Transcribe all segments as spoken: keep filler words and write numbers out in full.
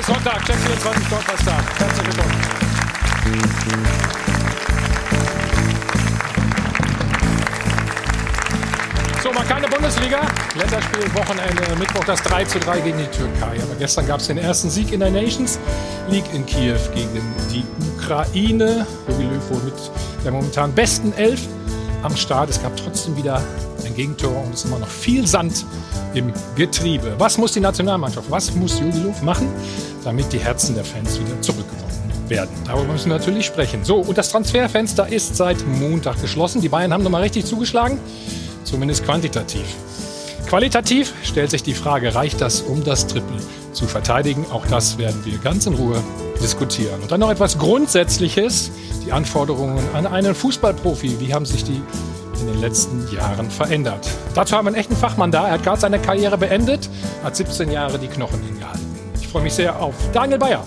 ist Sonntag, Check vierundzwanzig Sportpasstag. Herzlich willkommen. So, mal keine Bundesliga. Länderspiel, Wochenende, Mittwoch das drei zu drei gegen die Türkei. Aber gestern gab es den ersten Sieg in der Nations League in Kiew gegen die Ukraine. Jogi Löw wohl mit der momentan besten Elf am Start. Es gab trotzdem wieder ein Gegentor und es ist immer noch viel Sand im Getriebe. Was muss die Nationalmannschaft, was muss Jogi Löw machen, damit die Herzen der Fans wieder zurückgewonnen werden? Darüber müssen wir natürlich sprechen. So, und das Transferfenster ist seit Montag geschlossen. Die Bayern haben nochmal richtig zugeschlagen, zumindest quantitativ. Qualitativ stellt sich die Frage, reicht das, um das Triple zu verteidigen? Auch das werden wir ganz in Ruhe diskutieren. Und dann noch etwas Grundsätzliches, die Anforderungen an einen Fußballprofi. Wie haben sich die in den letzten Jahren verändert? Dazu haben wir einen echten Fachmann da. Er hat gerade seine Karriere beendet, hat siebzehn Jahre die Knochen hingehalten. Ich freue mich sehr auf Daniel Bayer.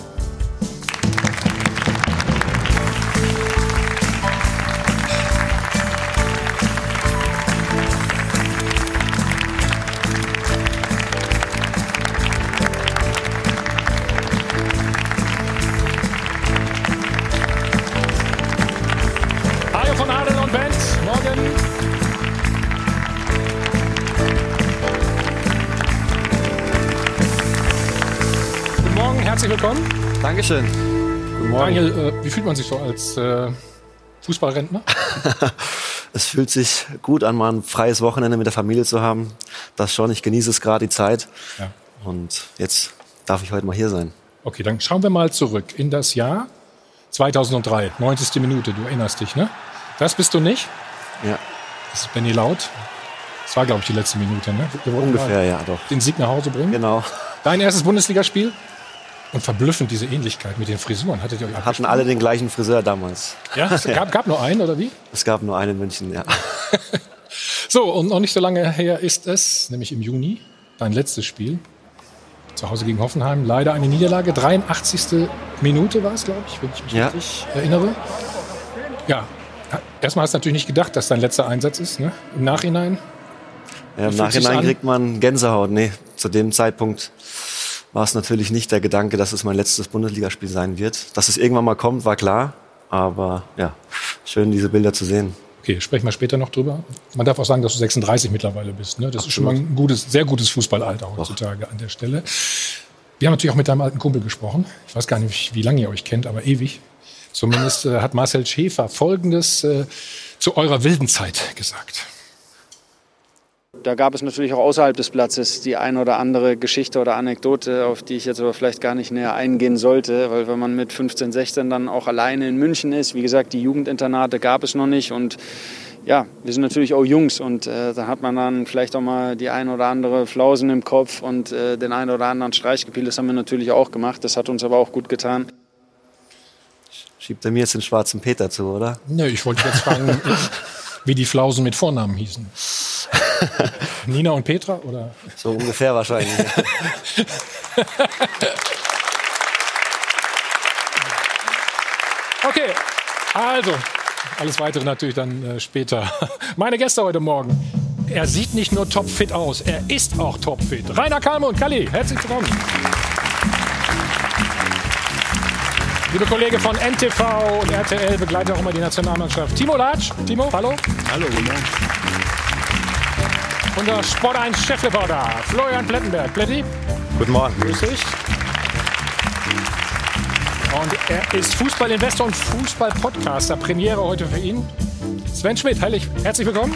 Herzlich willkommen. Dankeschön. Guten Morgen. Daniel, äh, wie fühlt man sich so als äh, Fußballrentner? Es fühlt sich gut an, mal ein freies Wochenende mit der Familie zu haben. Das schon, ich genieße es gerade, die Zeit. Ja. Und jetzt darf ich heute mal hier sein. Okay, dann schauen wir mal zurück in das Jahr zweitausenddrei. neunzigste Minute, du erinnerst dich, ne? Das bist du nicht? Ja. Das ist Benny Laut. Das war, glaube ich, die letzte Minute, ne? Ungefähr, ja, doch. Den Sieg nach Hause bringen? Genau. Dein erstes Bundesligaspiel? Und verblüffend diese Ähnlichkeit mit den Frisuren. Hattet ihr euch hatten alle den gleichen Friseur damals. Ja, es gab, gab nur einen, oder wie? Es gab nur einen in München, ja. So, und noch nicht so lange her ist es, nämlich im Juni, dein letztes Spiel. Zu Hause gegen Hoffenheim. Leider eine Niederlage. dreiundachtzigste Minute war es, glaube ich, wenn ich mich ja. richtig erinnere. Ja, erstmal hast du natürlich nicht gedacht, dass dein letzter Einsatz ist, ne? Im Nachhinein? Ja, im Nachhinein kriegt man Gänsehaut. Nee, zu dem Zeitpunkt war es natürlich nicht der Gedanke, dass es mein letztes Bundesligaspiel sein wird. Dass es irgendwann mal kommt, war klar. Aber ja, schön, diese Bilder zu sehen. Okay, sprechen wir später noch drüber. Man darf auch sagen, dass du sechsunddreißig mittlerweile bist. Ne? Das Absolut. Ist schon mal ein gutes, sehr gutes Fußballalter heutzutage Doch. An der Stelle. Wir haben natürlich auch mit deinem alten Kumpel gesprochen. Ich weiß gar nicht, wie lange ihr euch kennt, aber ewig. Zumindest äh, hat Marcel Schäfer Folgendes äh, zu eurer wilden Zeit gesagt. Da gab es natürlich auch außerhalb des Platzes die ein oder andere Geschichte oder Anekdote, auf die ich jetzt aber vielleicht gar nicht näher eingehen sollte, weil wenn man mit fünfzehn, sechzehn dann auch alleine in München ist, wie gesagt, die Jugendinternate gab es noch nicht und ja, wir sind natürlich auch Jungs und äh, da hat man dann vielleicht auch mal die ein oder andere Flausen im Kopf und äh, den ein oder anderen Streich gespielt. Das haben wir natürlich auch gemacht, das hat uns aber auch gut getan. Schiebt er mir jetzt den schwarzen Peter zu, oder? Nö, ich wollte jetzt fragen, wie die Flausen mit Vornamen hießen. Nina und Petra, oder? So ungefähr wahrscheinlich. Okay, also, alles Weitere natürlich dann äh, später. Meine Gäste heute Morgen. Er sieht nicht nur topfit aus, er ist auch topfit. Rainer Kalme und Kalli, herzlich willkommen. Liebe Kollege von N T V und R T L begleitet auch immer die Nationalmannschaft. Timo Latsch. Timo, hallo. Hallo, guten Morgen. Unser Sport eins Chefreporter Florian Plettenberg. Pletti. Guten Morgen. Grüß dich. Und er ist Fußballinvestor und Fußballpodcaster. Premiere heute für ihn. Sven Schmidt, herzlich willkommen.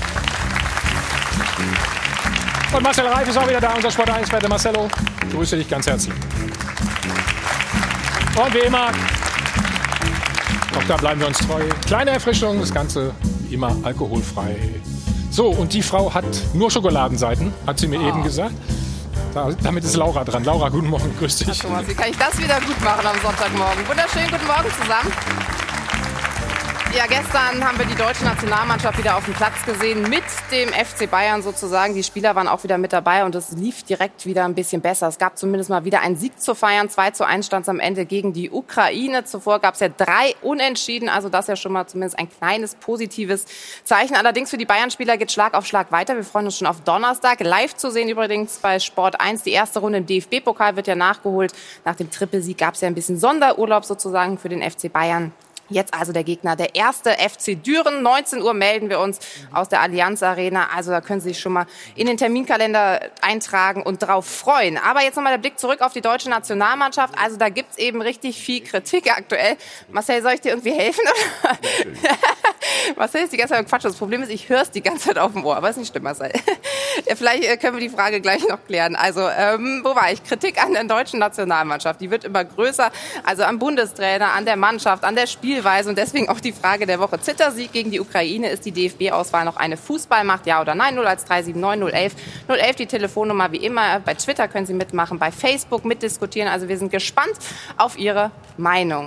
Und Marcel Reif ist auch wieder da, unser Sport eins-Werte. Marcello, grüße dich ganz herzlich. Und wie immer, auch da bleiben wir uns treu. Kleine Erfrischung, das Ganze wie immer alkoholfrei. So, und die Frau hat nur Schokoladenseiten, hat sie mir ah. eben gesagt. Da, damit ist Laura dran. Laura, guten Morgen, grüß dich. Thomas, wie kann ich das wieder gut machen am Sonntagmorgen? Wunderschönen guten Morgen zusammen. Ja, gestern haben wir die deutsche Nationalmannschaft wieder auf dem Platz gesehen, mit dem F C Bayern sozusagen. Die Spieler waren auch wieder mit dabei und es lief direkt wieder ein bisschen besser. Es gab zumindest mal wieder einen Sieg zu feiern. zwei zu eins stand es am Ende gegen die Ukraine. Zuvor gab es ja drei Unentschieden, also das ist ja schon mal zumindest ein kleines positives Zeichen. Allerdings für die Bayern-Spieler geht Schlag auf Schlag weiter. Wir freuen uns schon auf Donnerstag. Live zu sehen übrigens bei Sport eins. Die erste Runde im D F B-Pokal wird ja nachgeholt. Nach dem Trippelsieg gab es ja ein bisschen Sonderurlaub sozusagen für den F C Bayern. Jetzt also der Gegner, der erste F C Düren. neunzehn Uhr melden wir uns aus der Allianz Arena. Also da können Sie sich schon mal in den Terminkalender eintragen und drauf freuen. Aber jetzt nochmal der Blick zurück auf die deutsche Nationalmannschaft. Also da gibt's eben richtig viel Kritik aktuell. Marcel, soll ich dir irgendwie helfen? Marcel ist die ganze Zeit im Quatsch. Das Problem ist, ich höre es die ganze Zeit auf dem Ohr. Aber ist nicht schlimm, Marcel. Vielleicht können wir die Frage gleich noch klären. Also, ähm, wo war ich? Kritik an der deutschen Nationalmannschaft. Die wird immer größer. Also am Bundestrainer, an der Mannschaft, an der Spielweise. Und deswegen auch die Frage der Woche. Zittersieg gegen die Ukraine. Ist die D F B-Auswahl noch eine Fußballmacht? Ja oder nein? null eins drei sieben neun null elf null elf die Telefonnummer wie immer. Bei Twitter können Sie mitmachen, bei Facebook mitdiskutieren. Also wir sind gespannt auf Ihre Meinung.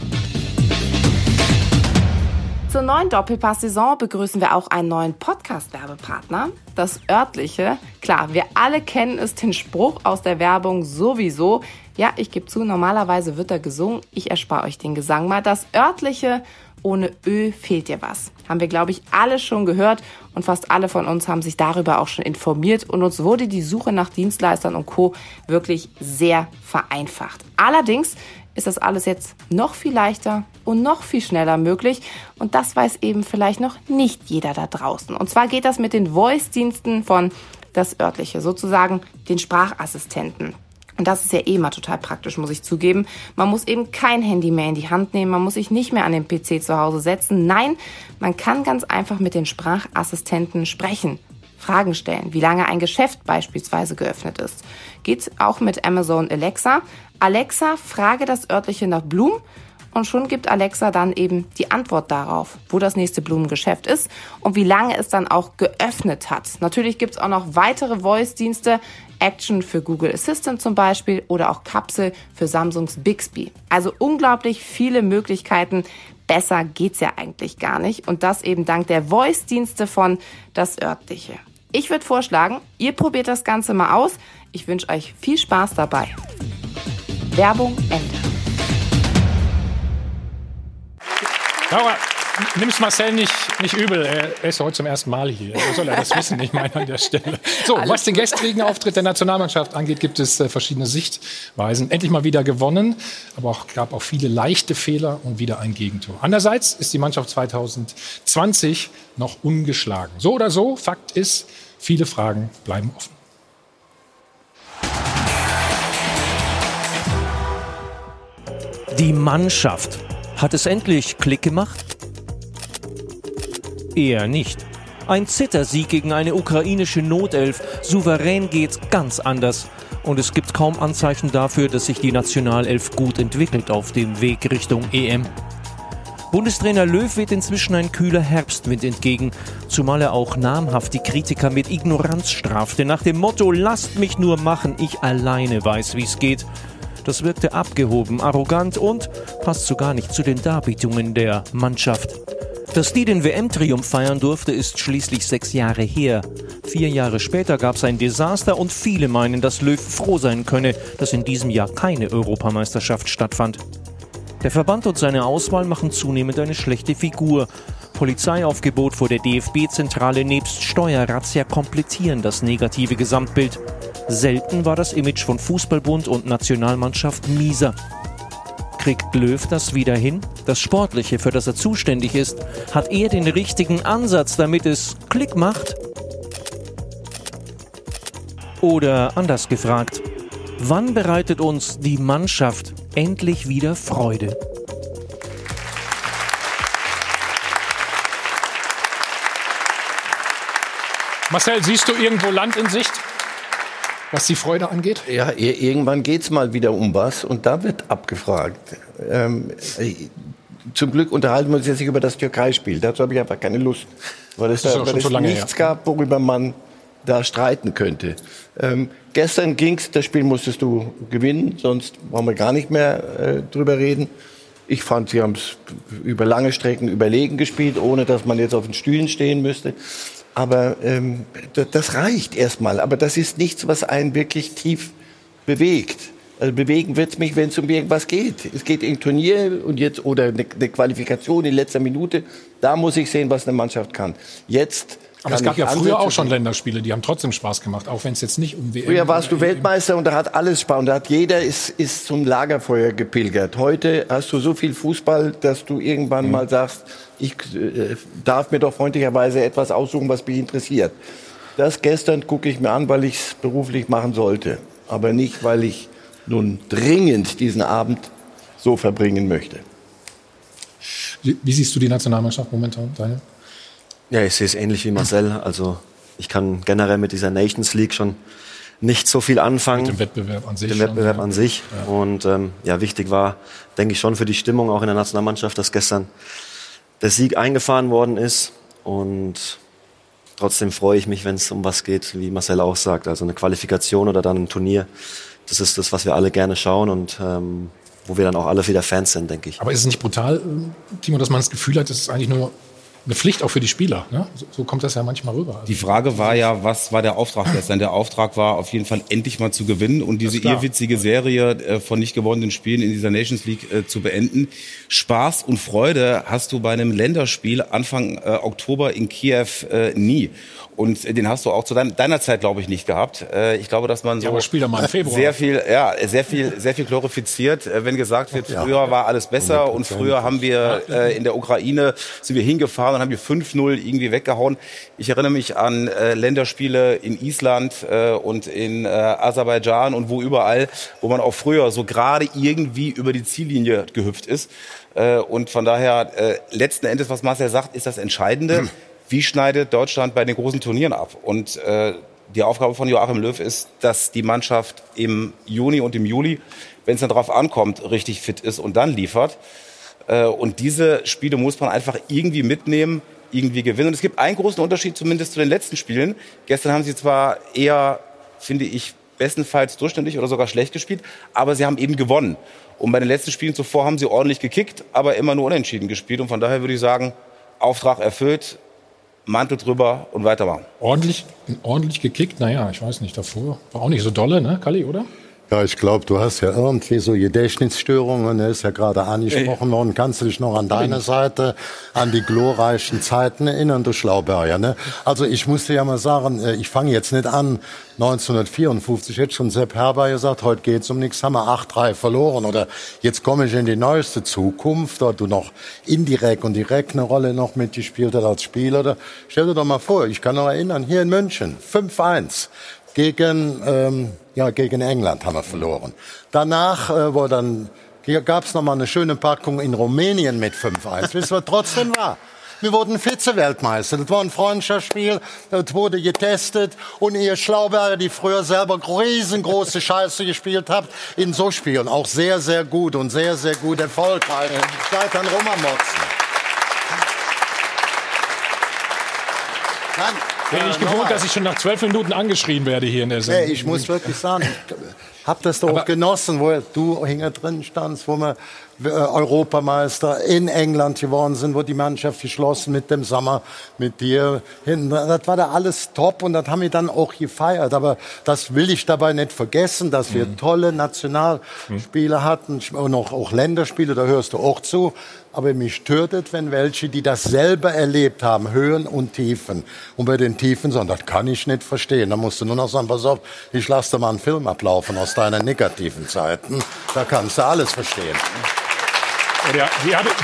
Zur neuen Doppelpass-Saison begrüßen wir auch einen neuen Podcast-Werbepartner, das Örtliche. Klar, wir alle kennen es, den Spruch aus der Werbung sowieso. Ja, ich gebe zu, normalerweise wird da gesungen. Ich erspare euch den Gesang mal. Das Örtliche, ohne Ö fehlt dir was. Haben wir, glaube ich, alle schon gehört und fast alle von uns haben sich darüber auch schon informiert und uns wurde die Suche nach Dienstleistern und Co. wirklich sehr vereinfacht. Allerdings ist das alles jetzt noch viel leichter und noch viel schneller möglich. Und das weiß eben vielleicht noch nicht jeder da draußen. Und zwar geht das mit den Voice-Diensten von das Örtliche, sozusagen den Sprachassistenten. Und das ist ja eh mal total praktisch, muss ich zugeben. Man muss eben kein Handy mehr in die Hand nehmen, man muss sich nicht mehr an den P C zu Hause setzen. Nein, man kann ganz einfach mit den Sprachassistenten sprechen. Fragen stellen, wie lange ein Geschäft beispielsweise geöffnet ist. Geht auch mit Amazon Alexa. Alexa, frage das Örtliche nach Blumen und schon gibt Alexa dann eben die Antwort darauf, wo das nächste Blumengeschäft ist und wie lange es dann auch geöffnet hat. Natürlich gibt es auch noch weitere Voice-Dienste, Action für Google Assistant zum Beispiel oder auch Kapsel für Samsungs Bixby. Also unglaublich viele Möglichkeiten. Besser geht's ja eigentlich gar nicht und das eben dank der Voice-Dienste von das Örtliche. Ich würde vorschlagen, ihr probiert das Ganze mal aus. Ich wünsche euch viel Spaß dabei. Werbung Ende. Laura, nimm's Marcel nicht, nicht übel. Er ist heute zum ersten Mal hier. Wo soll er das wissen? Ich meine an der Stelle. So, Alles was den gestrigen Auftritt der Nationalmannschaft angeht, gibt es äh, verschiedene Sichtweisen. Endlich mal wieder gewonnen, aber auch gab auch viele leichte Fehler und wieder ein Gegentor. Andererseits ist die Mannschaft zwanzig zwanzig noch ungeschlagen. So oder so, Fakt ist, viele Fragen bleiben offen. Die Mannschaft. Hat es endlich Klick gemacht? Eher nicht. Ein Zittersieg gegen eine ukrainische Notelf. Souverän geht's ganz anders. Und es gibt kaum Anzeichen dafür, dass sich die Nationalelf gut entwickelt auf dem Weg Richtung E M. Bundestrainer Löw weht inzwischen ein kühler Herbstwind entgegen, zumal er auch namhaft die Kritiker mit Ignoranz strafte, nach dem Motto, lasst mich nur machen, ich alleine weiß, wie's geht. Das wirkte abgehoben, arrogant und passt sogar nicht zu den Darbietungen der Mannschaft. Dass die den W M-Triumph feiern durfte, ist schließlich sechs Jahre her. Vier Jahre später gab es ein Desaster und viele meinen, dass Löw froh sein könne, dass in diesem Jahr keine Europameisterschaft stattfand. Der Verband und seine Auswahl machen zunehmend eine schlechte Figur. Polizeiaufgebot vor der D F B-Zentrale nebst Steuerrazzia komplettieren das negative Gesamtbild. Selten war das Image von Fußballbund und Nationalmannschaft mieser. Kriegt Löw das wieder hin? Das Sportliche, für das er zuständig ist, hat er den richtigen Ansatz, damit es Klick macht? Oder anders gefragt, wann bereitet uns die Mannschaft endlich wieder Freude? Marcel, siehst du irgendwo Land in Sicht, was die Freude angeht? Ja, irgendwann geht es mal wieder um was und da wird abgefragt. Ähm, zum Glück unterhalten wir uns jetzt nicht über das Türkei-Spiel. Dazu habe ich einfach keine Lust, weil es, da, weil es so nichts her. gab, worüber man da streiten könnte. Ähm, gestern ging's, das Spiel musstest du gewinnen, sonst brauchen wir gar nicht mehr äh, drüber reden. Ich fand, sie haben es über lange Strecken überlegen gespielt, ohne dass man jetzt auf den Stühlen stehen müsste. Aber ähm, das reicht erstmal. Aber das ist nichts, was einen wirklich tief bewegt. Also bewegen wird es mich, wenn es um irgendwas geht. Es geht in Turnier und jetzt oder eine, eine Qualifikation in letzter Minute. Da muss ich sehen, was eine Mannschaft kann. Jetzt. Aber es gab ja früher auch schon Länderspiele, die haben trotzdem Spaß gemacht, auch wenn es jetzt nicht um W M... Früher warst du Weltmeister und da hat alles Spaß und da hat jeder ist, ist zum Lagerfeuer gepilgert. Heute hast du so viel Fußball, dass du irgendwann mhm. mal sagst, ich äh, darf mir doch freundlicherweise etwas aussuchen, was mich interessiert. Das gestern gucke ich mir an, weil ich es beruflich machen sollte, aber nicht, weil ich nun dringend diesen Abend so verbringen möchte. Wie, wie siehst du die Nationalmannschaft momentan, Daniel? Ja, ich sehe es ähnlich wie Marcel. Also ich kann generell mit dieser Nations League schon nicht so viel anfangen. Mit dem Wettbewerb an sich. Mit dem Wettbewerb schon, an sich. Ja. Und ähm, ja, wichtig war, denke ich, schon für die Stimmung auch in der Nationalmannschaft, dass gestern der Sieg eingefahren worden ist. Und trotzdem freue ich mich, wenn es um was geht, wie Marcel auch sagt. Also eine Qualifikation oder dann ein Turnier. Das ist das, was wir alle gerne schauen und ähm, wo wir dann auch alle wieder Fans sind, denke ich. Aber ist es nicht brutal, Timo, dass man das Gefühl hat, es ist eigentlich nur eine Pflicht auch für die Spieler, ne? So, so kommt das ja manchmal rüber. Also die Frage war ja, was war der Auftrag gestern? Der Auftrag war auf jeden Fall endlich mal zu gewinnen und diese irrwitzige Serie äh, von nicht gewonnenen Spielen in dieser Nations League äh, zu beenden. Spaß und Freude hast du bei einem Länderspiel Anfang äh, Oktober in Kiew äh, nie. Und den hast du auch zu dein, deiner Zeit, glaube ich, nicht gehabt. Äh, ich glaube, dass man so ja, aber spiel mal im Februar. sehr viel, ja, sehr viel, sehr viel glorifiziert, äh, wenn gesagt wird, früher war alles besser und früher haben wir äh, in der Ukraine sind wir hingefahren und haben wir fünf null irgendwie weggehauen. Ich erinnere mich an äh, Länderspiele in Island äh, und in äh, Aserbaidschan und wo überall, wo man auch früher so gerade irgendwie über die Ziellinie gehüpft ist. Äh, und von daher, äh, letzten Endes, was Marcel sagt, ist das Entscheidende. Hm. Wie schneidet Deutschland bei den großen Turnieren ab? Und äh, die Aufgabe von Joachim Löw ist, dass die Mannschaft im Juni und im Juli, wenn es dann darauf ankommt, richtig fit ist und dann liefert. Äh, und diese Spiele muss man einfach irgendwie mitnehmen, irgendwie gewinnen. Und es gibt einen großen Unterschied, zumindest zu den letzten Spielen. Gestern haben sie zwar eher, finde ich, bestenfalls durchschnittlich oder sogar schlecht gespielt, aber sie haben eben gewonnen. Und bei den letzten Spielen zuvor haben sie ordentlich gekickt, aber immer nur unentschieden gespielt. Und von daher würde ich sagen, Auftrag erfüllt, Mantel drüber und weitermachen. Ordentlich, ordentlich gekickt? Naja, ich weiß nicht, davor war auch nicht so dolle, ne, Kalli, oder? Ja, ich glaube, du hast ja irgendwie so Gedächtnisstörungen, ne, ist ja gerade angesprochen worden. Kannst du dich noch an deine Seite, an die glorreichen Zeiten erinnern, du Schlauberger, ne? Also ich musste ja mal sagen, ich fange jetzt nicht an, neunzehnhundertvierundfünfzig hätte schon Sepp Herber gesagt, heute geht's um nichts, haben wir acht drei verloren. Oder jetzt komme ich in die neueste Zukunft, dort du noch indirekt und direkt eine Rolle noch mitgespielt hast als Spieler. Oder stell dir doch mal vor, ich kann noch erinnern, hier in München, fünf eins. Gegen, ähm, ja, gegen England haben wir verloren. Danach äh, wo dann, gab es noch mal eine schöne Packung in Rumänien mit fünf eins. Wisst ihr, was trotzdem war? Wir wurden Vize-Weltmeister. Das war ein Freundschaftsspiel, das wurde getestet. Und ihr Schlauberger, die früher selber riesengroße Scheiße gespielt habt, in so Spielen auch sehr, sehr gut und sehr, sehr gut erfolgreich. Seid dann rumammotzen. Nein. Bin ich äh, gewohnt, dass ich schon nach zwölf Minuten angeschrien werde hier in der Sendung. Nee, ich muss wirklich sagen, ich hab das doch auch genossen, wo du hinter drin standst, wo wir äh, Europameister in England geworden sind, wo die Mannschaft geschlossen mit dem Sommer, mit dir hinten. Das war da alles top und das haben wir dann auch gefeiert. Aber das will ich dabei nicht vergessen, dass wir mhm. tolle Nationalspiele mhm. hatten und auch, auch Länderspiele, da hörst du auch zu. Aber mich stört es, wenn welche, die das selber erlebt haben, Höhen und Tiefen. Und bei den Tiefen sagen, das kann ich nicht verstehen. Da musst du nur noch sagen, pass auf, ich lasse dir mal einen Film ablaufen aus deinen negativen Zeiten. Da kannst du alles verstehen. Ja, wie habe ich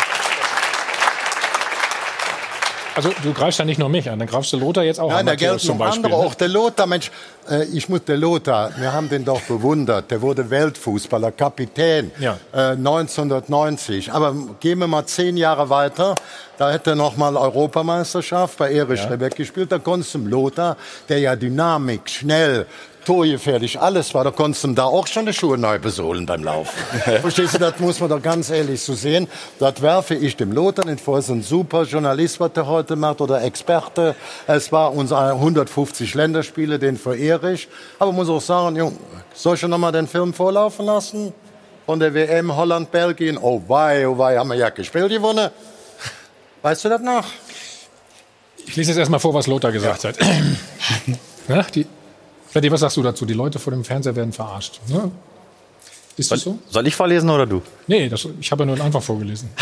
Also du greifst ja nicht nur mich an, dann greifst du Lothar jetzt auch Nein, an. Nein, da gelten noch andere, ne? Auch der Lothar, Mensch, äh, ich muss der Lothar, wir haben den doch bewundert, der wurde Weltfußballer, Kapitän, ja. äh, neunzehnhundertneunzig, aber gehen wir mal zehn Jahre weiter, da hätte er noch mal Europameisterschaft bei Erich ja. Rebeck gespielt, da konntest du dem Lothar, der ja Dynamik, schnell, torgefährlich, alles war, da konntest du da auch schon die Schuhe neu besohlen beim Laufen. Verstehst du, das muss man doch ganz ehrlich so sehen. Das werfe ich dem Lothar nicht vor, es ist ein super Journalist, was der heute macht, oder Experte. Es war unsere hundertfünfzig Länderspiele, den verehre ich. Aber muss auch sagen, Jung, soll ich noch mal den Film vorlaufen lassen? von der W M Holland-Belgien. Oh wei, oh wei, haben wir ja gespielt gewonnen. Weißt du das noch? Ich lese jetzt erstmal vor, was Lothar gesagt ja. hat. Ja, die, Freddy, was sagst du dazu? Die Leute vor dem Fernseher werden verarscht. Ja. Ist das so? Soll ich vorlesen oder du? Nee, das, ich habe ja nur einfach vorgelesen.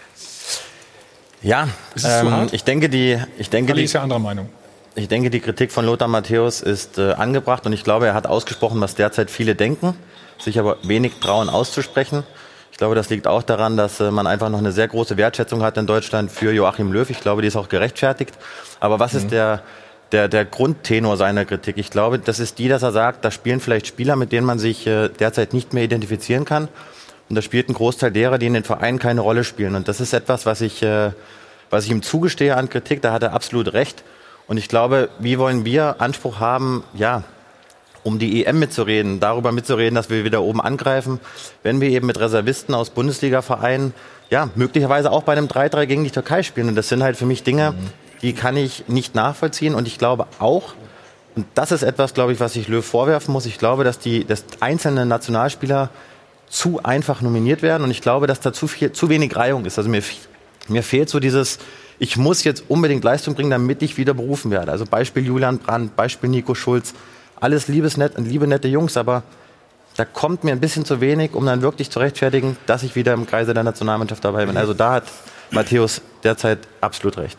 Ja, ähm, ich denke, die, ich denke, Ali die, ist ja anderer Meinung. Ich denke, die Kritik von Lothar Matthäus ist äh, angebracht und ich glaube, er hat ausgesprochen, was derzeit viele denken, sich aber wenig trauen auszusprechen. Ich glaube, das liegt auch daran, dass äh, man einfach noch eine sehr große Wertschätzung hat in Deutschland für Joachim Löw. Ich glaube, die ist auch gerechtfertigt. Aber was mhm. ist der, der, der Grundtenor seiner Kritik? Ich glaube, das ist die, dass er sagt, da spielen vielleicht Spieler, mit denen man sich äh, derzeit nicht mehr identifizieren kann. Und da spielt ein Großteil derer, die in den Vereinen keine Rolle spielen. Und das ist etwas, was ich, äh, was ich ihm zugestehe an Kritik. Da hat er absolut recht. Und ich glaube, wie wollen wir Anspruch haben, ja, um die E M mitzureden, darüber mitzureden, dass wir wieder oben angreifen, wenn wir eben mit Reservisten aus Bundesliga-Vereinen, ja, möglicherweise auch bei einem drei drei gegen die Türkei spielen. Und das sind halt für mich Dinge, die kann ich nicht nachvollziehen. Und ich glaube auch, und das ist etwas, glaube ich, was ich Löw vorwerfen muss, ich glaube, dass die, dass einzelne Nationalspieler zu einfach nominiert werden. Und ich glaube, dass da zu viel, zu wenig Reihung ist. Also mir, mir fehlt so dieses, ich muss jetzt unbedingt Leistung bringen, damit ich wieder berufen werde. Also Beispiel Julian Brandt, Beispiel Nico Schulz. Alles liebesnett und liebe nette Jungs, aber da kommt mir ein bisschen zu wenig, um dann wirklich zu rechtfertigen, dass ich wieder im Kreise der Nationalmannschaft dabei bin. Also da hat Matthäus derzeit absolut recht.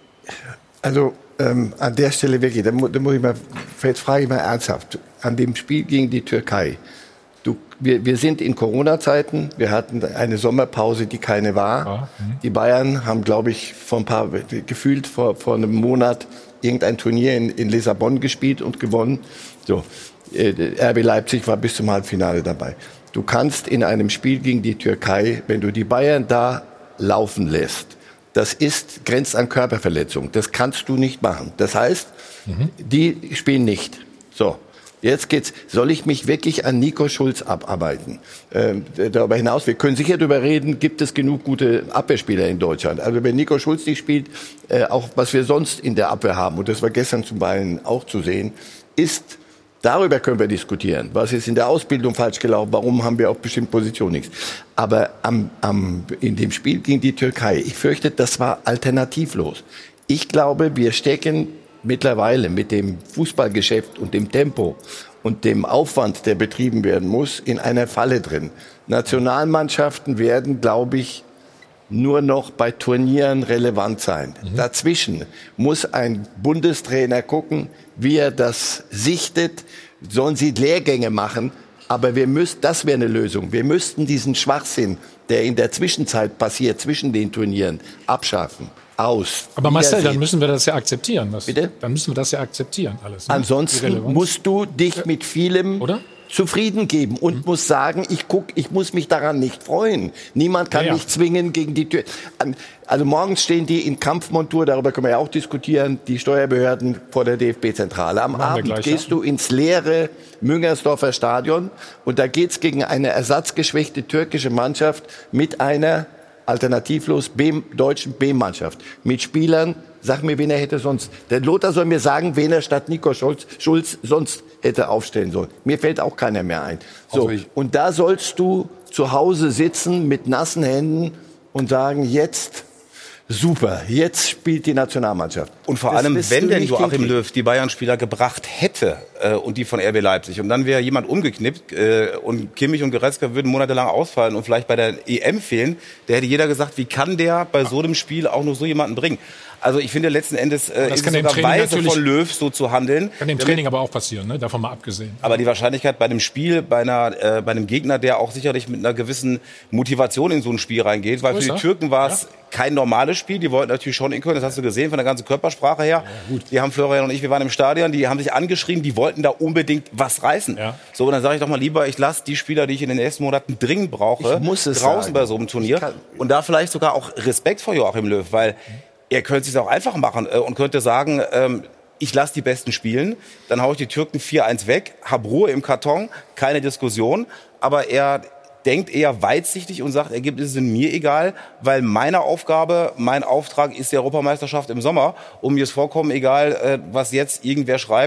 Also ähm, an der Stelle wirklich, da, mu da muss ich mal, jetzt frage ich mal ernsthaft, an dem Spiel gegen die Türkei. Du, wir, wir sind in Corona-Zeiten, wir hatten eine Sommerpause, die keine war. Ja, die Bayern haben, glaube ich, vor ein paar, gefühlt vor, vor einem Monat irgendein Turnier in, in Lissabon gespielt und gewonnen. So, äh, R B Leipzig war bis zum Halbfinale dabei. Du kannst in einem Spiel gegen die Türkei, wenn du die Bayern da laufen lässt, das ist, grenzt an Körperverletzung. Das kannst du nicht machen. Das heißt, mhm. die spielen nicht. So. Jetzt geht's. Soll ich mich wirklich an Nico Schulz abarbeiten? Ähm, darüber hinaus, wir können sicher darüber reden, gibt es genug gute Abwehrspieler in Deutschland. Also wenn Nico Schulz nicht spielt, äh, auch was wir sonst in der Abwehr haben, und das war gestern zum Beispiel auch zu sehen, ist, darüber können wir diskutieren. Was ist in der Ausbildung falsch gelaufen? Warum haben wir auf bestimmten Positionen nichts? Aber am, am, in dem Spiel gegen die Türkei, ich fürchte, das war alternativlos. Ich glaube, wir stecken mittlerweile mit dem Fußballgeschäft und dem Tempo und dem Aufwand, der betrieben werden muss, in einer Falle drin. Nationalmannschaften werden, glaube ich, nur noch bei Turnieren relevant sein. Mhm. Dazwischen muss ein Bundestrainer gucken, wie er das sichtet. Sollen sie Lehrgänge machen? Aber wir müssen, das wäre eine Lösung. Wir müssten diesen Schwachsinn, der in der Zwischenzeit passiert, zwischen den Turnieren, abschaffen. Aus. Aber Marcel, dann müssen wir das ja akzeptieren. Was, Bitte? Dann müssen wir das ja akzeptieren, alles. Ne? Ansonsten musst du dich mit vielem Oder? zufrieden geben und mhm. muss sagen, ich guck, ich muss mich daran nicht freuen. Niemand kann ja, ja. mich zwingen gegen die Tür. Also morgens stehen die in Kampfmontur, darüber können wir ja auch diskutieren, die Steuerbehörden vor der D F B-Zentrale. Am Abend gleich, gehst ja. du ins leere Müngersdorfer Stadion und da geht's gegen eine ersatzgeschwächte türkische Mannschaft mit einer alternativlos B, deutschen B-Mannschaft. Mit Spielern, sag mir, wen er hätte sonst. Der Lothar soll mir sagen, wen er statt Nico Schulz, Schulz sonst hätte aufstellen sollen. Mir fällt auch keiner mehr ein. So, also und da sollst du zu Hause sitzen mit nassen Händen und sagen, jetzt super, jetzt spielt die Nationalmannschaft. Und vor allem, wenn denn Joachim Löw die Bayern-Spieler gebracht hätte äh, und die von R B Leipzig und dann wäre jemand umgeknippt äh, und Kimmich und Goretzka würden monatelang ausfallen und vielleicht bei der E M fehlen, da hätte jeder gesagt, wie kann der bei so einem Spiel auch nur so jemanden bringen? Also ich finde letzten Endes äh, das ist kann es sogar weise von Löw so zu handeln. Kann dem Training aber auch passieren, ne? Davon mal abgesehen. Aber die Wahrscheinlichkeit bei einem Spiel, bei, einer, äh, bei einem Gegner, der auch sicherlich mit einer gewissen Motivation in so ein Spiel reingeht, weil für die Türken war es ja. kein normales Spiel, die wollten natürlich schon in Köln, das hast du gesehen von der ganzen Körpersprache her. Ja, die haben Florian und ich, wir waren im Stadion, die haben sich angeschrien, die wollten da unbedingt was reißen. Ja. So, und dann sage ich doch mal lieber, ich lasse die Spieler, die ich in den nächsten Monaten dringend brauche, draußen sagen. bei so einem Turnier. Und da vielleicht sogar auch Respekt vor Joachim Löw, weil er könnte es sich auch einfach machen und könnte sagen, ähm, ich lasse die Besten spielen, dann haue ich die Türken vier eins weg, hab Ruhe im Karton, keine Diskussion. Aber er denkt eher weitsichtig und sagt, Ergebnisse sind mir egal, weil meine Aufgabe, mein Auftrag ist die Europameisterschaft im Sommer. Und mir ist vollkommen egal, äh, was jetzt irgendwer schreibt.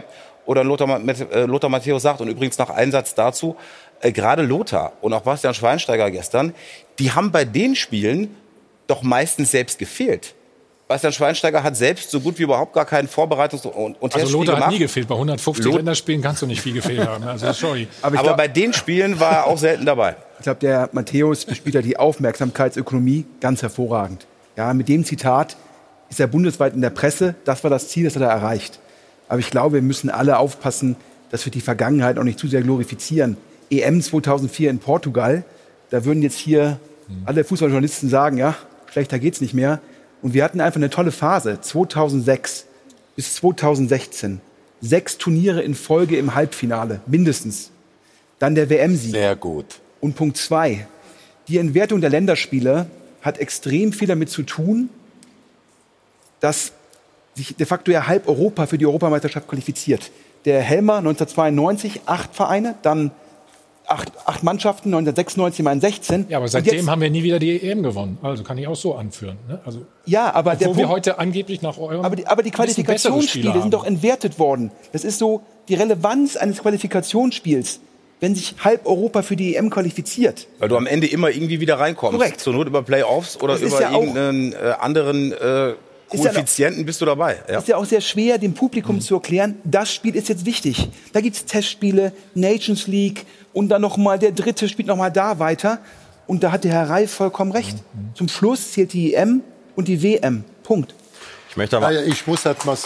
oder Lothar, äh, Lothar Matthäus sagt, und übrigens noch ein Satz dazu, äh, gerade Lothar und auch Bastian Schweinsteiger gestern, die haben bei den Spielen doch meistens selbst gefehlt. Bastian Schweinsteiger hat selbst so gut wie überhaupt gar keinen Vorbereitungs- und, und Also Lothar gemacht. hat nie gefehlt. Bei hundertfünfzig Lot- Länderspielen kannst du nicht viel gefehlt haben. Also sorry. Aber, Aber bei den Spielen war er auch selten dabei. Ich glaube, der Matthäus bespielt ja die Aufmerksamkeitsökonomie ganz hervorragend. Ja, mit dem Zitat ist er bundesweit in der Presse. Das war das Ziel, das hat er erreicht. Aber ich glaube, wir müssen alle aufpassen, dass wir die Vergangenheit auch nicht zu sehr glorifizieren. E M zweitausendvier in Portugal, da würden jetzt hier alle Fußballjournalisten sagen, ja, schlechter geht's nicht mehr. Und wir hatten einfach eine tolle Phase, zweitausendsechs bis zweitausendsechzehn. Sechs Turniere in Folge im Halbfinale, mindestens. Dann der W M-Sieg. Sehr gut. Und Punkt zwei, die Entwertung der Länderspiele hat extrem viel damit zu tun, dass sich de facto ja halb Europa für die Europameisterschaft qualifiziert. Der Helmer neunzehnhundertzweiundneunzig, acht Vereine, dann acht, acht Mannschaften, neunzehnhundertsechsundneunzig mal sechzehn. Ja, aber seitdem haben wir nie wieder die E M gewonnen. Also kann ich auch so anführen. Ne? Also, ja, aber der Punkt, wir Punkt, heute angeblich nach eurem aber die, aber die Qualifikationsspiele sind doch entwertet worden. Das ist so die Relevanz eines Qualifikationsspiels, wenn sich halb Europa für die E M qualifiziert. Weil du am Ende immer irgendwie wieder reinkommst. Korrekt. Zur Not über Playoffs oder über ja irgendeinen äh, anderen äh, Koeffizienten ja bist du dabei. Ja. Ist ja auch sehr schwer, dem Publikum mhm. zu erklären, das Spiel ist jetzt wichtig. Da gibt es Testspiele, Nations League und dann noch mal der dritte spielt noch mal da weiter. Und da hat der Herr Reif vollkommen recht. Mhm. Zum Schluss zählt die E M und die W M. Punkt. Ich möchte aber... Ich muss etwas...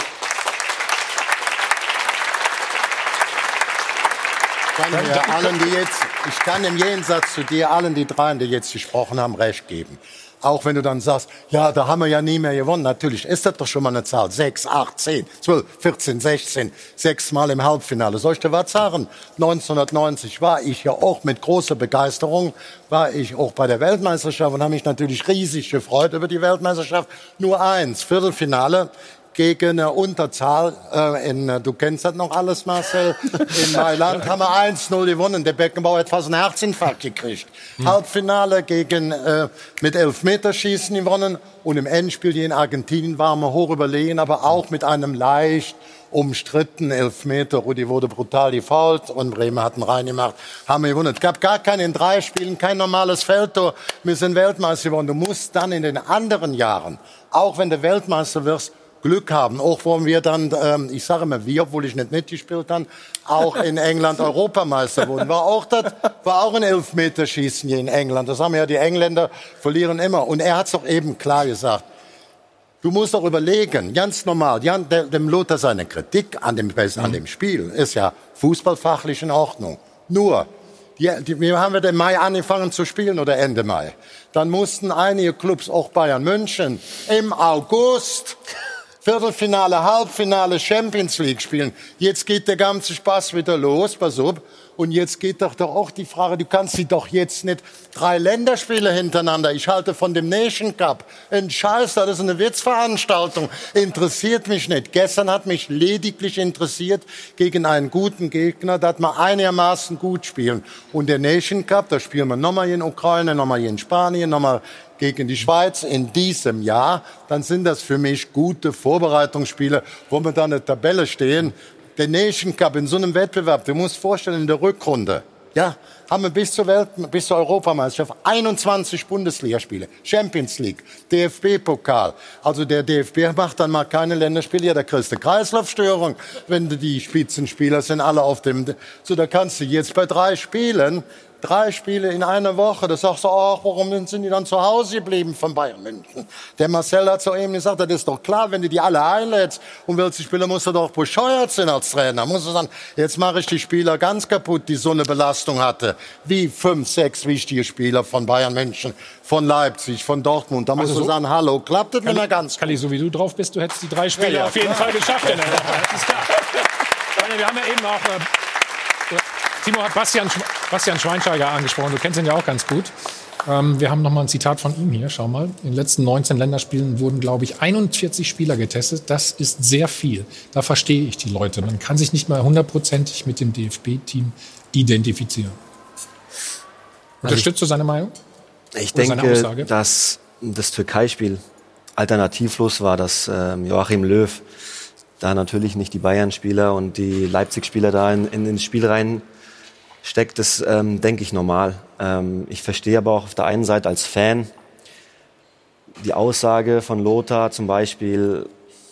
Ich kann, ja allen, die jetzt, ich kann im Gegensatz zu dir, allen die dreien, die jetzt gesprochen haben, recht geben. Auch wenn du dann sagst, ja, da haben wir ja nie mehr gewonnen. Natürlich ist das doch schon mal eine Zahl. Sechs, acht, zehn, zwölf, vierzehn, sechzehn, sechsmal im Halbfinale. Soll ich dir was sagen? neunzehnhundertneunzig war ich ja auch mit großer Begeisterung, war ich auch bei der Weltmeisterschaft und habe mich natürlich riesig gefreut über die Weltmeisterschaft. Nur eins, Viertelfinale gegen eine Unterzahl, äh, in, du kennst das noch alles, Marcel, in Mailand haben wir eins null gewonnen. Der Beckenbauer hat fast einen Herzinfarkt gekriegt. Hm. Halbfinale gegen, äh, mit Elfmeterschießen gewonnen und im Endspiel hier in Argentinien waren wir hoch überlegen, aber auch mit einem leicht umstritten Elfmeter. Rudi wurde brutal gefoult und Bremer hat ihn reingemacht, haben wir gewonnen. Es gab gar keinen in drei Spielen, kein normales Feldtor. Wir sind Weltmeister geworden. Du musst dann in den anderen Jahren, auch wenn du Weltmeister wirst, Glück haben, auch wo wir dann, ähm, ich sage immer wir, obwohl ich nicht mitgespielt habe, auch in England Europameister wurden. War auch das, war auch ein Elfmeterschießen hier in England. Das haben ja die Engländer, verlieren immer. Und er hat es doch eben klar gesagt. Du musst doch überlegen, ganz normal, ja, dem Lothar seine Kritik an dem, an dem Spiel ist ja fußballfachlich in Ordnung. Nur, die, die, wir haben wir im Mai angefangen zu spielen oder Ende Mai. Dann mussten einige Clubs, auch Bayern München, im August Viertelfinale, Halbfinale, Champions League spielen. Jetzt geht der ganze Spaß wieder los, pass auf. Und jetzt geht doch, doch auch die Frage, du kannst sie doch jetzt nicht drei Länderspiele hintereinander. Ich halte von dem Nation Cup ein Scheiß, das ist eine Witzveranstaltung. Interessiert mich nicht. Gestern hat mich lediglich interessiert gegen einen guten Gegner, dass wir einigermaßen gut spielen. Und der Nation Cup, da spielen wir nochmal hier in Ukraine, nochmal hier in Spanien, nochmal gegen die Schweiz in diesem Jahr. Dann sind das für mich gute Vorbereitungsspiele, wo wir dann in der Tabelle stehen. Der Nation Cup in so einem Wettbewerb, du musst vorstellen, in der Rückrunde, ja, haben wir bis zur Welt, bis zur Europameisterschaft einundzwanzig Bundesligaspiele, Champions League, D F B-Pokal. Also der D F B macht dann mal keine Länderspiele, ja, da kriegst du Kreislaufstörung, wenn du die Spitzenspieler sind alle auf dem, so da kannst du jetzt bei drei Spielen, drei Spiele in einer Woche, da sagst du, ach, warum sind die dann zu Hause geblieben von Bayern München? Der Marcel hat so eben gesagt, das ist doch klar, wenn du die alle einlädst und willst die Spieler, musst du doch bescheuert sein als Trainer. Musst du sagen, jetzt mache ich die Spieler ganz kaputt, die so eine Belastung hatte, wie fünf, sechs wichtige Spieler von Bayern München, von Leipzig, von Dortmund. Da musst also du so sagen, hallo, klappt das nicht mehr ganz gut. Kalli, so wie du drauf bist, du hättest die drei Spiele ja, ja, auf jeden klar. Fall geschafft in der Woche. Das ist klar. Wir haben ja eben auch... Äh, Timo hat Bastian, Bastian Schweinsteiger angesprochen. Du kennst ihn ja auch ganz gut. Ähm, wir haben noch mal ein Zitat von ihm hier. Schau mal. In den letzten neunzehn Länderspielen wurden, glaube ich, einundvierzig Spieler getestet. Das ist sehr viel. Da verstehe ich die Leute. Man kann sich nicht mal hundertprozentig mit dem D F B-Team identifizieren. Unterstützt du seine Meinung? Ich denke, dass das Türkei-Spiel alternativlos war, dass ähm, Joachim Löw da natürlich nicht die Bayern-Spieler und die Leipzig-Spieler da in, in ins Spiel rein steckt, das ähm, denke ich normal. Ähm, ich verstehe aber auch auf der einen Seite als Fan die Aussage von Lothar zum Beispiel.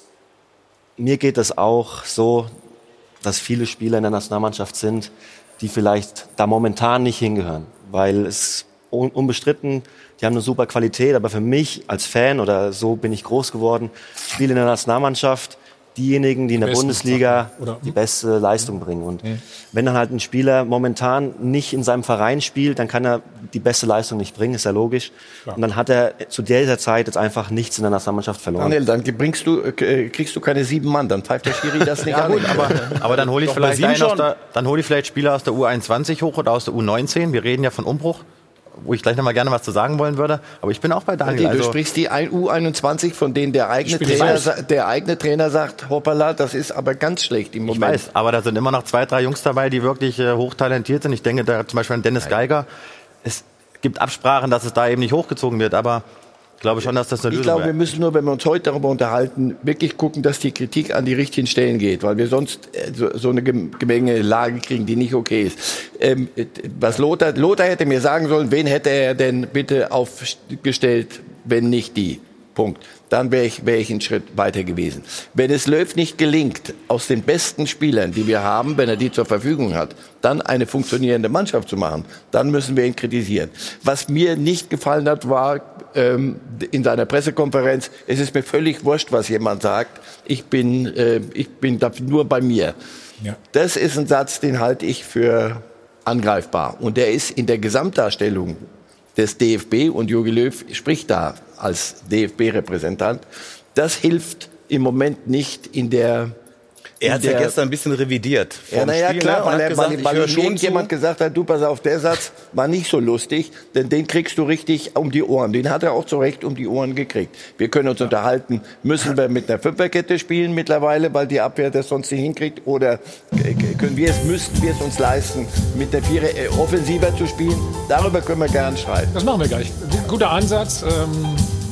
Mir geht es auch so, dass viele Spieler in der Nationalmannschaft sind, die vielleicht da momentan nicht hingehören, weil es un- unbestritten, die haben eine super Qualität, aber für mich als Fan, oder so bin ich groß geworden, Spiele in der Nationalmannschaft, diejenigen, die in der Bundesliga die beste Leistung bringen. Und mhm. wenn dann halt ein Spieler momentan nicht in seinem Verein spielt, dann kann er die beste Leistung nicht bringen, ist ja logisch. Ja. Und dann hat er zu dieser Zeit jetzt einfach nichts in der Nationalmannschaft verloren. Daniel, dann bringst du, äh, kriegst du keine sieben Mann, dann pfeift der Schiri das nicht ja, an. Gut, aber, aber dann hole ich, vielleicht einen aus der, dann hole ich vielleicht Spieler aus der U einundzwanzig hoch oder aus der U neunzehn. Wir reden ja von Umbruch, wo ich gleich noch mal gerne was zu sagen wollen würde. Aber ich bin auch bei Daniel. Okay, also du sprichst die U einundzwanzig, von denen der eigene, Trainer, der eigene Trainer sagt, hoppala, das ist aber ganz schlecht im Moment. Ich weiß, aber da sind immer noch zwei, drei Jungs dabei, die wirklich äh, hochtalentiert sind. Ich denke da zum Beispiel an Dennis Geiger. Es gibt Absprachen, dass es da eben nicht hochgezogen wird, aber ich glaube schon, dass das eine ich Lösung glaube, wäre. wir müssen nur, wenn wir uns heute darüber unterhalten, wirklich gucken, dass die Kritik an die richtigen Stellen geht, weil wir sonst so, so eine Gemenge Lage kriegen, die nicht okay ist. Ähm, was Lothar, Lothar hätte mir sagen sollen, wen hätte er denn bitte aufgestellt, wenn nicht die? Punkt. Dann wäre ich, wär ich einen Schritt weiter gewesen. Wenn es Löw nicht gelingt, aus den besten Spielern, die wir haben, wenn er die zur Verfügung hat, dann eine funktionierende Mannschaft zu machen, dann müssen wir ihn kritisieren. Was mir nicht gefallen hat, war ähm, in seiner Pressekonferenz, es ist mir völlig wurscht, was jemand sagt, ich bin, äh, ich bin nur bei mir. Ja. Das ist ein Satz, den halte ich für angreifbar. Und der ist in der Gesamtdarstellung des D F B, und Jogi Löw spricht da als D F B-Repräsentant, das hilft im Moment nicht in der... Er hat ja gestern ein bisschen revidiert. Ja, naja, klar, weil, er, gesagt, weil, weil ihm jemand gesagt hat, du, pass auf, der Satz war nicht so lustig, denn den kriegst du richtig um die Ohren. Den hat er auch zu Recht um die Ohren gekriegt. Wir können uns unterhalten, müssen wir mit einer Fünferkette spielen mittlerweile, weil die Abwehr das sonst nicht hinkriegt, oder können wir es, müssten wir es uns leisten, mit der Vierer äh, offensiver zu spielen? Darüber können wir gern streiten. Das machen wir gleich. Guter Ansatz. Ähm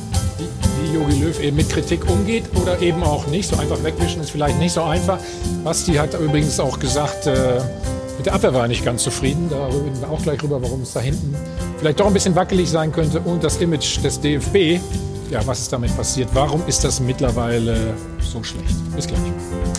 wie Jogi Löw eben mit Kritik umgeht oder eben auch nicht. So einfach wegwischen ist vielleicht nicht so einfach. Basti hat übrigens auch gesagt, äh, mit der Abwehr war er nicht ganz zufrieden. Da reden wir auch gleich rüber, warum es da hinten vielleicht doch ein bisschen wackelig sein könnte. Und das Image des D F B, ja, was ist damit passiert? Warum ist das mittlerweile so schlecht? Bis gleich.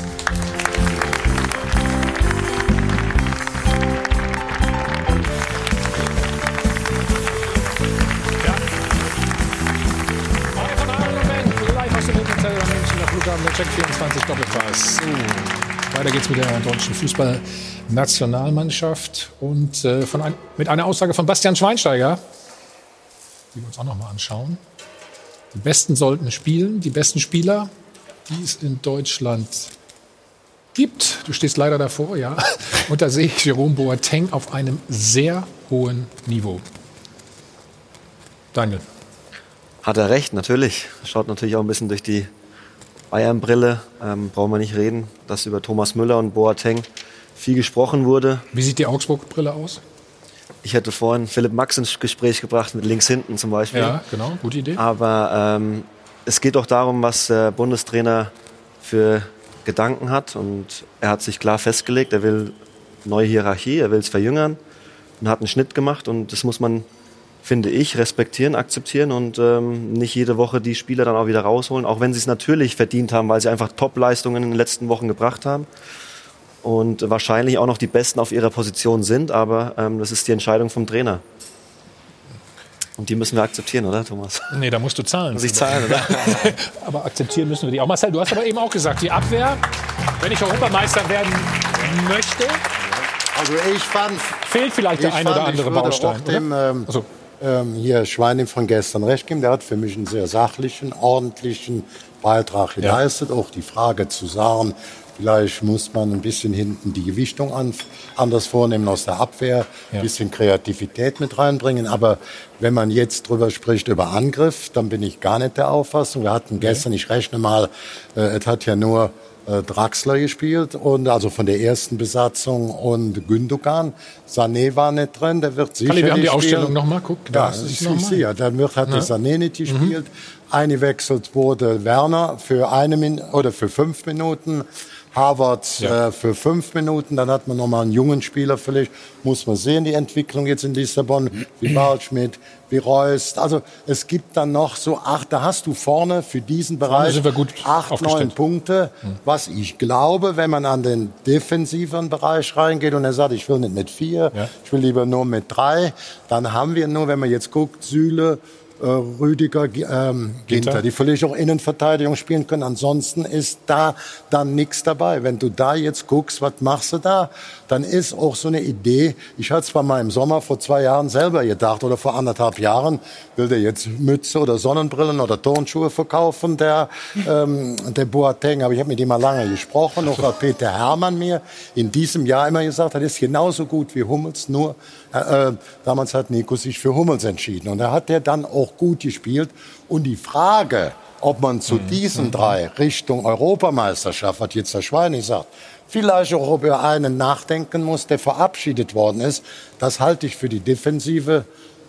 Der Check vierundzwanzig Doppelpass. Uh, weiter geht's mit der deutschen Fußballnationalmannschaft und äh, von ein, mit einer Aussage von Bastian Schweinsteiger, die wir uns auch noch mal anschauen. Die Besten sollten spielen, die besten Spieler, die es in Deutschland gibt. Du stehst leider davor, ja. Und da sehe ich Jerome Boateng auf einem sehr hohen Niveau. Daniel. Hat er recht, natürlich. Schaut natürlich auch ein bisschen durch die Bayern-Brille, ähm, brauchen wir nicht reden, dass über Thomas Müller und Boateng viel gesprochen wurde. Wie sieht die Augsburg-Brille aus? Ich hätte vorhin Philipp Max ins Gespräch gebracht, mit links hinten zum Beispiel. Ja, genau, gute Idee. Aber ähm, es geht auch darum, was der Bundestrainer für Gedanken hat. Und er hat sich klar festgelegt, er will neue Hierarchie, er will es verjüngern und hat einen Schnitt gemacht. Und das muss man, finde ich, respektieren, akzeptieren und ähm, nicht jede Woche die Spieler dann auch wieder rausholen, auch wenn sie es natürlich verdient haben, weil sie einfach Top-Leistungen in den letzten Wochen gebracht haben und wahrscheinlich auch noch die Besten auf ihrer Position sind, aber ähm, das ist die Entscheidung vom Trainer. Und die müssen wir akzeptieren, oder, Thomas? Nee, da musst du zahlen. Muss ich zahlen, oder? Aber akzeptieren müssen wir die auch. Marcel, du hast aber eben auch gesagt, die Abwehr, wenn ich Europameister werden möchte, also ich fand, fehlt vielleicht der ein fand, oder andere Baustein. Dem, ähm, also. ähm, hier Schweinin von gestern recht geben. Der hat für mich einen sehr sachlichen, ordentlichen Beitrag geleistet. Ja. Auch die Frage zu sagen, vielleicht muss man ein bisschen hinten die Gewichtung an, anders vornehmen aus der Abwehr, ein ja. bisschen Kreativität mit reinbringen. Aber wenn man jetzt drüber spricht, über Angriff, dann bin ich gar nicht der Auffassung. Wir hatten gestern, ich rechne mal, äh, es hat ja nur äh, Draxler gespielt und also von der ersten Besatzung und Gündogan. Sané war nicht drin, der wird sicherlich Kalli, wir haben die spielen. Ausstellung nochmal, guck. Ja, das ist nicht sicher. Dann wird hat der Sané nicht gespielt. Mhm. Eingewechselt wurde Werner für eine Min- oder für fünf Minuten. Havertz ja. äh, für fünf Minuten, dann hat man nochmal einen jungen Spieler, vielleicht muss man sehen, die Entwicklung jetzt in Lissabon, wie Waldschmidt, wie Reus. Also es gibt dann noch so acht, da hast du vorne für diesen Bereich sind wir gut acht, neun Punkte, mhm. was ich glaube, wenn man an den defensiven Bereich reingeht und er sagt, ich will nicht mit vier, ja. ich will lieber nur mit drei, dann haben wir nur, wenn man jetzt guckt, Süle, Rüdiger, ähm, Ginter, die vielleicht auch Innenverteidigung spielen können. Ansonsten ist da dann nichts dabei. Wenn du da jetzt guckst, was machst du da? Dann ist auch so eine Idee. Ich hatte zwar mal im Sommer vor zwei Jahren selber gedacht oder vor anderthalb Jahren, will der jetzt Mütze oder Sonnenbrillen oder Turnschuhe verkaufen, der, ähm, der Boateng. Aber ich habe mit ihm mal lange gesprochen. Auch hat Peter Hermann mir in diesem Jahr immer gesagt, er ist genauso gut wie Hummels, nur äh, damals hat Nico sich für Hummels entschieden. Und da hat er dann auch gut gespielt. Und die Frage, ob man zu diesen drei Richtung Europameisterschaft, was jetzt der Schweini sagt, vielleicht auch über einen nachdenken muss, der verabschiedet worden ist, das halte ich für die Defensive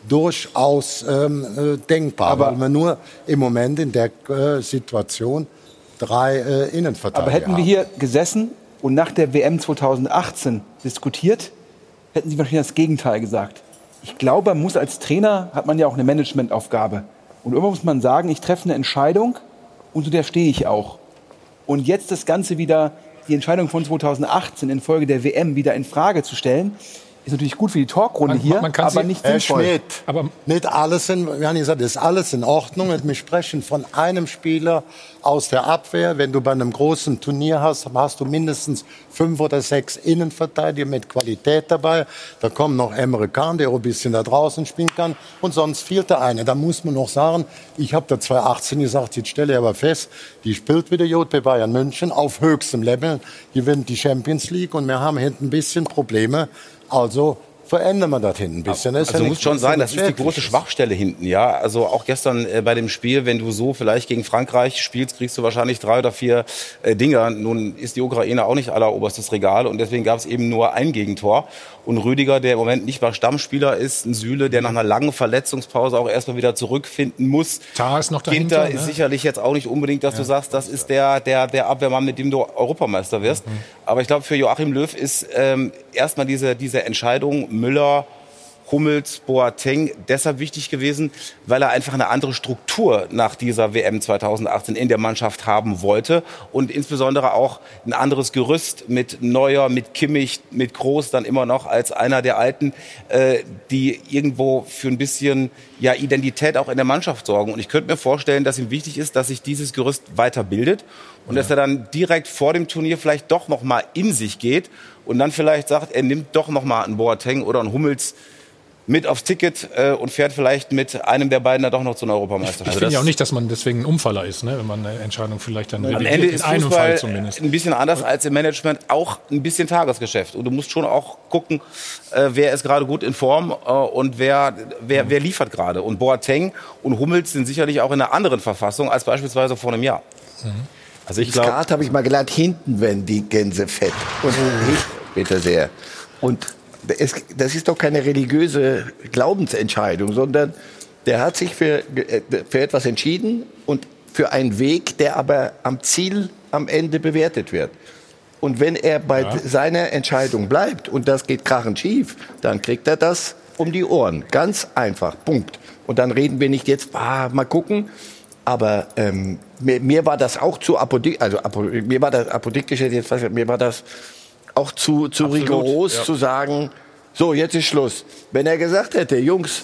durchaus ähm, äh, denkbar. Aber weil wir nur im Moment in der äh, Situation drei äh, Innenverteidiger Aber hätten wir hier gesessen und nach der W M zweitausendachtzehn diskutiert, hätten Sie wahrscheinlich das Gegenteil gesagt. Ich glaube, man muss als Trainer, hat man ja auch eine Managementaufgabe. Und irgendwann muss man sagen, ich treffe eine Entscheidung und zu der stehe ich auch. Und jetzt das Ganze wieder, die Entscheidung von zweitausendachtzehn infolge der W M wieder in Frage zu stellen, ist natürlich gut für die Talkrunde man, hier, man kann aber sie, nicht Herr sinnvoll. Schmidt, aber nicht alles in, wir haben gesagt, ist alles in Ordnung. Wir sprechen von einem Spieler aus der Abwehr. Wenn du bei einem großen Turnier hast, hast du mindestens fünf oder sechs Innenverteidiger mit Qualität dabei. Da kommt noch Emre Can, der auch ein bisschen da draußen spielen kann. Und sonst fehlt der eine. Da muss man noch sagen, ich habe da zweitausendachtzehn gesagt, jetzt stelle ich aber fest, die spielt wieder J P Bayern München auf höchstem Level, gewinnt die Champions League und wir haben hinten ein bisschen Probleme. Also verändern wir das hinten ein bisschen. Das also ja muss schon sein, das ist die große Schwachstelle hinten. Ja, also auch gestern äh, bei dem Spiel, wenn du so vielleicht gegen Frankreich spielst, kriegst du wahrscheinlich drei oder vier äh, Dinger. Nun ist die Ukraine auch nicht alleroberstes Regal und deswegen gab es eben nur ein Gegentor. Und Rüdiger, der im Moment nicht mal Stammspieler ist, ein Süle, der nach einer langen Verletzungspause auch erstmal wieder zurückfinden muss. Tar ist noch dahinter. Ginter ne? ist sicherlich jetzt auch nicht unbedingt, dass ja. du sagst, das ist der, der, der Abwehrmann, mit dem du Europameister wirst. Mhm. Aber ich glaube, für Joachim Löw ist ähm, erstmal diese, diese Entscheidung Müller, Hummels, Boateng deshalb wichtig gewesen, weil er einfach eine andere Struktur nach dieser W M zweitausendachtzehn in der Mannschaft haben wollte und insbesondere auch ein anderes Gerüst mit Neuer, mit Kimmich, mit Kroos dann immer noch als einer der Alten, äh, die irgendwo für ein bisschen ja, Identität auch in der Mannschaft sorgen. Und ich könnte mir vorstellen, dass ihm wichtig ist, dass sich dieses Gerüst weiterbildet und ja. dass er dann direkt vor dem Turnier vielleicht doch noch mal in sich geht und dann vielleicht sagt, er nimmt doch noch mal einen Boateng oder einen Hummels mit aufs Ticket äh, und fährt vielleicht mit einem der beiden da doch noch zu einer Europameisterschaft. Ich, ich finde ja auch nicht, dass man deswegen ein Umfaller ist, ne? Wenn man eine Entscheidung vielleicht dann am Ende ist in einem Fall zumindest ein bisschen anders als im Management, auch ein bisschen Tagesgeschäft. Und du musst schon auch gucken, äh, wer ist gerade gut in Form äh, und wer, wer, mhm. wer liefert gerade. Und Boateng und Hummels sind sicherlich auch in einer anderen Verfassung als beispielsweise vor einem Jahr. Mhm. Also ich glaube, habe ich mal gelernt, hinten werden die Gänse fett. Und bitte sehr. Und Es, das ist doch keine religiöse Glaubensentscheidung, sondern der hat sich für, für etwas entschieden und für einen Weg, der aber am Ziel am Ende bewertet wird. Und wenn er bei ja. seiner Entscheidung bleibt und das geht krachend schief, dann kriegt er das um die Ohren. Ganz einfach, Punkt. Und dann reden wir nicht jetzt, ah, mal gucken. Aber ähm, mir, mir war das auch zu apodiktisch, also mir war das apodiktisch, jetzt weiß ich, mir war das auch zu, zu rigoros ja. zu sagen, so, jetzt ist Schluss. Wenn er gesagt hätte, Jungs,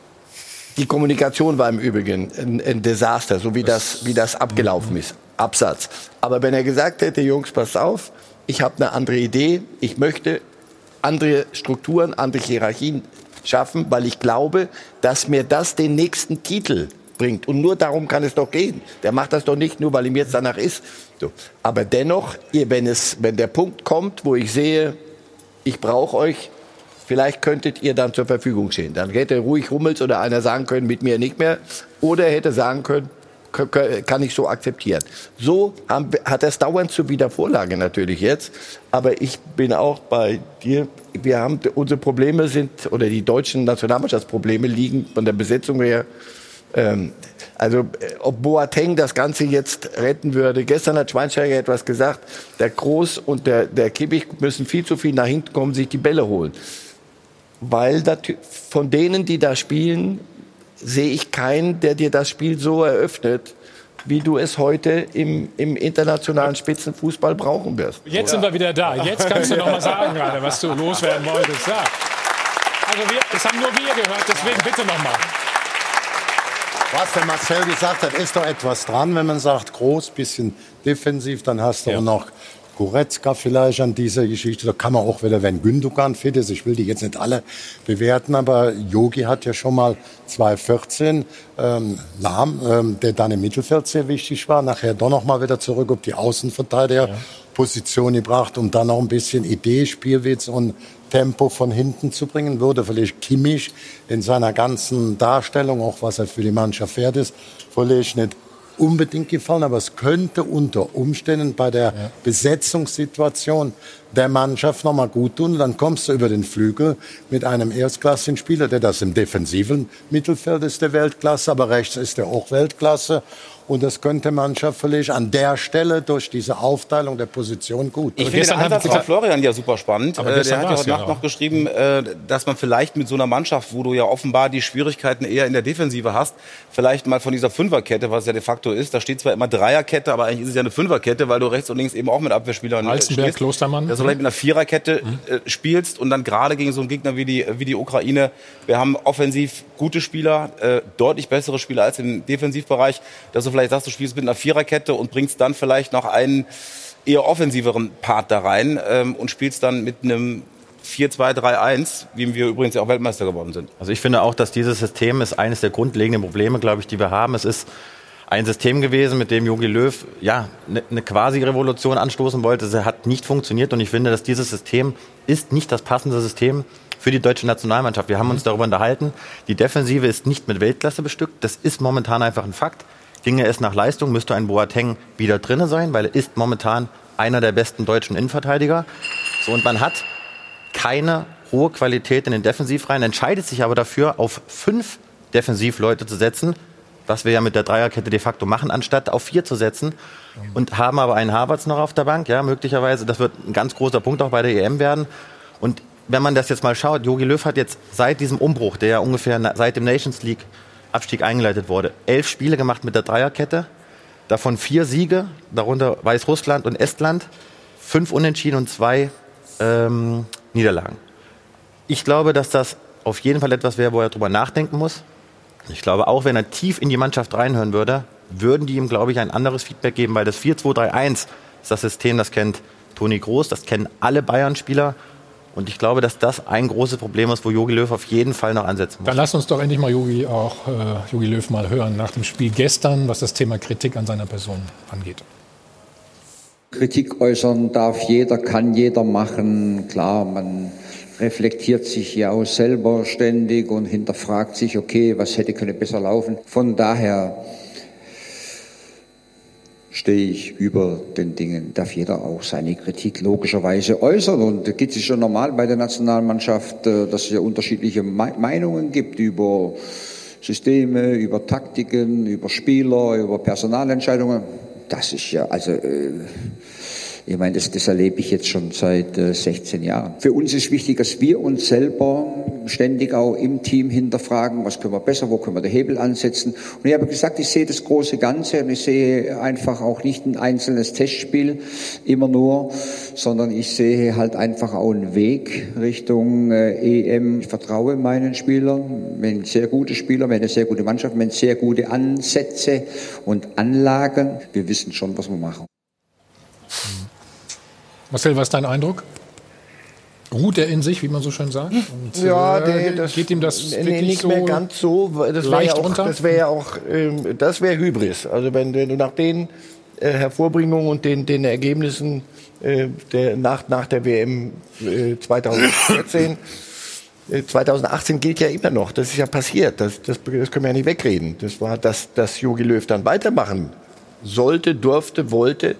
die Kommunikation war im Übrigen ein, ein Desaster, so wie das, wie das abgelaufen ist, Absatz. Aber wenn er gesagt hätte, Jungs, passt auf, ich habe eine andere Idee, ich möchte andere Strukturen, andere Hierarchien schaffen, weil ich glaube, dass mir das den nächsten Titel bringt. Und nur darum kann es doch gehen. Der macht das doch nicht nur, weil ihm jetzt danach ist. So. Aber dennoch, ihr, wenn, es, wenn der Punkt kommt, wo ich sehe, ich brauche euch, vielleicht könntet ihr dann zur Verfügung stehen. Dann hätte ruhig Hummels oder einer sagen können, mit mir nicht mehr. Oder er hätte sagen können, kann ich so akzeptieren. So haben, hat das dauernd zur Wiedervorlage natürlich jetzt. Aber ich bin auch bei dir. Wir haben, unsere Probleme sind, oder die deutschen Nationalmannschaftsprobleme liegen von der Besetzung her. Ähm, also, ob Boateng das Ganze jetzt retten würde. Gestern hat Schweinsteiger etwas gesagt. Der Groß und der, der Kimmich müssen viel zu viel nach hinten kommen, sich die Bälle holen. Weil das, von denen, die da spielen, sehe ich keinen, der dir das Spiel so eröffnet, wie du es heute im, im internationalen Spitzenfußball brauchen wirst. Jetzt sind wir wieder da. Jetzt kannst du noch mal sagen, gerade, was du loswerden wolltest. Ja. Also wir, das haben nur wir gehört, deswegen bitte noch mal. Was der Marcel gesagt hat, ist doch etwas dran, wenn man sagt, groß, bisschen defensiv, dann hast du ja auch noch Goretzka vielleicht an dieser Geschichte. Da kann man auch wieder, wenn Gündogan fit ist, ich will die jetzt nicht alle bewerten, aber Jogi hat ja schon mal zweitausendvierzehn ähm, Lahm, ähm, der dann im Mittelfeld sehr wichtig war, nachher doch noch mal wieder zurück auf die Außenverteidigerposition gebracht, um dann noch ein bisschen Idee, Spielwitz und Tempo von hinten zu bringen, würde vielleicht Kimmich in seiner ganzen Darstellung, auch was er für die Mannschaft wert ist, vielleicht nicht unbedingt gefallen, aber es könnte unter Umständen bei der ja. Besetzungssituation der Mannschaft noch mal gut tun. Dann kommst du über den Flügel mit einem erstklassigen Spieler, der das im defensiven Mittelfeld ist, der Weltklasse, aber rechts ist der auch Weltklasse. Und das könnte Mannschaft vielleicht an der Stelle durch diese Aufteilung der Position gut. Ich finde den Ansatz von Florian ja super spannend. Aber der hat ja heute Nacht noch geschrieben, dass man vielleicht mit so einer Mannschaft, wo du ja offenbar die Schwierigkeiten eher in der Defensive hast, vielleicht mal von dieser Fünferkette, was ja de facto ist, da steht zwar immer Dreierkette, aber eigentlich ist es ja eine Fünferkette, weil du rechts und links eben auch mit Abwehrspielern Alzenberg, Klostermann. Dass du vielleicht mit einer Viererkette mhm. spielst und dann gerade gegen so einen Gegner wie die, wie die Ukraine, wir haben offensiv gute Spieler, äh, deutlich bessere Spieler als im Defensivbereich, dass du vielleicht sagst, du spielst mit einer Viererkette und bringst dann vielleicht noch einen eher offensiveren Part da rein ähm, und spielst dann mit einem vier zwei drei eins, wie wir übrigens ja auch Weltmeister geworden sind. Also ich finde auch, dass dieses System ist eines der grundlegenden Probleme, glaube ich, die wir haben. Es ist ein System gewesen, mit dem Jogi Löw ja eine ne Quasi-Revolution anstoßen wollte. Es hat nicht funktioniert und ich finde, dass dieses System ist nicht das passende System für die deutsche Nationalmannschaft. Wir haben uns darüber unterhalten. Die Defensive ist nicht mit Weltklasse bestückt. Das ist momentan einfach ein Fakt. Ginge es nach Leistung, müsste ein Boateng wieder drinne sein, weil er ist momentan einer der besten deutschen Innenverteidiger. So, und man hat keine hohe Qualität in den Defensivreihen, entscheidet sich aber dafür, auf fünf Defensivleute zu setzen, was wir ja mit der Dreierkette de facto machen, anstatt auf vier zu setzen. Und haben aber einen Havertz noch auf der Bank, ja, möglicherweise. Das wird ein ganz großer Punkt auch bei der E M werden. Und wenn man das jetzt mal schaut, Jogi Löw hat jetzt seit diesem Umbruch, der ja ungefähr seit dem Nations League Abstieg eingeleitet wurde, elf Spiele gemacht mit der Dreierkette, davon vier Siege, darunter Weißrussland und Estland, fünf Unentschieden und zwei ähm, Niederlagen. Ich glaube, dass das auf jeden Fall etwas wäre, wo er drüber nachdenken muss. Ich glaube, auch wenn er tief in die Mannschaft reinhören würde, würden die ihm, glaube ich, ein anderes Feedback geben, weil das vier zwei drei eins ist das System, das kennt Toni Kroos, das kennen alle Bayern-Spieler. Und ich glaube, dass das ein großes Problem ist, wo Jogi Löw auf jeden Fall noch ansetzen muss. Dann lass uns doch endlich mal Jogi auch äh, Jogi Löw mal hören nach dem Spiel gestern, was das Thema Kritik an seiner Person angeht. Kritik äußern darf jeder, kann jeder machen. Klar, man reflektiert sich ja auch selber ständig und hinterfragt sich, okay, was hätte können besser laufen. Von daher stehe ich über den Dingen, darf jeder auch seine Kritik logischerweise äußern. Und es ist schon normal bei der Nationalmannschaft, dass es ja unterschiedliche Meinungen gibt über Systeme, über Taktiken, über Spieler, über Personalentscheidungen. Das ist ja, also äh, ich meine, das, das erlebe ich jetzt schon seit äh, sechzehn Jahren. Für uns ist wichtig, dass wir uns selber ständig auch im Team hinterfragen, was können wir besser, wo können wir den Hebel ansetzen. Und ich habe gesagt, ich sehe das große Ganze und ich sehe einfach auch nicht ein einzelnes Testspiel immer nur, sondern ich sehe halt einfach auch einen Weg Richtung äh, E M. Ich vertraue meinen Spielern, wir haben sehr gute Spieler, wir haben eine sehr gute Mannschaft, wir haben sehr gute Ansätze und Anlagen. Wir wissen schon, was wir machen. Marcel, was ist dein Eindruck? Ruht er in sich, wie man so schön sagt? Und, ja, äh, der, das geht ihm das nee, wirklich nicht so mehr ganz so. Das wäre ja auch, das wäre ja auch, ähm, das wäre Hybris. Also wenn, wenn du nach den äh, Hervorbringungen und den, den Ergebnissen äh, der, nach, nach der W M äh, zweitausendvierzehn zweitausendachtzehn gilt ja immer noch. Das ist ja passiert. Das, das, das können wir ja nicht wegreden. Das war, dass, dass Jogi Löw dann weitermachen sollte, durfte, wollte,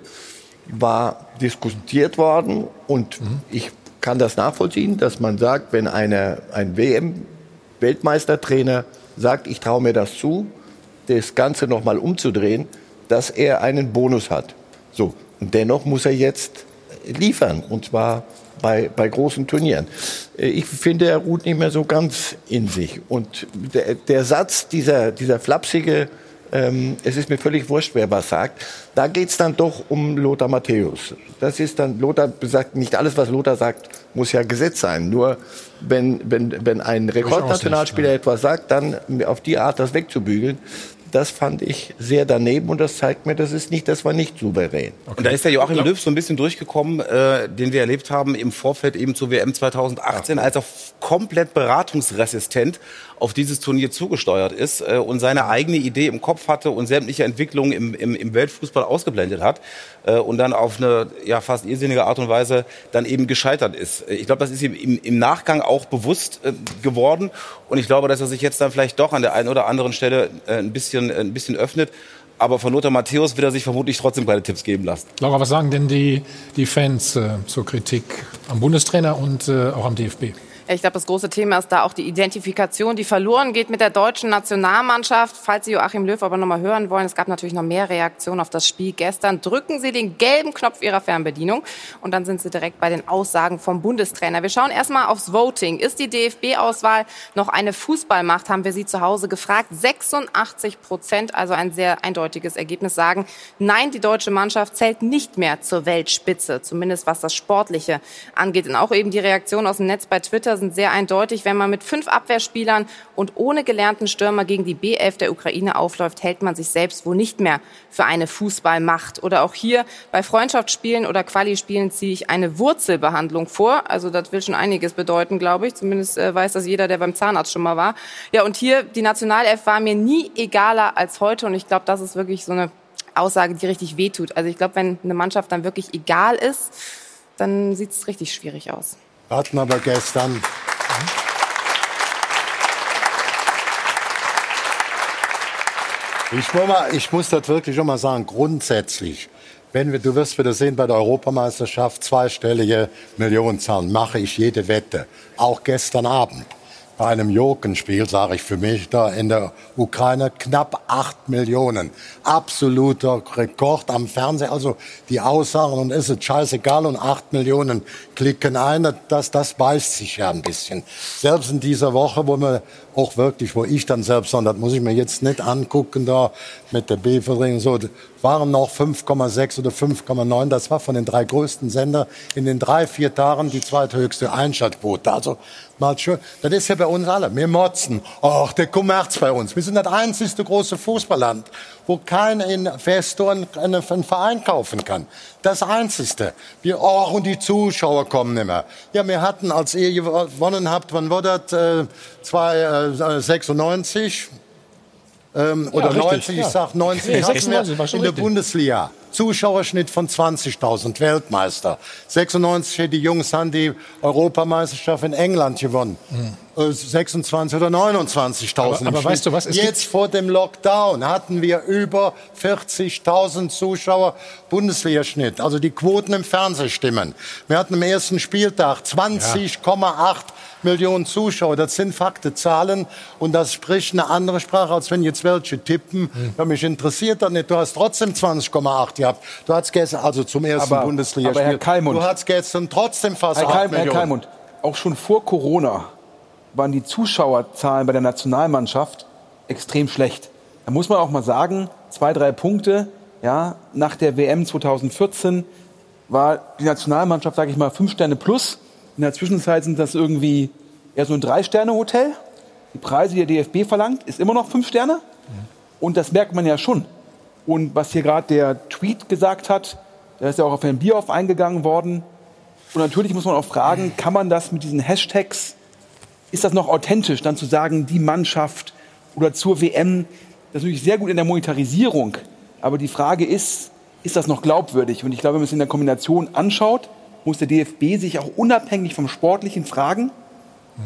war diskutiert worden. Und mhm. ich kann das nachvollziehen, dass man sagt, wenn eine, ein W M-Weltmeistertrainer sagt, ich traue mir das zu, das Ganze nochmal umzudrehen, dass er einen Bonus hat. So. Und dennoch muss er jetzt liefern. Und zwar Bei, bei großen Turnieren. Ich finde, er ruht nicht mehr so ganz in sich. Und der, der Satz, dieser, dieser flapsige, ähm, es ist mir völlig wurscht, wer was sagt, da geht es dann doch um Lothar Matthäus. Das ist dann, Lothar sagt, nicht alles, was Lothar sagt, muss ja Gesetz sein. Nur wenn, wenn, wenn ein Rekordnationalspieler ja. etwas sagt, dann auf die Art das wegzubügeln, das fand ich sehr daneben und das zeigt mir, das ist nicht, das war nicht souverän. Okay. Und da ist der Joachim Löw so ein bisschen durchgekommen, äh, den wir erlebt haben im Vorfeld eben zur W M zweitausendachtzehn, als er komplett beratungsresistent auf dieses Turnier zugesteuert ist äh, und seine eigene Idee im Kopf hatte und sämtliche Entwicklungen im, im, im Weltfußball ausgeblendet hat äh, und dann auf eine ja, fast irrsinnige Art und Weise dann eben gescheitert ist. Ich glaube, das ist ihm im, im Nachgang auch bewusst äh, geworden und ich glaube, dass er sich jetzt dann vielleicht doch an der einen oder anderen Stelle äh, ein bisschen, äh, ein bisschen öffnet. Aber von Lothar Matthäus wird er sich vermutlich trotzdem keine Tipps geben lassen. Laura, was sagen denn die, die Fans äh, zur Kritik am Bundestrainer und äh, auch am D F B? Ich glaube, das große Thema ist da auch die Identifikation, die verloren geht mit der deutschen Nationalmannschaft. Falls Sie Joachim Löw aber noch mal hören wollen, es gab natürlich noch mehr Reaktionen auf das Spiel gestern. Drücken Sie den gelben Knopf Ihrer Fernbedienung und dann sind Sie direkt bei den Aussagen vom Bundestrainer. Wir schauen erstmal aufs Voting. Ist die D F B-Auswahl noch eine Fußballmacht, haben wir Sie zu Hause gefragt. sechsundachtzig Prozent, also ein sehr eindeutiges Ergebnis, sagen, nein, die deutsche Mannschaft zählt nicht mehr zur Weltspitze, zumindest was das Sportliche angeht. Und auch eben die Reaktion aus dem Netz bei Twitter sind sehr eindeutig. Wenn man mit fünf Abwehrspielern und ohne gelernten Stürmer gegen die B elf der Ukraine aufläuft, hält man sich selbst wohl nicht mehr für eine Fußballmacht. Oder auch hier bei Freundschaftsspielen oder Quali-Spielen ziehe ich eine Wurzelbehandlung vor. Also das will schon einiges bedeuten, glaube ich. Zumindest äh, weiß das jeder, der beim Zahnarzt schon mal war. Ja, und hier, die Nationalelf war mir nie egaler als heute. Und ich glaube, das ist wirklich so eine Aussage, die richtig wehtut. Also ich glaube, wenn eine Mannschaft dann wirklich egal ist, dann sieht es richtig schwierig aus. Hatten aber gestern. Ich, will mal, ich muss das wirklich schon mal sagen, grundsätzlich, wenn wir, du wirst wieder sehen, bei der Europameisterschaft zweistellige Millionenzahlen, mache ich jede Wette. Auch gestern Abend. Bei einem Jokenspiel, sage ich für mich, da in der Ukraine knapp acht Millionen. Absoluter Rekord am Fernsehen. Also die Aussagen, und ist es scheißegal, und acht Millionen klicken ein, das, das beißt sich ja ein bisschen. Selbst in dieser Woche, wo wir auch wirklich, wo ich dann selbst, und das muss ich mir jetzt nicht angucken, da mit der B-Verdrängung, so, waren noch fünf Komma sechs oder fünf Komma neun. Das war von den drei größten Sendern in den drei, vier Tagen die zweithöchste Einschaltquote. Also mal schön. Das ist ja bei uns alle. Wir motzen. Ach, der Kommerz bei uns. Wir sind das einzigste große Fußballland, wo keiner in Investoren einen Verein kaufen kann. Das einzigste. Wir, oh, und die Zuschauer kommen nicht mehr. Ja, wir hatten, als ihr gewonnen habt, wann war das? Äh, zweihundertsechsundneunzig Ähm, ja, oder richtig, neunzig, ja. Ich sag neunzig, ja, hatten wir in der richtig. Bundesliga. Zuschauerschnitt von zwanzigtausend, Weltmeister. sechsundneunzig, die Jungs haben die Europameisterschaft in England gewonnen. Mhm. sechsundzwanzig oder neunundzwanzigtausend. Aber, aber weißt du was? Es Jetzt vor dem Lockdown hatten wir über vierzigtausend Zuschauer Bundesliga-Schnitt. Also die Quoten im Fernsehen stimmen. Wir hatten am ersten Spieltag zwanzig Komma acht ja. Millionen Zuschauer. Das sind Fakten, Zahlen. Und das spricht eine andere Sprache, als wenn jetzt welche tippen. Mhm. Ja, mich interessiert das nicht. Du hast trotzdem zwanzig Komma acht gehabt. Du hast gestern, also zum ersten aber, Bundesliga-Spiel. Aber Herr Keimund, du hast gestern trotzdem fast Herr acht Keim, Millionen. Herr Keimund, auch schon vor Corona waren die Zuschauerzahlen bei der Nationalmannschaft extrem schlecht. Da muss man auch mal sagen, zwei, drei Punkte. Ja, nach der W M zweitausendvierzehn war die Nationalmannschaft, sage ich mal, fünf Sterne plus. In der Zwischenzeit sind das irgendwie eher so ein Drei-Sterne-Hotel. Die Preise, die der D F B verlangt, ist immer noch fünf Sterne. Und das merkt man ja schon. Und was hier gerade der Tweet gesagt hat, da ist ja auch auf Herrn Bierhoff eingegangen worden. Und natürlich muss man auch fragen, kann man das mit diesen Hashtags, ist das noch authentisch, dann zu sagen, die Mannschaft oder zur W M, das ist natürlich sehr gut in der Monetarisierung. Aber die Frage ist, ist das noch glaubwürdig? Und ich glaube, wenn man es in der Kombination anschaut, muss der D F B sich auch unabhängig vom Sportlichen fragen,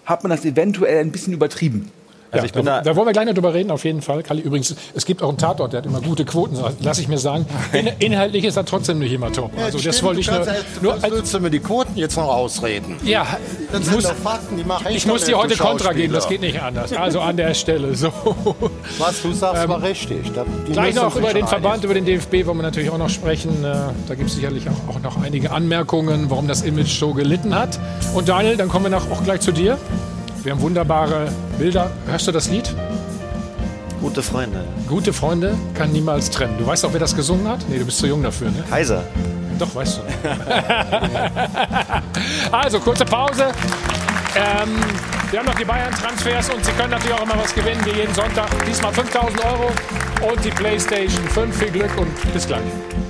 hat man das eventuell ein bisschen übertrieben. Also ja, ich bin da, da wollen wir gleich noch drüber reden, auf jeden Fall. Kalli, übrigens, es gibt auch einen Tatort, der hat immer gute Quoten, lass ich mir sagen. In, inhaltlich ist er trotzdem nicht immer top. Also das wollte ich nur... nur als willst du mir die Quoten jetzt noch ausreden? Ja, das ich muss, Fakten, die mache ich ich muss dir heute Kontra geben, das geht nicht anders. Also an der Stelle so. Was du sagst, ähm, war richtig. Die gleich noch über den Verband, über den D F B wollen wir natürlich auch noch sprechen. Da gibt es sicherlich auch noch einige Anmerkungen, warum das Image so gelitten hat. Und Daniel, dann kommen wir noch, auch gleich zu dir. Wir haben wunderbare Bilder. Hörst du das Lied? Gute Freunde. Gute Freunde kann niemals trennen. Du weißt auch, wer das gesungen hat? Nee, du bist zu jung dafür, ne? Kaiser. Doch, weißt du. Also, kurze Pause. Ähm, wir haben noch die Bayern-Transfers und Sie können natürlich auch immer was gewinnen, wie jeden Sonntag. Diesmal fünftausend Euro und die PlayStation fünf. Viel Glück und bis gleich.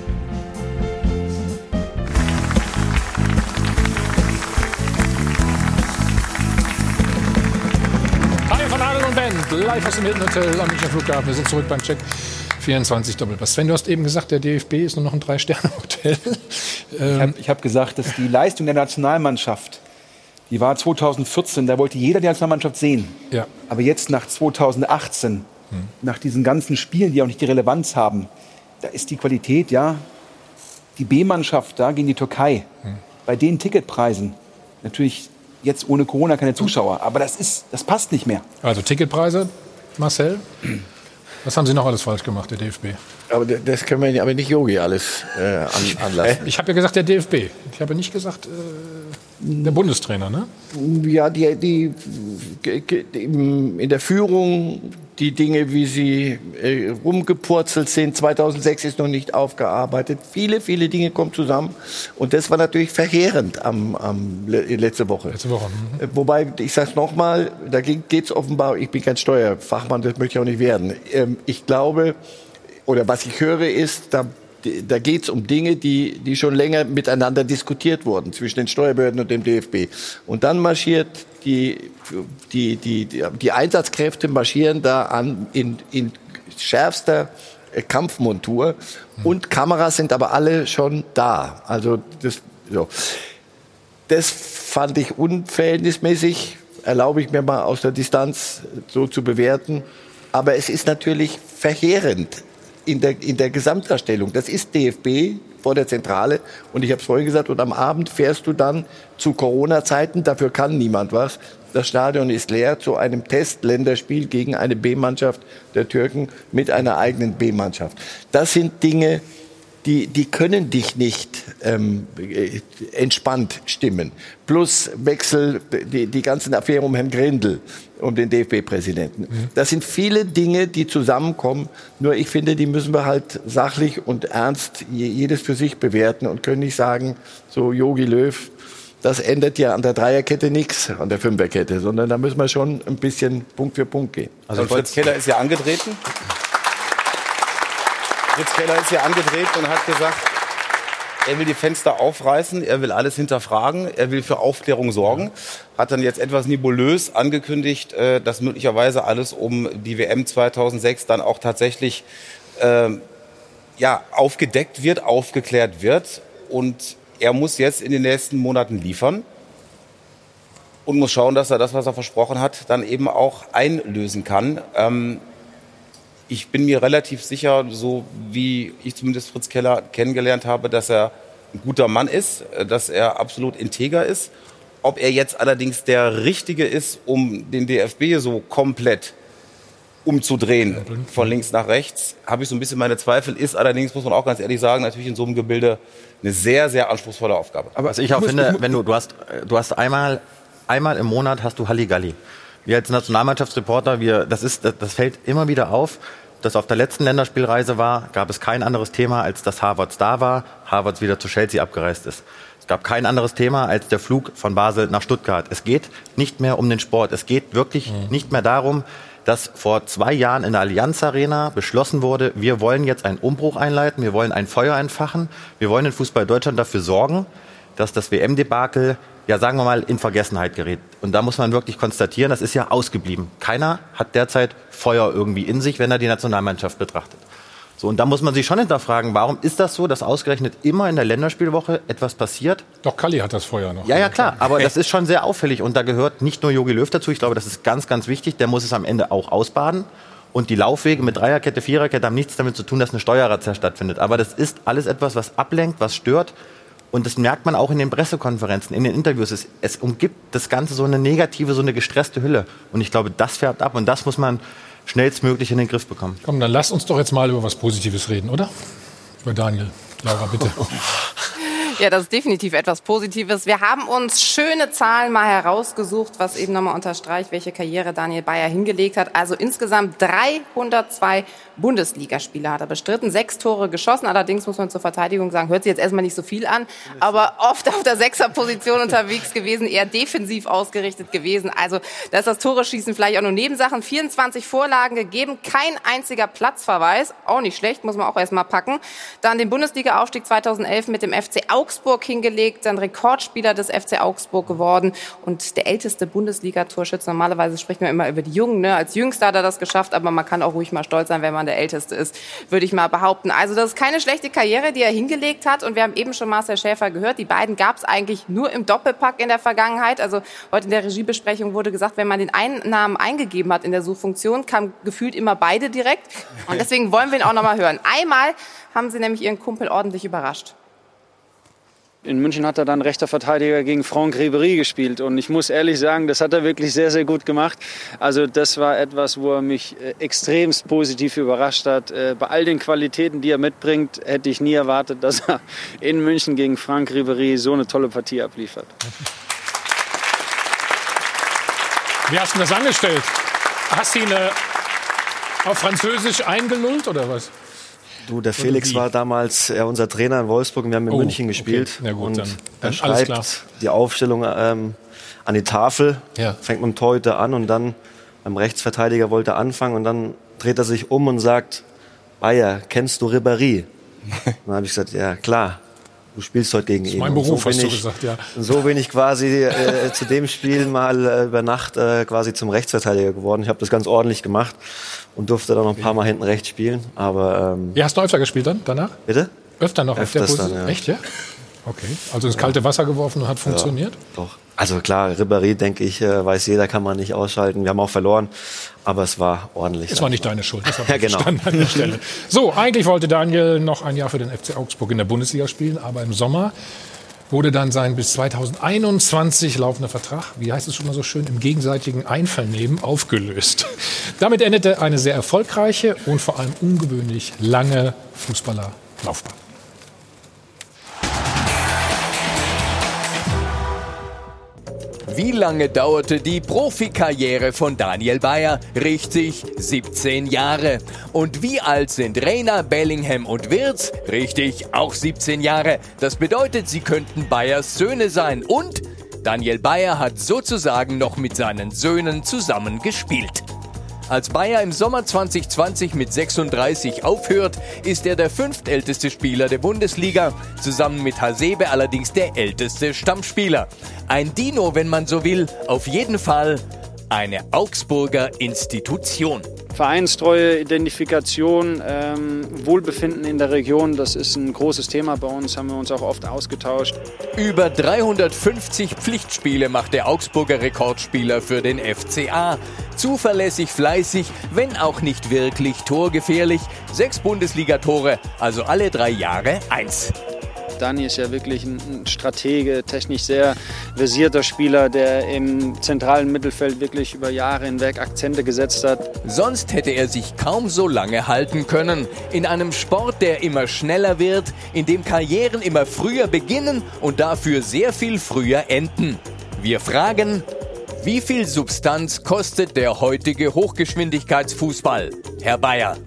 Live aus dem Hilton Hotel am Münchner Flughafen. Wir sind zurück beim Check vierundzwanzig Doppelpass. Sven, du hast eben gesagt, der D F B ist nur noch ein Drei-Sterne-Hotel. Ähm ich habe hab gesagt, dass die Leistung der Nationalmannschaft, die war zweitausendvierzehn, da wollte jeder die Nationalmannschaft sehen. Ja. Aber jetzt nach zweitausendachtzehn, hm. nach diesen ganzen Spielen, die auch nicht die Relevanz haben, da ist die Qualität, ja, die B-Mannschaft da gegen die Türkei, hm. bei den Ticketpreisen natürlich jetzt ohne Corona keine Zuschauer. Aber das ist, das passt nicht mehr. Also Ticketpreise, Marcel, was haben Sie noch alles falsch gemacht, der D F B? Aber das können wir aber nicht Yogi alles äh, an, anlassen. Ich habe ja gesagt, der D F B. Ich habe nicht gesagt, äh, der Bundestrainer, ne? Ja, die, die, die in der Führung, die Dinge, wie sie äh, rumgepurzelt sind, zweitausendsechs ist noch nicht aufgearbeitet. Viele, viele Dinge kommen zusammen. Und das war natürlich verheerend am, am letzte Woche. Letzte Woche. Mhm. Wobei, ich sage es nochmal, da geht es offenbar, ich bin kein Steuerfachmann, das möchte ich auch nicht werden. Ähm, ich glaube, oder was ich höre, ist, da, da geht es um Dinge, die, die schon länger miteinander diskutiert wurden, zwischen den Steuerbehörden und dem D F B. Und dann marschiert die, die, die, die, die Einsatzkräfte marschieren da an in, in schärfster Kampfmontur. Und Kameras sind aber alle schon da. Also das, so. Das fand ich unverhältnismäßig, erlaube ich mir mal aus der Distanz so zu bewerten. Aber es ist natürlich verheerend in der, in der Gesamtdarstellung. Das ist D F B vor der Zentrale. Und ich habe es vorhin gesagt, und am Abend fährst du dann zu Corona-Zeiten, dafür kann niemand was. Das Stadion ist leer zu einem Test-Länderspiel gegen eine B-Mannschaft der Türken mit einer eigenen B-Mannschaft. Das sind Dinge, die, die können dich nicht ähm, entspannt stimmen. Plus Wechsel, die, die ganzen Affären um Herrn Grindel, um den D F B-Präsidenten. Mhm. Das sind viele Dinge, die zusammenkommen. Nur ich finde, die müssen wir halt sachlich und ernst jedes für sich bewerten und können nicht sagen, so Jogi Löw, das ändert ja an der Dreierkette nichts, an der Fünferkette, sondern da müssen wir schon ein bisschen Punkt für Punkt gehen. Also Fritz Keller ist ja angetreten. Fritz Keller ist ja angetreten und hat gesagt, er will die Fenster aufreißen, er will alles hinterfragen, er will für Aufklärung sorgen. Hat dann jetzt etwas nebulös angekündigt, dass möglicherweise alles um die W M zweitausendsechs dann auch tatsächlich äh, ja, aufgedeckt wird, aufgeklärt wird. Und er muss jetzt in den nächsten Monaten liefern und muss schauen, dass er das, was er versprochen hat, dann eben auch einlösen kann. Ähm, Ich bin mir relativ sicher, so wie ich zumindest Fritz Keller kennengelernt habe, dass er ein guter Mann ist, dass er absolut integer ist. Ob er jetzt allerdings der Richtige ist, um den D F B so komplett umzudrehen, von links nach rechts, habe ich so ein bisschen meine Zweifel. Ist allerdings, muss man auch ganz ehrlich sagen, natürlich in so einem Gebilde eine sehr, sehr anspruchsvolle Aufgabe. Aber was ich auch finde, wenn du, du hast, du hast einmal, einmal im Monat hast du Halligalli. Wir als Nationalmannschaftsreporter, wir, das ist, das, das fällt immer wieder auf. Das auf der letzten Länderspielreise war, gab es kein anderes Thema, als dass Havertz da war, Havertz wieder zu Chelsea abgereist ist. Es gab kein anderes Thema als der Flug von Basel nach Stuttgart. Es geht nicht mehr um den Sport. Es geht wirklich mhm. nicht mehr darum, dass vor zwei Jahren in der Allianz Arena beschlossen wurde, wir wollen jetzt einen Umbruch einleiten, wir wollen ein Feuer entfachen, wir wollen in Fußball Deutschland dafür sorgen, dass das W M-Debakel, ja sagen wir mal, in Vergessenheit gerät. Und da muss man wirklich konstatieren, das ist ja ausgeblieben. Keiner hat derzeit Feuer irgendwie in sich, wenn er die Nationalmannschaft betrachtet. So, und da muss man sich schon hinterfragen, warum ist das so, dass ausgerechnet immer in der Länderspielwoche etwas passiert? Doch, Kalli hat das vorher noch. Ja, ja, klar, aber das ist schon sehr auffällig und da gehört nicht nur Jogi Löw dazu, ich glaube, das ist ganz, ganz wichtig, der muss es am Ende auch ausbaden. Und die Laufwege mit Dreierkette, Viererkette haben nichts damit zu tun, dass eine Steuerrazzia stattfindet. Aber das ist alles etwas, was ablenkt, was stört. Und das merkt man auch in den Pressekonferenzen, in den Interviews. Es, es umgibt das Ganze so eine negative, so eine gestresste Hülle. Und ich glaube, das färbt ab und das muss man schnellstmöglich in den Griff bekommen. Komm, dann lasst uns doch jetzt mal über was Positives reden, oder? Über Daniel. Laura, bitte. Ja, das ist definitiv etwas Positives. Wir haben uns schöne Zahlen mal herausgesucht, was eben nochmal unterstreicht, welche Karriere Daniel Bayer hingelegt hat. Also insgesamt dreihundertzwei Bundesligaspiele hat er bestritten, sechs Tore geschossen. Allerdings muss man zur Verteidigung sagen, hört sich jetzt erstmal nicht so viel an, aber oft auf der Sechserposition unterwegs gewesen, eher defensiv ausgerichtet gewesen. Also da ist das Tore-Schießen vielleicht auch nur Nebensachen. vierundzwanzig Vorlagen gegeben, kein einziger Platzverweis, auch nicht schlecht, muss man auch erstmal packen. Dann den Bundesliga-Aufstieg zweitausendelf mit dem F C Augsburg hingelegt, dann Rekordspieler des F C Augsburg geworden und der älteste Bundesliga-Torschütze. Normalerweise spricht man immer über die Jungen, ne? Als Jüngster hat er das geschafft, aber man kann auch ruhig mal stolz sein, wenn man der Älteste ist, würde ich mal behaupten. Also das ist keine schlechte Karriere, die er hingelegt hat und wir haben eben schon Marcel Schäfer gehört, die beiden gab es eigentlich nur im Doppelpack in der Vergangenheit. Also heute in der Regiebesprechung wurde gesagt, wenn man den einen Namen eingegeben hat in der Suchfunktion, kamen gefühlt immer beide direkt und deswegen wollen wir ihn auch noch mal hören. Einmal haben sie nämlich ihren Kumpel ordentlich überrascht. In München hat er dann rechter Verteidiger gegen Franck Ribéry gespielt. Und ich muss ehrlich sagen, das hat er wirklich sehr, sehr gut gemacht. Also das war etwas, wo er mich äh, extremst positiv überrascht hat. Äh, bei all den Qualitäten, die er mitbringt, hätte ich nie erwartet, dass er in München gegen Franck Ribéry so eine tolle Partie abliefert. Wie hast du das angestellt? Hast du ihn äh, auf Französisch eingelullt oder was? Du, der Felix war damals ja, unser Trainer in Wolfsburg und wir haben in oh, München gespielt. Okay. Ja, gut, und dann, dann er schreibt die Aufstellung ähm, an die Tafel, ja. Fängt mit dem Torhüter an und dann beim Rechtsverteidiger wollte er anfangen und dann dreht er sich um und sagt, Bayer, kennst du Ribéry? Dann habe ich gesagt, ja klar, du spielst heute gegen ihn. Das ist mein Beruf, so hast du ich, gesagt, ja. So bin ich quasi äh, zu dem Spiel mal äh, über Nacht äh, quasi zum Rechtsverteidiger geworden. Ich habe das ganz ordentlich gemacht und durfte dann noch ein paar Mal hinten rechts spielen. Aber ähm, ja, hast du öfter gespielt dann danach? Bitte? Öfter noch Öfters auf der Position? Dann, ja. Echt, ja? Okay, also ins kalte Wasser geworfen und hat funktioniert? Ja, doch. Also klar, Ribéry, denke ich, weiß jeder, kann man nicht ausschalten. Wir haben auch verloren, aber es war ordentlich. Es war nicht deine Schuld, das war ja, genau. an der Stelle. So, eigentlich wollte Daniel noch ein Jahr für den F C Augsburg in der Bundesliga spielen, aber im Sommer wurde dann sein bis zweitausendeinundzwanzig laufender Vertrag, wie heißt es schon mal so schön, im gegenseitigen Einvernehmen aufgelöst. Damit endete eine sehr erfolgreiche und vor allem ungewöhnlich lange Fußballerlaufbahn. Wie lange dauerte die Profikarriere von Daniel Bayer? Richtig, siebzehn Jahre. Und wie alt sind Reina, Bellingham und Wirtz? Richtig, auch siebzehn Jahre. Das bedeutet, sie könnten Bayers Söhne sein. Und Daniel Bayer hat sozusagen noch mit seinen Söhnen zusammen gespielt. Als Bayer im Sommer zwanzig zwanzig mit sechsunddreißig aufhört, ist er der fünftälteste Spieler der Bundesliga, zusammen mit Hasebe allerdings der älteste Stammspieler. Ein Dino, wenn man so will, auf jeden Fall eine Augsburger Institution. Vereinstreue, Identifikation, ähm, Wohlbefinden in der Region, das ist ein großes Thema bei uns, haben wir uns auch oft ausgetauscht. Über dreihundertfünfzig Pflichtspiele macht der Augsburger Rekordspieler für den F C A. Zuverlässig, fleißig, wenn auch nicht wirklich torgefährlich. Sechs Bundesligatore, also alle drei Jahre eins. Dani ist ja wirklich ein Stratege, technisch sehr versierter Spieler, der im zentralen Mittelfeld wirklich über Jahre hinweg Akzente gesetzt hat. Sonst hätte er sich kaum so lange halten können. In einem Sport, der immer schneller wird, in dem Karrieren immer früher beginnen und dafür sehr viel früher enden. Wir fragen, wie viel Substanz kostet der heutige Hochgeschwindigkeitsfußball? Herr Bayer.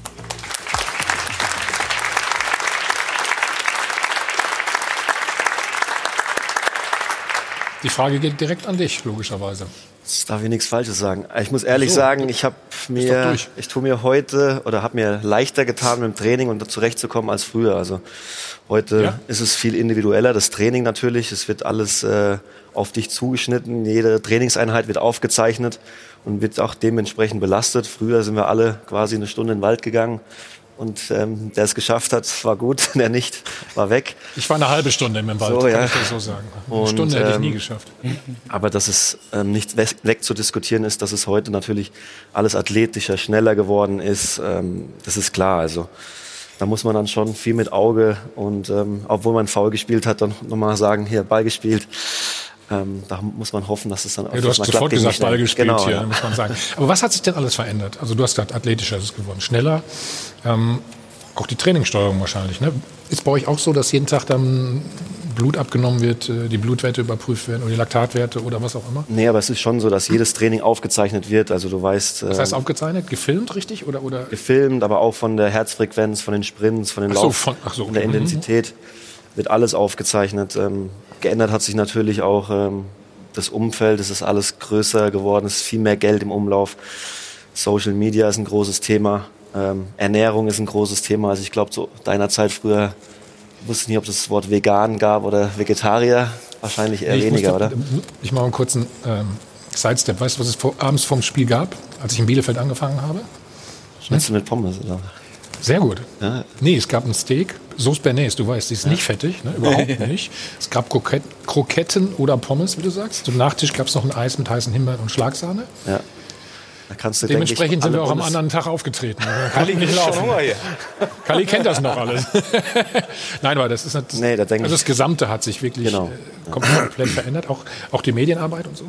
Die Frage geht direkt an dich, logischerweise. Jetzt darf ich nichts Falsches sagen. Ich muss ehrlich so. sagen, ich habe mir, ich tue mir heute oder habe mir leichter getan mit dem Training und zurechtzukommen als früher. Also heute ja. ist es viel individueller, das Training natürlich. Es wird alles äh, auf dich zugeschnitten. Jede Trainingseinheit wird aufgezeichnet und wird auch dementsprechend belastet. Früher sind wir alle quasi eine Stunde in den Wald gegangen, Und ähm, der es geschafft hat, war gut, der nicht, war weg. Ich war eine halbe Stunde im Wald, so, ja. kann ich das so sagen. Eine und, Stunde hätte ich nie ähm, geschafft. Aber dass es ähm, nicht weg, weg zu diskutieren ist, dass es heute natürlich alles athletischer, schneller geworden ist, ähm, das ist klar. Also da muss man dann schon viel mit Auge und ähm, obwohl man faul gespielt hat, dann nochmal sagen, hier Ball gespielt. Ähm, da muss man hoffen, dass es dann auch ja, du hast sofort gesagt, Ball gespielt genau, hier, ja. muss man sagen. Aber was hat sich denn alles verändert? Also du hast gesagt, athletischer ist es geworden, schneller. Ähm, auch die Trainingssteuerung wahrscheinlich. Ne? Ist bei euch auch so, dass jeden Tag dann Blut abgenommen wird, die Blutwerte überprüft werden oder die Laktatwerte oder was auch immer? Nee, aber es ist schon so, dass jedes Training aufgezeichnet wird. Also du weißt... Das heißt aufgezeichnet? Gefilmt, richtig? Oder, oder? Gefilmt, aber auch von der Herzfrequenz, von den Sprints, von den ach so, Lauf, von, ach so, von der okay. Intensität. Wird alles aufgezeichnet. Ähm, geändert hat sich natürlich auch ähm, das Umfeld. Es ist alles größer geworden. Es ist viel mehr Geld im Umlauf. Social Media ist ein großes Thema. Ähm, Ernährung ist ein großes Thema. Also ich glaube, zu deiner Zeit früher, ich wusste nicht, ob es das Wort vegan gab oder Vegetarier. Wahrscheinlich eher nee, weniger, musste, oder? Ich mache mal einen kurzen ähm, Sidestep. Weißt du, was es vor, abends vorm Spiel gab, als ich in Bielefeld angefangen habe? Meinst du mit Pommes, oder? Sehr gut. Ja. Nee, es gab ein Steak, Sauce Bernays, du weißt, die ist ja. nicht fettig, ne? Überhaupt nicht. Es gab Kroketten, Kroketten oder Pommes, wie du sagst. Zum Nachtisch gab es noch ein Eis mit heißen Himbeeren und Schlagsahne. Ja. Da kannst du, dementsprechend ich, sind wir auch Bundes- am anderen Tag aufgetreten. Kalli nicht laufen. Kalli kennt das noch alles. Nein, aber das ist nicht, nee, da also das Gesamte hat sich wirklich genau. äh, komplett verändert. Auch, auch die Medienarbeit und so.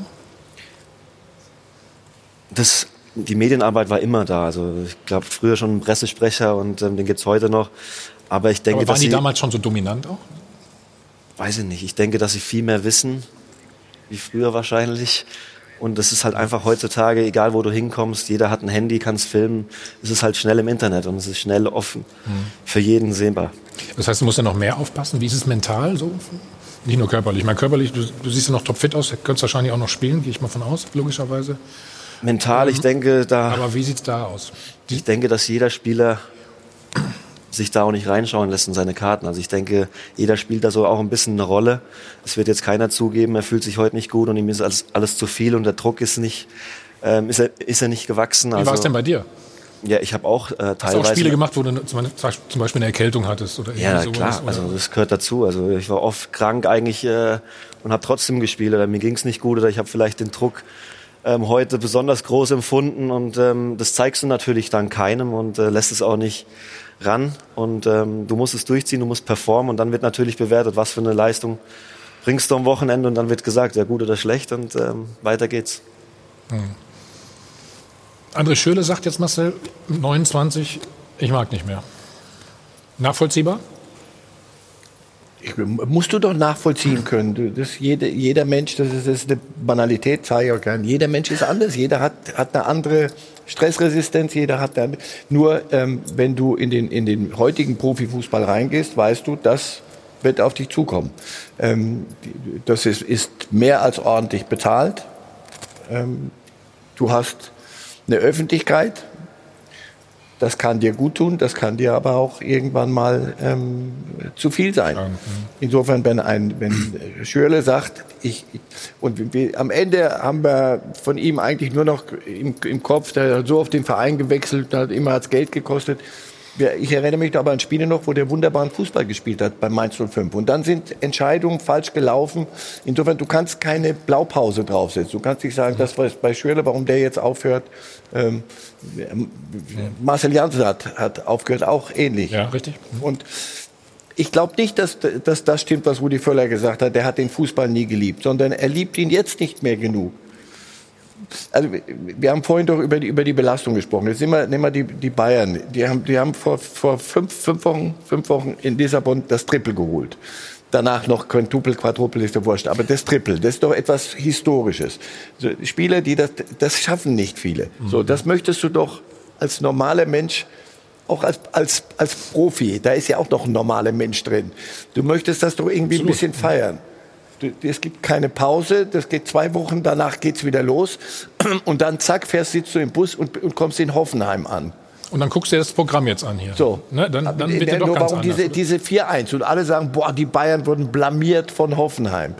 Das, die Medienarbeit war immer da. Also ich glaube, früher schon ein Pressesprecher und ähm, den gibt es heute noch. Aber ich denke, aber waren dass die sie, damals schon so dominant auch? Weiß ich nicht. Ich denke, dass sie viel mehr wissen, wie früher wahrscheinlich. Und das ist halt einfach heutzutage, egal wo du hinkommst, jeder hat ein Handy, kann es filmen. Es ist halt schnell im Internet und es ist schnell offen, hm. für jeden sehbar. Das heißt, du musst ja noch mehr aufpassen. Wie ist es mental so? Nicht nur körperlich. Ich meine, körperlich, du, du siehst ja noch topfit aus, du könntest wahrscheinlich auch noch spielen, gehe ich mal von aus, logischerweise. Mental, ich denke, da... Aber wie sieht es da aus? Ich denke, dass jeder Spieler sich da auch nicht reinschauen lässt in seine Karten. Also ich denke, jeder spielt da so auch ein bisschen eine Rolle. Es wird jetzt keiner zugeben, er fühlt sich heute nicht gut und ihm ist alles, alles zu viel und der Druck ist nicht, ähm, ist, er, ist er nicht gewachsen. Wie also, war es denn bei dir? Ja, ich habe auch äh, teilweise... Hast du auch Spiele gemacht, wo du zum Beispiel eine Erkältung hattest? Oder ja, sowas, klar, oder? also das gehört dazu. Also ich war oft krank eigentlich äh, und habe trotzdem gespielt oder mir ging es nicht gut oder ich habe vielleicht den Druck ähm, heute besonders groß empfunden und ähm, das zeigst du natürlich dann keinem und äh, lässt es auch nicht ran und ähm, du musst es durchziehen, du musst performen und dann wird natürlich bewertet, was für eine Leistung bringst du am Wochenende und dann wird gesagt, ja gut oder schlecht und ähm, weiter geht's. Hm. André Schürrle sagt jetzt, Marcel, neunundzwanzig, ich mag nicht mehr. Nachvollziehbar? Ich, musst du doch nachvollziehen können. Du, das jede, jeder Mensch, das ist, das ist eine Banalität, sage ich auch gern. Jeder Mensch ist anders, jeder hat, hat eine andere Stressresistenz, jeder hat eine, nur ähm, wenn du in den, in den heutigen Profifußball reingehst, weißt du, das wird auf dich zukommen. Ähm, das ist, ist mehr als ordentlich bezahlt. Ähm, du hast eine Öffentlichkeit, das kann dir gut tun, das kann dir aber auch irgendwann mal ähm, zu viel sein. Insofern, wenn ein, wenn Schürrle sagt, ich, und wir, am Ende haben wir von ihm eigentlich nur noch im, im Kopf, der hat so auf den Verein gewechselt, hat immer hat's Geld gekostet. Ich erinnere mich da aber an Spiele noch, wo der wunderbaren Fußball gespielt hat bei Mainz null fünf. Und dann sind Entscheidungen falsch gelaufen. Insofern, du kannst keine Blaupause draufsetzen. Du kannst nicht sagen, das war bei Schürrle, warum der jetzt aufhört. Ähm, Marcel Janssen hat, hat aufgehört, auch ähnlich. Ja, richtig. Und ich glaube nicht, dass, dass das stimmt, was Rudi Völler gesagt hat. Der hat den Fußball nie geliebt, sondern er liebt ihn jetzt nicht mehr genug. Also wir haben vorhin doch über die, über die Belastung gesprochen. Jetzt nehmen wir, nehmen wir die, die Bayern. Die haben, die haben vor, vor fünf, fünf, Wochen, fünf Wochen in Lissabon das Triple geholt. Danach noch Quintupel, Quadrupel, ist ja wurscht. Aber das Triple, das ist doch etwas Historisches. So, Spieler, die das, das schaffen nicht viele. So, das möchtest du doch als normaler Mensch, auch als, als, als Profi, da ist ja auch noch ein normaler Mensch drin. Du möchtest das doch irgendwie Absolut. ein bisschen feiern. Es gibt keine Pause, das geht zwei Wochen, danach geht's wieder los und dann zack, fährst sitzt du im Bus und, und kommst in Hoffenheim an. Und dann guckst du dir das Programm jetzt an hier. So. Ne, dann dann wird dir doch nur ganz warum anders. Diese, diese vier eins und alle sagen, boah, die Bayern wurden blamiert von Hoffenheim.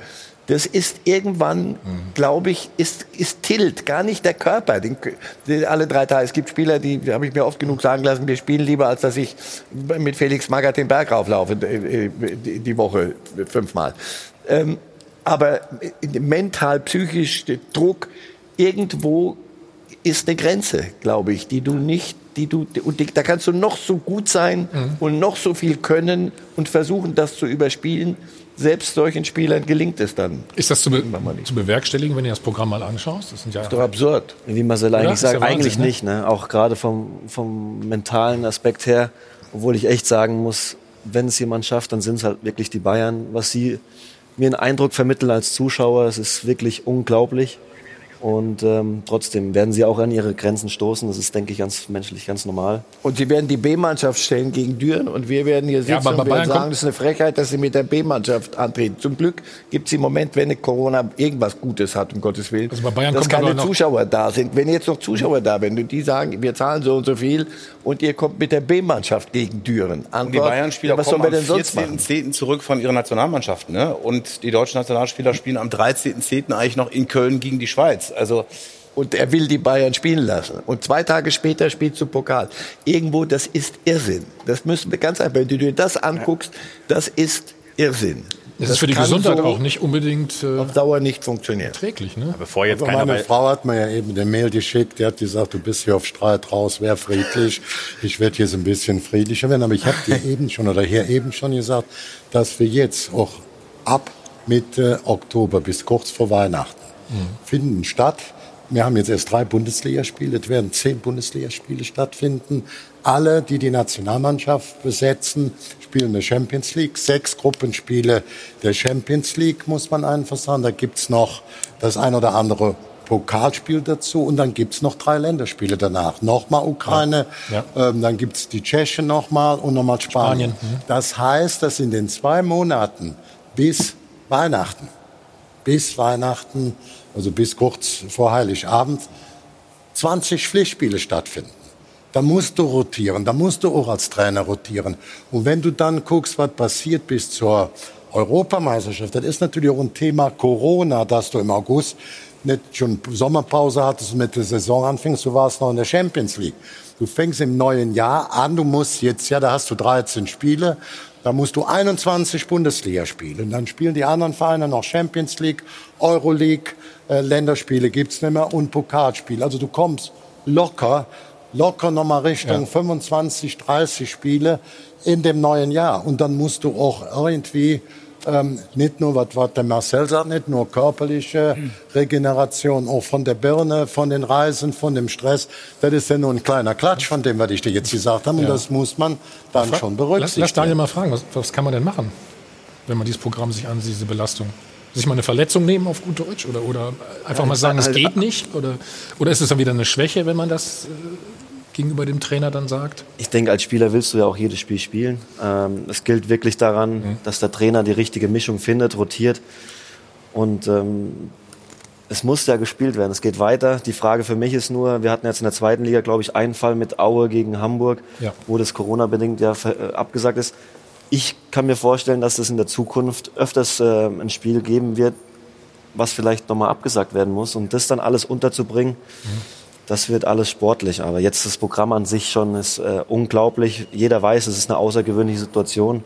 Das ist irgendwann, mhm. glaube ich, ist, ist Tilt, gar nicht der Körper. Den, den, alle drei Tage. Es gibt Spieler, die, die habe ich mir oft genug sagen lassen, wir spielen lieber, als dass ich mit Felix Magath den Berg rauflaufe, die, die Woche fünfmal. Ähm, aber mental, psychisch, Druck, irgendwo ist eine Grenze, glaube ich, die du nicht, die du, und die, da kannst du noch so gut sein mhm. und noch so viel können und versuchen, das zu überspielen. Selbst solchen Spielern gelingt es dann. Ist das zu, be zu bewerkstelligen, wenn du das Programm mal anschaust? Das, sind ja das ist doch absurd. Wie Marcel eigentlich sagt, ja eigentlich ne? nicht. Ne? Auch gerade vom, vom mentalen Aspekt her, obwohl ich echt sagen muss, wenn es jemand schafft, dann sind es halt wirklich die Bayern. Was sie mir einen Eindruck vermitteln als Zuschauer, es ist wirklich unglaublich. Und ähm, trotzdem werden sie auch an ihre Grenzen stoßen. Das ist, denke ich, ganz menschlich, ganz normal. Und sie werden die B-Mannschaft stellen gegen Düren. Und wir werden hier sitzen ja, und werden sagen, das ist eine Frechheit, dass sie mit der B-Mannschaft antreten. Zum Glück gibt es im Moment, wenn Corona irgendwas Gutes hat, um Gottes Willen, also bei Bayern dass keine Zuschauer da sind. Wenn jetzt noch Zuschauer da wären und die sagen, wir zahlen so und so viel und ihr kommt mit der B-Mannschaft gegen Düren. Antwort, und die Bayern-Spieler ja, kommen am vierzehnten zehnten zurück von ihrer Nationalmannschaft. Ne? Und die deutschen Nationalspieler spielen am dreizehnten zehnten eigentlich noch in Köln gegen die Schweiz. Also und er will die Bayern spielen lassen. Und zwei Tage später spielt zum Pokal. Irgendwo, das ist Irrsinn. Das müssen wir ganz einfach, wenn du dir das anguckst, das ist Irrsinn. Das, das ist für die Gesundheit so auch nicht unbedingt äh, auf Dauer nicht funktionieren. Träglich, ne? Aber bevor jetzt keiner meine Frau hat mir ja eben eine Mail geschickt, die hat gesagt, du bist hier auf Streit raus, wär friedlich. Ich werde jetzt ein bisschen friedlicher werden. Aber ich habe dir eben schon oder hier eben schon gesagt, dass wir jetzt auch ab Mitte Oktober bis kurz vor Weihnachten mhm. finden statt. Wir haben jetzt erst drei Bundesligaspiele, es werden zehn Bundesligaspiele stattfinden. Alle, die die Nationalmannschaft besetzen, spielen in der Champions League. Sechs Gruppenspiele der Champions League, muss man einfach sagen. Da gibt's noch das ein oder andere Pokalspiel dazu und dann gibt's noch drei Länderspiele danach. Nochmal Ukraine, ja. Ja. Ähm, dann gibt's die Tschechen nochmal und nochmal Spanien. Spanien. Mhm. Das heißt, dass in den zwei Monaten bis Weihnachten, bis Weihnachten, also bis kurz vor Heiligabend, zwanzig Pflichtspiele stattfinden. Da musst du rotieren, da musst du auch als Trainer rotieren. Und wenn du dann guckst, was passiert bis zur Europameisterschaft, das ist natürlich auch ein Thema Corona, dass du im August nicht schon Sommerpause hattest und mit der Saison anfängst, du warst noch in der Champions League. Du fängst im neuen Jahr an, du musst jetzt, ja, da hast du dreizehn Spiele, da musst du einundzwanzig Bundesliga spielen. Dann spielen die anderen Vereine noch Champions League, Euroleague, äh, Länderspiele gibt's nicht mehr und Pokalspiele. Also du kommst locker, locker nochmal Richtung ja. fünfundzwanzig, dreißig Spiele in dem neuen Jahr. Und dann musst du auch irgendwie ähm, nicht nur, was, was der Marcel sagt, nicht nur körperliche Regeneration, auch von der Birne, von den Reisen, von dem Stress. Das ist ja nur ein kleiner Klatsch von dem, was ich dir jetzt gesagt habe. Und ja. das muss man dann Fra schon berücksichtigen. Lass, lass Daniel mal fragen, was, was kann man denn machen, wenn man dieses Programm sich ansieht, diese Belastung? Sich mal eine Verletzung nehmen auf gut Deutsch? Oder, oder einfach ja, mal sagen, es geht nicht? Oder, oder ist es dann wieder eine Schwäche, wenn man das äh, gegenüber dem Trainer dann sagt? Ich denke, als Spieler willst du ja auch jedes Spiel spielen. Ähm, es gilt wirklich daran, mhm. dass der Trainer die richtige Mischung findet, rotiert. Und ähm, es muss ja gespielt werden. Es geht weiter. Die Frage für mich ist nur, wir hatten jetzt in der zweiten Liga, glaube ich, einen Fall mit Aue gegen Hamburg, ja. wo das Corona-bedingt ja äh, abgesagt ist. Ich kann mir vorstellen, dass es in der Zukunft öfters äh, ein Spiel geben wird, was vielleicht nochmal abgesagt werden muss. Und das dann alles unterzubringen, mhm. das wird alles sportlich. Aber jetzt das Programm an sich schon ist äh, unglaublich. Jeder weiß, es ist eine außergewöhnliche Situation.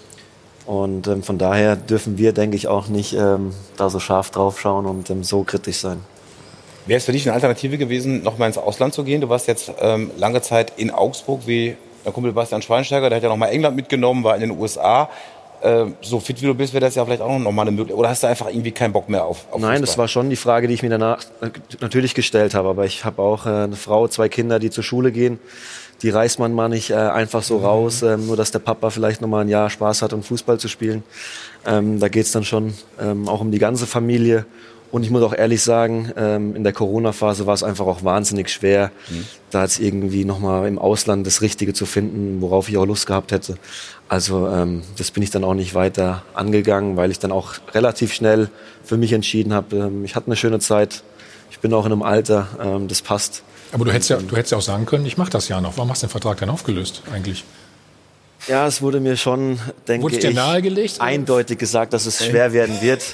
Und ähm, von daher dürfen wir, denke ich, auch nicht ähm, da so scharf drauf schauen und ähm, so kritisch sein. Wäre es für dich eine Alternative gewesen, nochmal ins Ausland zu gehen? Du warst jetzt ähm, lange Zeit in Augsburg, wie der Kumpel Bastian Schweinsteiger, der hat ja noch mal England mitgenommen, war in den U S A. Äh, so fit wie du bist, wäre das ja vielleicht auch noch mal eine Möglichkeit. Oder hast du einfach irgendwie keinen Bock mehr auf, auf Nein, Fußball? Das war schon die Frage, die ich mir danach natürlich gestellt habe. Aber ich habe auch äh, eine Frau, zwei Kinder, die zur Schule gehen. Die reißt man mal nicht äh, einfach so mhm. raus, äh, nur dass der Papa vielleicht noch mal ein Jahr Spaß hat, um Fußball zu spielen. Ähm, da geht es dann schon ähm, auch um die ganze Familie. Und ich muss auch ehrlich sagen, ähm, in der Corona-Phase war es einfach auch wahnsinnig schwer, mhm. da jetzt irgendwie nochmal im Ausland das Richtige zu finden, worauf ich auch Lust gehabt hätte. Also ähm, das bin ich dann auch nicht weiter angegangen, weil ich dann auch relativ schnell für mich entschieden habe, ähm, ich hatte eine schöne Zeit, ich bin auch in einem Alter, ähm, das passt. Aber du hättest ja, du hättest ja auch sagen können, ich mache das ja noch. Warum hast du den Vertrag dann aufgelöst eigentlich? Ja, es wurde mir schon, denke ich, nahegelegt, eindeutig gesagt, dass es schwer werden wird.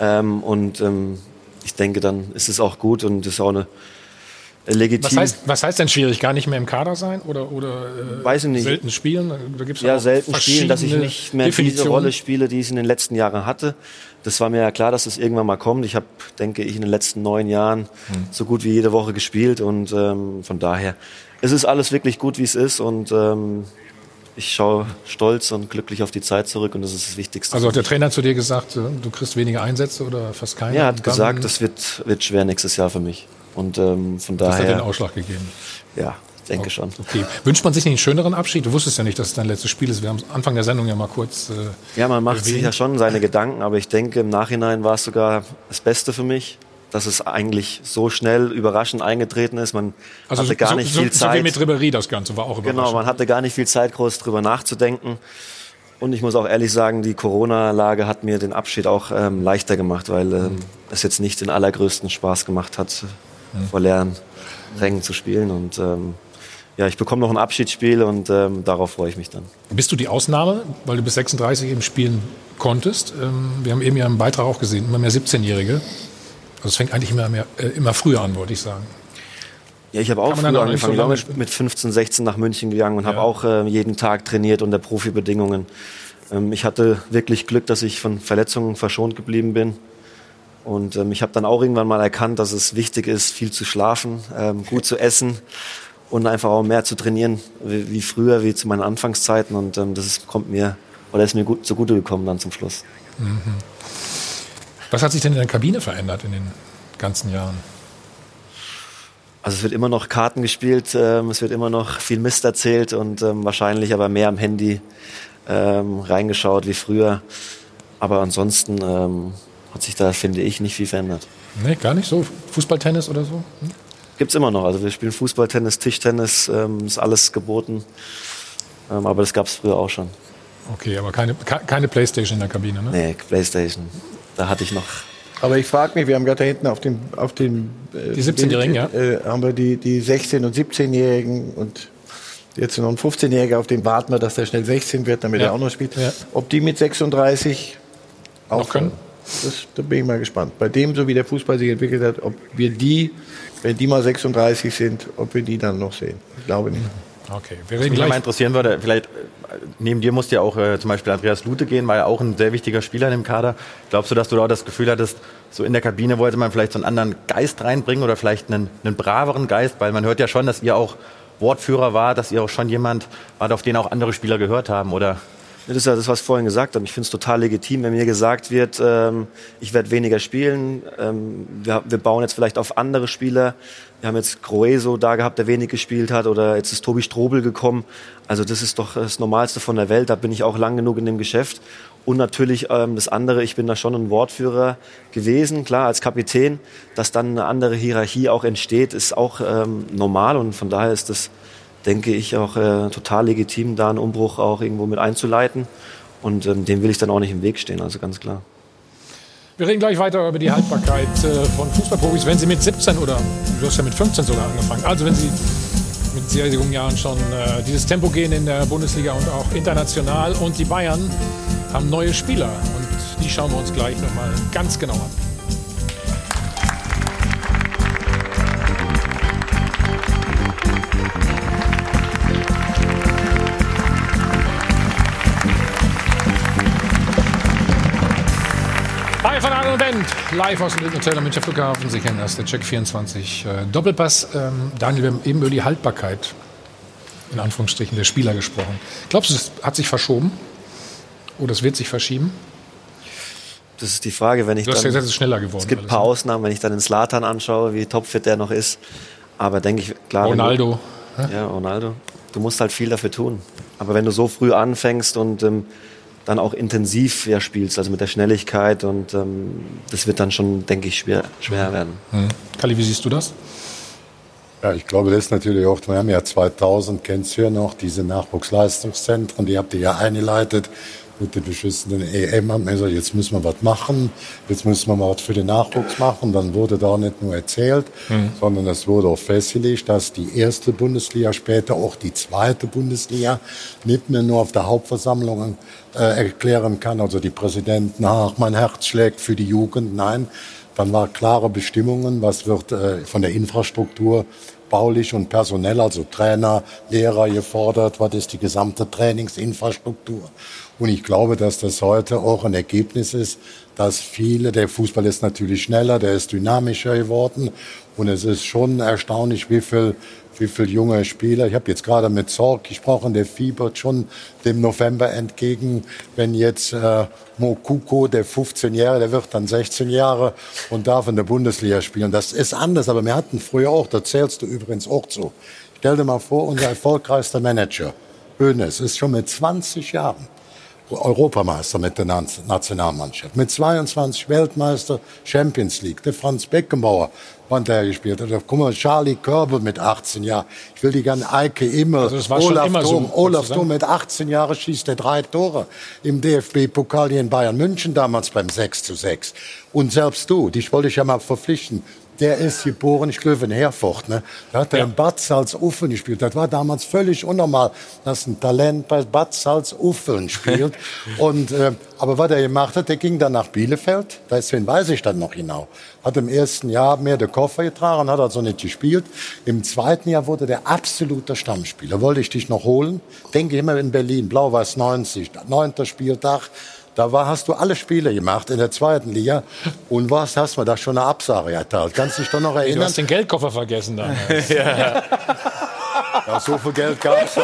Ähm, und ähm, ich denke, dann ist es auch gut und ist auch eine legitim. Was heißt, was heißt denn schwierig? Gar nicht mehr im Kader sein oder, oder äh, Weiß ich nicht. selten spielen? Da gibt's ja, auch selten spielen, dass ich nicht mehr diese Rolle spiele, die ich in den letzten Jahren hatte. Das war mir ja klar, dass das irgendwann mal kommt. Ich habe, denke ich, in den letzten neun Jahren hm. so gut wie jede Woche gespielt und ähm, von daher, es ist alles wirklich gut, wie es ist und ähm, ich schaue stolz und glücklich auf die Zeit zurück und das ist das Wichtigste. Also hat der Trainer zu dir gesagt, du kriegst weniger Einsätze oder fast keine? Ja, er hat gesagt, das wird, wird schwer nächstes Jahr für mich. Und ähm, von daher... Das hat den Ausschlag gegeben? Ja, ich denke okay. schon. Okay. Wünscht man sich nicht einen schöneren Abschied? Du wusstest ja nicht, dass es dein letztes Spiel ist. Wir haben am Anfang der Sendung ja mal kurz äh, Ja, man macht erwähnt. sich ja schon seine Gedanken, aber ich denke, im Nachhinein war es sogar das Beste für mich, dass es eigentlich so schnell überraschend eingetreten ist. Man also hatte gar so, nicht so, viel Zeit. So wie mit Ribéry das Ganze war auch überraschend. Genau, man hatte gar nicht viel Zeit, groß drüber nachzudenken. Und ich muss auch ehrlich sagen, die Corona-Lage hat mir den Abschied auch ähm, leichter gemacht, weil ähm, es jetzt nicht den allergrößten Spaß gemacht hat, mhm. vor leeren Rängen zu spielen. Und ähm, ja, ich bekomme noch ein Abschiedsspiel und ähm, darauf freue ich mich dann. Bist du die Ausnahme, weil du bis sechsunddreißig eben spielen konntest? Ähm, wir haben eben ja im Beitrag auch gesehen, immer mehr siebzehnjährige. Also es fängt eigentlich immer, mehr, äh, immer früher an, wollte ich sagen. Ja, ich habe auch früher angefangen. So ich bin mit, mit fünfzehn, sechzehn nach München gegangen und ja. habe auch äh, jeden Tag trainiert unter Profibedingungen. Ähm, ich hatte wirklich Glück, dass ich von Verletzungen verschont geblieben bin. Und ähm, ich habe dann auch irgendwann mal erkannt, dass es wichtig ist, viel zu schlafen, ähm, gut zu essen und einfach auch mehr zu trainieren, wie, wie früher, wie zu meinen Anfangszeiten. Und ähm, das ist, kommt mir, oder ist mir gut zugute gekommen dann zum Schluss. Mhm. Was hat sich denn in der Kabine verändert in den ganzen Jahren? Also es wird immer noch Karten gespielt, ähm, es wird immer noch viel Mist erzählt und ähm, wahrscheinlich aber mehr am Handy ähm, reingeschaut wie früher. Aber ansonsten ähm, hat sich da, finde ich, nicht viel verändert. Nee, gar nicht so? Fußball, Tennis oder so? Hm? Gibt's immer noch. Also wir spielen Fußball, Tennis, Tischtennis, ähm, ist alles geboten. Ähm, aber das gab's früher auch schon. Okay, aber keine, keine Playstation in der Kabine, ne? Nee, Playstation. Da hatte ich noch... Aber ich frage mich, wir haben gerade da hinten auf dem... Auf dem äh, die siebzehnjährigen, ja? Äh, haben wir die, die sechzehn- und siebzehnjährigen und jetzt noch ein fünfzehnjähriger, auf den warten wir, dass der schnell sechzehn wird, damit ja. er auch noch spielt. Ja. Ob die mit sechsunddreißig auch können? Das, da bin ich mal gespannt. Bei dem, so wie der Fußball sich entwickelt hat, ob wir die, wenn die mal sechsunddreißig sind, ob wir die dann noch sehen. Ich glaube nicht. Okay, wir reden Was mich mal interessieren würde, vielleicht neben dir musste ja auch äh, zum Beispiel Andreas Lute gehen, war ja auch ein sehr wichtiger Spieler in dem Kader. Glaubst du, dass du da auch das Gefühl hattest, so in der Kabine wollte man vielleicht so einen anderen Geist reinbringen oder vielleicht einen, einen braveren Geist? Weil man hört ja schon, dass ihr auch Wortführer war, dass ihr auch schon jemand wart, auf den auch andere Spieler gehört haben, oder? Das ist ja das, was ich vorhin gesagt habe. Ich finde es total legitim, wenn mir gesagt wird, ähm, ich werde weniger spielen. Ähm, wir, wir bauen jetzt vielleicht auf andere Spieler. Wir haben jetzt Groeso da gehabt, der wenig gespielt hat, oder jetzt ist Tobi Strobel gekommen. Also das ist doch das Normalste von der Welt. Da bin ich auch lang genug in dem Geschäft. Und natürlich ähm, das andere, ich bin da schon ein Wortführer gewesen, klar, als Kapitän. Dass dann eine andere Hierarchie auch entsteht, ist auch ähm, normal. Und von daher ist das, denke ich, auch äh, total legitim, da einen Umbruch auch irgendwo mit einzuleiten. Und ähm, dem will ich dann auch nicht im Weg stehen, also ganz klar. Wir reden gleich weiter über die Haltbarkeit äh, von Fußballprofis, wenn sie mit siebzehn oder du hast ja mit fünfzehn sogar angefangen. Also wenn sie mit sehr jungen Jahren schon äh, dieses Tempo gehen in der Bundesliga und auch international. Und die Bayern haben neue Spieler und die schauen wir uns gleich nochmal ganz genau an. Hi von Arne und Bent, live aus dem Hotel am Münchner Flughafen. Sie kennen das, der Check vierundzwanzig äh, Doppelpass. Ähm, Daniel, wir haben eben über die Haltbarkeit, in Anführungsstrichen, der Spieler gesprochen. Glaubst du, es hat sich verschoben? Oder es wird sich verschieben? Das ist die Frage, wenn ich du hast dann... Ja, es ist schneller geworden. Es gibt ein paar Ausnahmen, wenn ich dann den Zlatan anschaue, wie topfit der noch ist. Aber denke ich, klar... Ronaldo. Du, ja, Ronaldo. Du musst halt viel dafür tun. Aber wenn du so früh anfängst und... Ähm, dann auch intensiv ja, spielst, also mit der Schnelligkeit und ähm, das wird dann schon, denke ich, schwer, schwer werden. Mhm. Kalli, wie siehst du das? Ja, ich glaube, das ist natürlich auch, wir haben ja zweitausend, kennst du ja noch, diese Nachwuchsleistungszentren, die habt ihr ja eingeleitet. mit der beschissenen E M haben wir gesagt, jetzt müssen wir was machen, jetzt müssen wir mal was für den Nachwuchs machen. Dann wurde da nicht nur erzählt, mhm. sondern es wurde auch festgelegt, dass die erste Bundesliga, später auch die zweite Bundesliga, nicht mehr nur auf der Hauptversammlung äh, erklären kann, also die Präsidenten, ach, mein Herz schlägt für die Jugend, nein. Dann war klare Bestimmungen, was wird äh, von der Infrastruktur baulich und personell, also Trainer, Lehrer gefordert, was ist die gesamte Trainingsinfrastruktur. Und ich glaube, dass das heute auch ein Ergebnis ist, dass viele, der Fußball ist natürlich schneller, der ist dynamischer geworden und es ist schon erstaunlich, wie viel wie viele junge Spieler. Ich habe jetzt gerade mit Zorc gesprochen, der fiebert schon dem November entgegen. Wenn jetzt äh, Moukoko, der fünfzehn-Jährige, der wird dann sechzehn Jahre und darf in der Bundesliga spielen. Das ist anders, aber wir hatten früher auch, da zählst du übrigens auch zu. Stell dir mal vor, unser erfolgreichster Manager, Hoeneß, ist schon mit zwanzig Jahren Europameister mit der Nationalmannschaft, mit zweiundzwanzig Weltmeister, Champions League. Der Franz Beckenbauer, wann der gespielt hat. Guck mal, Charlie Körbel mit achtzehn Jahren. Ich will die ganze Eike immer. Also das war Olaf immer Dom, so, Olaf Dom mit achtzehn Jahren schießt er drei Tore im D F B-Pokal hier in Bayern München damals beim sechs zu sechs. Und selbst du, dich wollte ich ja mal verpflichten. Der ist geboren, ich glaube, in Herford, ne? Da hat er ja. in Bad Salzuflen gespielt. Das war damals völlig unnormal, dass ein Talent bei Bad Salzuflen spielt. Und, äh, aber was er gemacht hat, der ging dann nach Bielefeld. Deswegen weiß ich dann noch genau. Hat im ersten Jahr mehr den Koffer getragen, hat also nicht gespielt. Im zweiten Jahr wurde der absoluter Stammspieler. Wollte ich dich noch holen? Denke immer in Berlin, Blau-Weiß neunzig, neunter Spieltag. Da war, hast du alle Spiele gemacht in der zweiten Liga und was hast du da schon eine Absage erteilt? Kannst du dich doch noch erinnern? Du hast den Geldkoffer vergessen damals. ja. ja, so viel Geld gab es. Nein,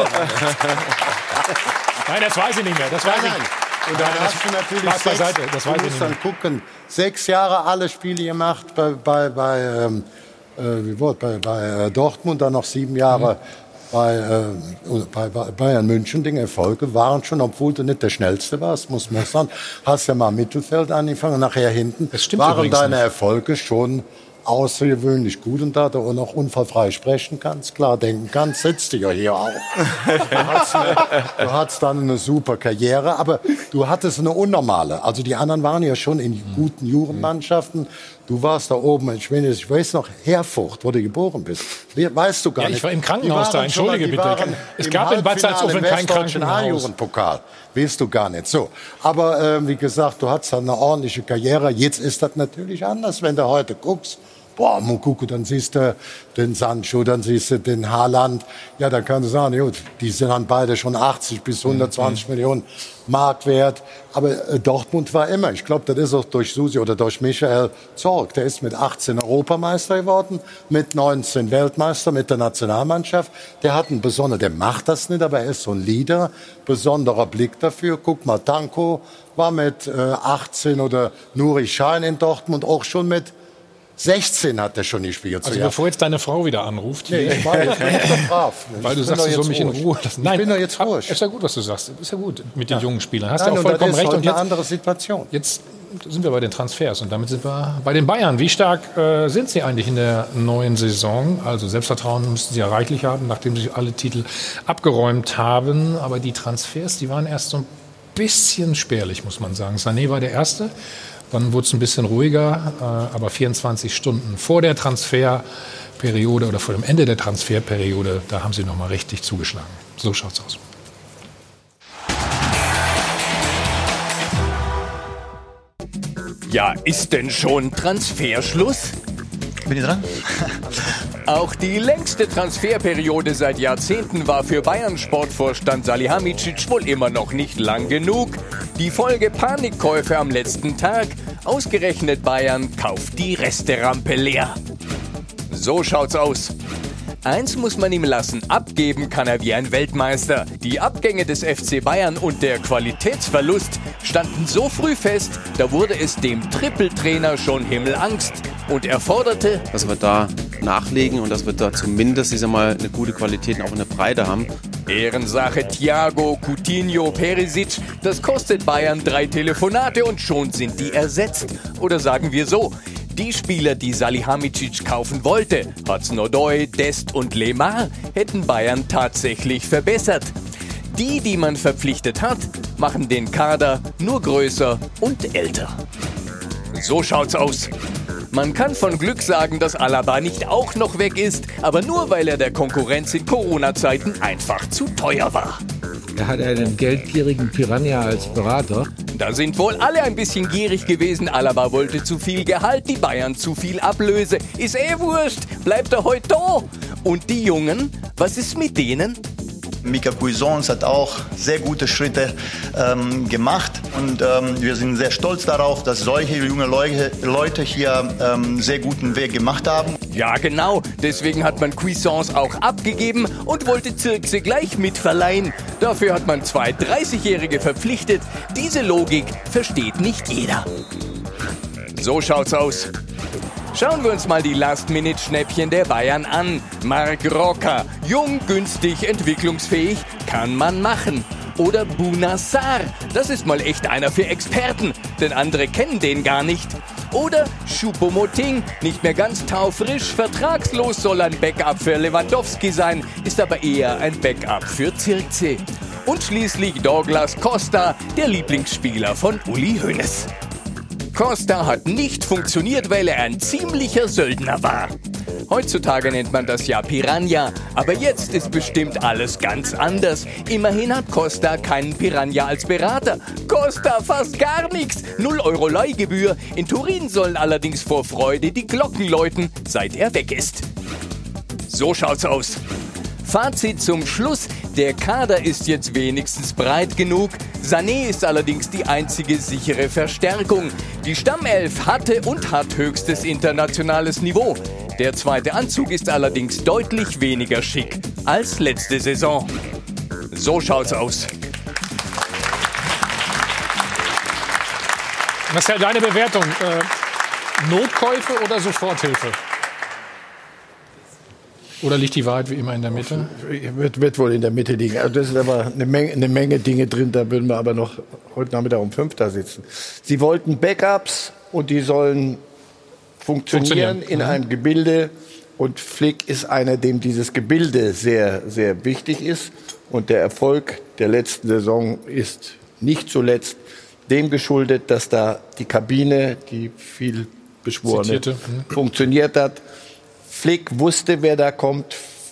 das weiß ich nicht mehr. Das weiß nein, ich. Nein. Und dann hast du natürlich sechs, beiseite. Das weiß du musst ich dann gucken. Sechs Jahre alle Spiele gemacht bei, bei, bei, ähm, äh, wie war, bei, bei äh, Dortmund, dann noch sieben Jahre. Mhm. Bei, äh, bei Bayern München, die Erfolge waren schon, obwohl du nicht der Schnellste warst, muss man sagen, hast ja mal im Mittelfeld angefangen, nachher hinten, waren deine nicht. Erfolge schon außergewöhnlich gut und da du auch noch unfallfrei sprechen kannst, klar denken kannst, sitzt du ja hier auch. Du hattest, eine, du hattest dann eine super Karriere, aber du hattest eine unnormale. Also die anderen waren ja schon in guten Jugendmannschaften. Du warst da oben, ich weiß noch, Herford, wo du geboren bist. Weißt du gar ja, nicht. Ich war im Krankenhaus da, entschuldige bitte. Es gab in Bad Salzuflen kein Krankenhaus. A-Jugendpokal, weißt du gar nicht. So, aber äh, wie gesagt, du hattest eine ordentliche Karriere. Jetzt ist das natürlich anders, wenn du heute guckst. Boah, Moukoko, dann siehst du den Sancho, dann siehst du den Haaland. Ja, dann kannst du sagen, gut, die sind dann beide schon achtzig bis hundertzwanzig mhm. Millionen Mark wert. Aber äh, Dortmund war immer, ich glaube, das ist auch durch Susi oder durch Michael Zorc. Der ist mit achtzehn Europameister geworden, mit neunzehn Weltmeister, mit der Nationalmannschaft. Der hat einen besonderen, der macht das nicht, aber er ist so ein Leader, besonderer Blick dafür. Guck mal, Tanko war mit äh, achtzehn oder Nuri Sahin in Dortmund auch schon mit sechzehn hat er schon gespielt. Also bevor jetzt deine Frau wieder anruft. Nee, ich war jetzt nicht brav. Weil du sagst, du soll mich in Ruhe lassen. Nein, ich bin doch jetzt ruhig. Ist ja gut, was du sagst. Ist ja gut mit den ja. jungen Spielern. Hast du ja auch vollkommen recht. Und jetzt eine andere Situation. Jetzt sind wir bei den Transfers und damit sind wir bei den Bayern. Wie stark äh, sind sie eigentlich in der neuen Saison? Also Selbstvertrauen müssten sie ja reichlich haben, nachdem sie alle Titel abgeräumt haben. Aber die Transfers, die waren erst so ein bisschen spärlich, muss man sagen. Sané war der Erste. Dann wurde es ein bisschen ruhiger, äh, aber vierundzwanzig Stunden vor der Transferperiode oder vor dem Ende der Transferperiode, da haben sie noch mal richtig zugeschlagen. So schaut's aus. Ja, ist denn schon Transferschluss? Bin ich dran? Auch die längste Transferperiode seit Jahrzehnten war für Bayern-Sportvorstand Salihamidzic wohl immer noch nicht lang genug. Die Folge Panikkäufe am letzten Tag. Ausgerechnet Bayern kauft die Resterampe leer. So schaut's aus. Eins muss man ihm lassen, abgeben kann er wie ein Weltmeister. Die Abgänge des F C Bayern und der Qualitätsverlust standen so früh fest, da wurde es dem Trippeltrainer schon Himmelangst. Und er forderte, dass wir da nachlegen und dass wir da zumindest ich sag mal, eine gute Qualität auch in der Breite haben. Ehrensache Thiago, Coutinho, Perisic, das kostet Bayern drei Telefonate und schon sind die ersetzt. Oder sagen wir so, die Spieler, die Salihamidzic kaufen wollte, Hudson-Odoi, Dest und Lemar, hätten Bayern tatsächlich verbessert. Die, die man verpflichtet hat, machen den Kader nur größer und älter. So schaut's aus. Man kann von Glück sagen, dass Alaba nicht auch noch weg ist, aber nur weil er der Konkurrenz in Corona-Zeiten einfach zu teuer war. Er hat einen geldgierigen Piranha als Berater. Da sind wohl alle ein bisschen gierig gewesen. Alaba wollte zu viel Gehalt, die Bayern zu viel Ablöse. Ist eh wurscht, bleibt er heute da. Und die Jungen, was ist mit denen? Mika Cuisance hat auch sehr gute Schritte ähm, gemacht und ähm, wir sind sehr stolz darauf, dass solche junge Leute, Leute hier ähm, sehr guten Weg gemacht haben. Ja genau, deswegen hat man Cuisance auch abgegeben und wollte Zirkse gleich mitverleihen. Dafür hat man zwei dreißigjährige verpflichtet. Diese Logik versteht nicht jeder. So schaut's aus. Schauen wir uns mal die Last-Minute-Schnäppchen der Bayern an. Marc Roca, jung, günstig, entwicklungsfähig, kann man machen. Oder Bouna Sarr, das ist mal echt einer für Experten, denn andere kennen den gar nicht. Oder Choupo-Moting, nicht mehr ganz taufrisch, vertragslos soll ein Backup für Lewandowski sein, ist aber eher ein Backup für Zirkzee. Und schließlich Douglas Costa, der Lieblingsspieler von Uli Hoeneß. Costa hat nicht funktioniert, weil er ein ziemlicher Söldner war. Heutzutage nennt man das ja Piranha, aber jetzt ist bestimmt alles ganz anders. Immerhin hat Costa keinen Piranha als Berater. Costa fast gar nichts, null Euro Leihgebühr. In Turin sollen allerdings vor Freude die Glocken läuten, seit er weg ist. So schaut's aus. Fazit zum Schluss, der Kader ist jetzt wenigstens breit genug. Sané ist allerdings die einzige sichere Verstärkung. Die Stammelf hatte und hat höchstes internationales Niveau. Der zweite Anzug ist allerdings deutlich weniger schick als letzte Saison. So schaut's aus. Marcel, deine Bewertung, äh, Notkäufe oder Soforthilfe? Oder liegt die Wahrheit wie immer in der Mitte? Wird, wird wohl in der Mitte liegen. Also das ist aber eine Menge, eine Menge Dinge drin, da würden wir aber noch heute Nachmittag um fünf da sitzen. Sie wollten Backups und die sollen funktionieren, funktionieren. in mhm. einem Gebilde. Und Flick ist einer, dem dieses Gebilde sehr, sehr wichtig ist. Und der Erfolg der letzten Saison ist nicht zuletzt dem geschuldet, dass da die Kabine, die viel beschworene, Zitierte. funktioniert hat. Flick wusste, wer da kommt.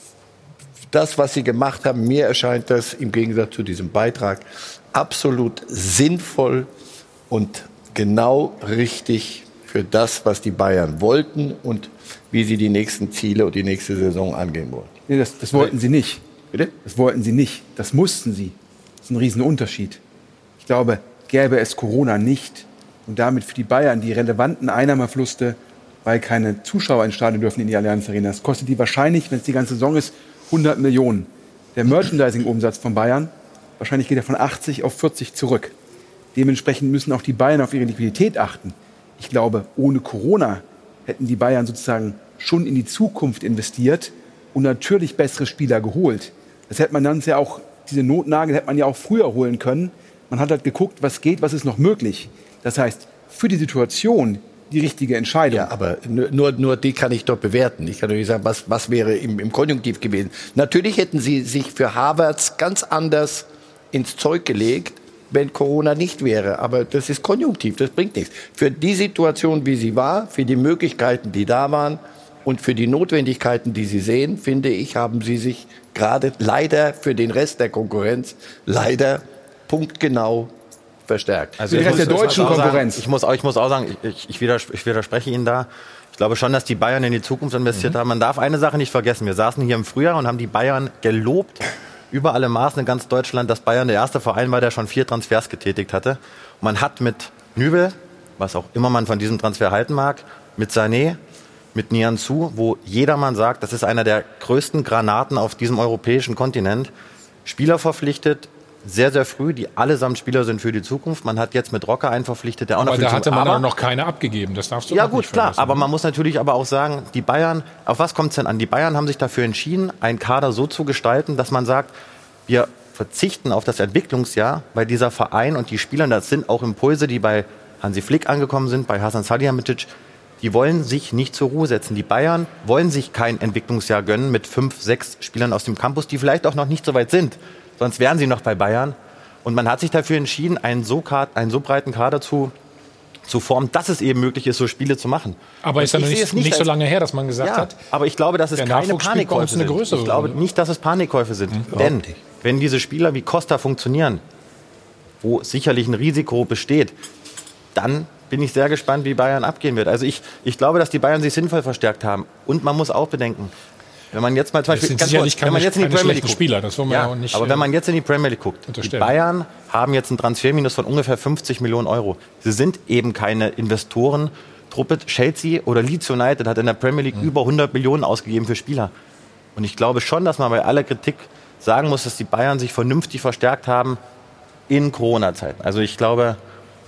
Das, was sie gemacht haben, mir erscheint das im Gegensatz zu diesem Beitrag absolut sinnvoll und genau richtig für das, was die Bayern wollten und wie sie die nächsten Ziele und die nächste Saison angehen wollen. Nee, das, das wollten sie nicht. Bitte? Das wollten sie nicht. Das mussten sie. Das ist ein Riesenunterschied. Ich glaube, gäbe es Corona nicht und damit für die Bayern die relevanten Einnahmeflüsse, weil keine Zuschauer ins Stadion dürfen in die Allianz Arena. Das kostet die wahrscheinlich, wenn es die ganze Saison ist, hundert Millionen. Der Merchandising-Umsatz von Bayern, wahrscheinlich geht er von achtzig auf vierzig zurück. Dementsprechend müssen auch die Bayern auf ihre Liquidität achten. Ich glaube, ohne Corona hätten die Bayern sozusagen schon in die Zukunft investiert und natürlich bessere Spieler geholt. Das hätte man dann ja auch, diese Notnagel hätte man ja auch früher holen können. Man hat halt geguckt, was geht, was ist noch möglich. Das heißt, für die Situation die richtige Entscheidung. Ja, aber nur, nur die kann ich doch bewerten. Ich kann natürlich sagen, was, was wäre im, im Konjunktiv gewesen. Natürlich hätten sie sich für Havertz ganz anders ins Zeug gelegt, wenn Corona nicht wäre. Aber das ist konjunktiv, das bringt nichts. Für die Situation, wie sie war, für die Möglichkeiten, die da waren und für die Notwendigkeiten, die sie sehen, finde ich, haben sie sich gerade leider für den Rest der Konkurrenz leider punktgenau verstärkt. Also ich muss, der deutschen ich Konkurrenz. Sagen, ich, muss auch, ich muss auch sagen, ich, ich, widers, ich widerspreche Ihnen da. Ich glaube schon, dass die Bayern in die Zukunft investiert mhm. haben. Man darf eine Sache nicht vergessen. Wir saßen hier im Frühjahr und haben die Bayern gelobt, über alle Maßen in ganz Deutschland, dass Bayern der erste Verein war, der schon vier Transfers getätigt hatte. Und man hat mit Nübel, was auch immer man von diesem Transfer halten mag, mit Sané, mit Nianzou, wo jedermann sagt, das ist einer der größten Granaten auf diesem europäischen Kontinent, Spieler verpflichtet, sehr, sehr früh, die allesamt Spieler sind für die Zukunft. Man hat jetzt mit Rocker einen verpflichtet, der auch aber noch da hatte man auch noch keine abgegeben, das darfst du ja, gut, nicht klar, aber man muss natürlich aber auch sagen, die Bayern, auf was kommt es denn an? Die Bayern haben sich dafür entschieden, einen Kader so zu gestalten, dass man sagt, wir verzichten auf das Entwicklungsjahr, weil dieser Verein und die Spieler, das sind auch Impulse, die bei Hansi Flick angekommen sind, bei Hasan Salihamidzic, die wollen sich nicht zur Ruhe setzen. Die Bayern wollen sich kein Entwicklungsjahr gönnen mit fünf, sechs Spielern aus dem Campus, die vielleicht auch noch nicht so weit sind. Sonst wären sie noch bei Bayern. Und man hat sich dafür entschieden, einen so, einen so breiten Kader zu zu formen, dass es eben möglich ist, so Spiele zu machen. Aber ist ja noch nicht, nicht, nicht so lange her, dass man gesagt ja, hat, aber ich glaube, dass es keine Panikkäufe sind. Ich glaube nicht, dass es Panikkäufe sind. Mhm. Denn wenn diese Spieler wie Costa funktionieren, wo sicherlich ein Risiko besteht, dann bin ich sehr gespannt, wie Bayern abgehen wird. Also ich, ich glaube, dass die Bayern sich sinnvoll verstärkt haben. Und man muss auch bedenken, wenn man jetzt mal zum Beispiel, ganz kurz, wenn man jetzt in die Premier League guckt, Spieler, das wollen wir ja auch nicht, aber wenn man jetzt in die Premier League guckt, die Bayern haben jetzt einen Transferminus von ungefähr fünfzig Millionen Euro. Sie sind eben keine Investorentruppe. Chelsea oder Leeds United hat in der Premier League mhm. über hundert Millionen ausgegeben für Spieler. Und ich glaube schon, dass man bei aller Kritik sagen muss, dass die Bayern sich vernünftig verstärkt haben in Corona-Zeiten. Also ich glaube,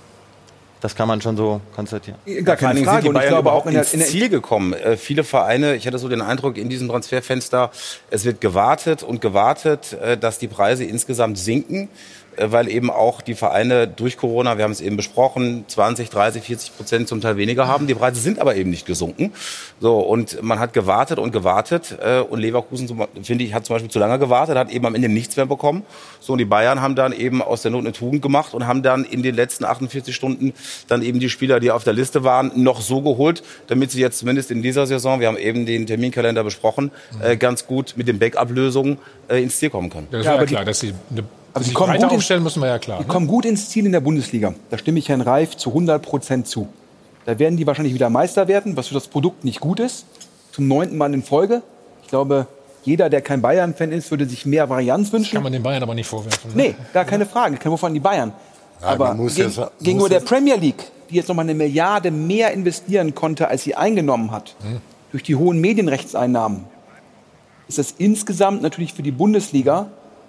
das kann man schon so konstatieren. Gar keine Frage. Sind die Bayern und ich glaube auch in der, ins in der Ziel gekommen. Äh, viele Vereine, ich hatte so den Eindruck in diesem Transferfenster, es wird gewartet und gewartet, äh, dass die Preise insgesamt sinken, äh, weil eben auch die Vereine durch Corona, wir haben es eben besprochen, zwanzig, dreißig, vierzig Prozent zum Teil weniger haben. Die Preise sind aber eben nicht gesunken. So, und man hat gewartet und gewartet äh, und Leverkusen, finde ich, hat zum Beispiel zu lange gewartet, hat eben am Ende nichts mehr bekommen. So, und die Bayern haben dann eben aus der Not eine Tugend gemacht und haben dann in den letzten achtundvierzig Stunden dann eben die Spieler, die auf der Liste waren, noch so geholt, damit sie jetzt zumindest in dieser Saison, wir haben eben den Terminkalender besprochen, äh, ganz gut mit den Backup-Lösungen äh, ins Ziel kommen können. Ja, das ja, aber ja klar, dass sie eine aber sie kommen gut aufstellen, müssen wir ja klar. Die ne? kommen gut ins Ziel in der Bundesliga. Da stimme ich Herrn Reif zu hundert Prozent zu. Da werden die wahrscheinlich wieder Meister werden, was für das Produkt nicht gut ist. Zum neunten Mal in Folge. Ich glaube, jeder, der kein Bayern-Fan ist, würde sich mehr Varianz wünschen. Das kann man den Bayern aber nicht vorwerfen. Ne? Nee, gar keine Frage. Kein Wurf an die Bayern. Ja, aber gegen, ja, gegenüber der Premier League, die jetzt noch mal eine Milliarde mehr investieren konnte, als sie eingenommen hat, hm. durch die hohen Medienrechtseinnahmen, ist das insgesamt natürlich für die Bundesliga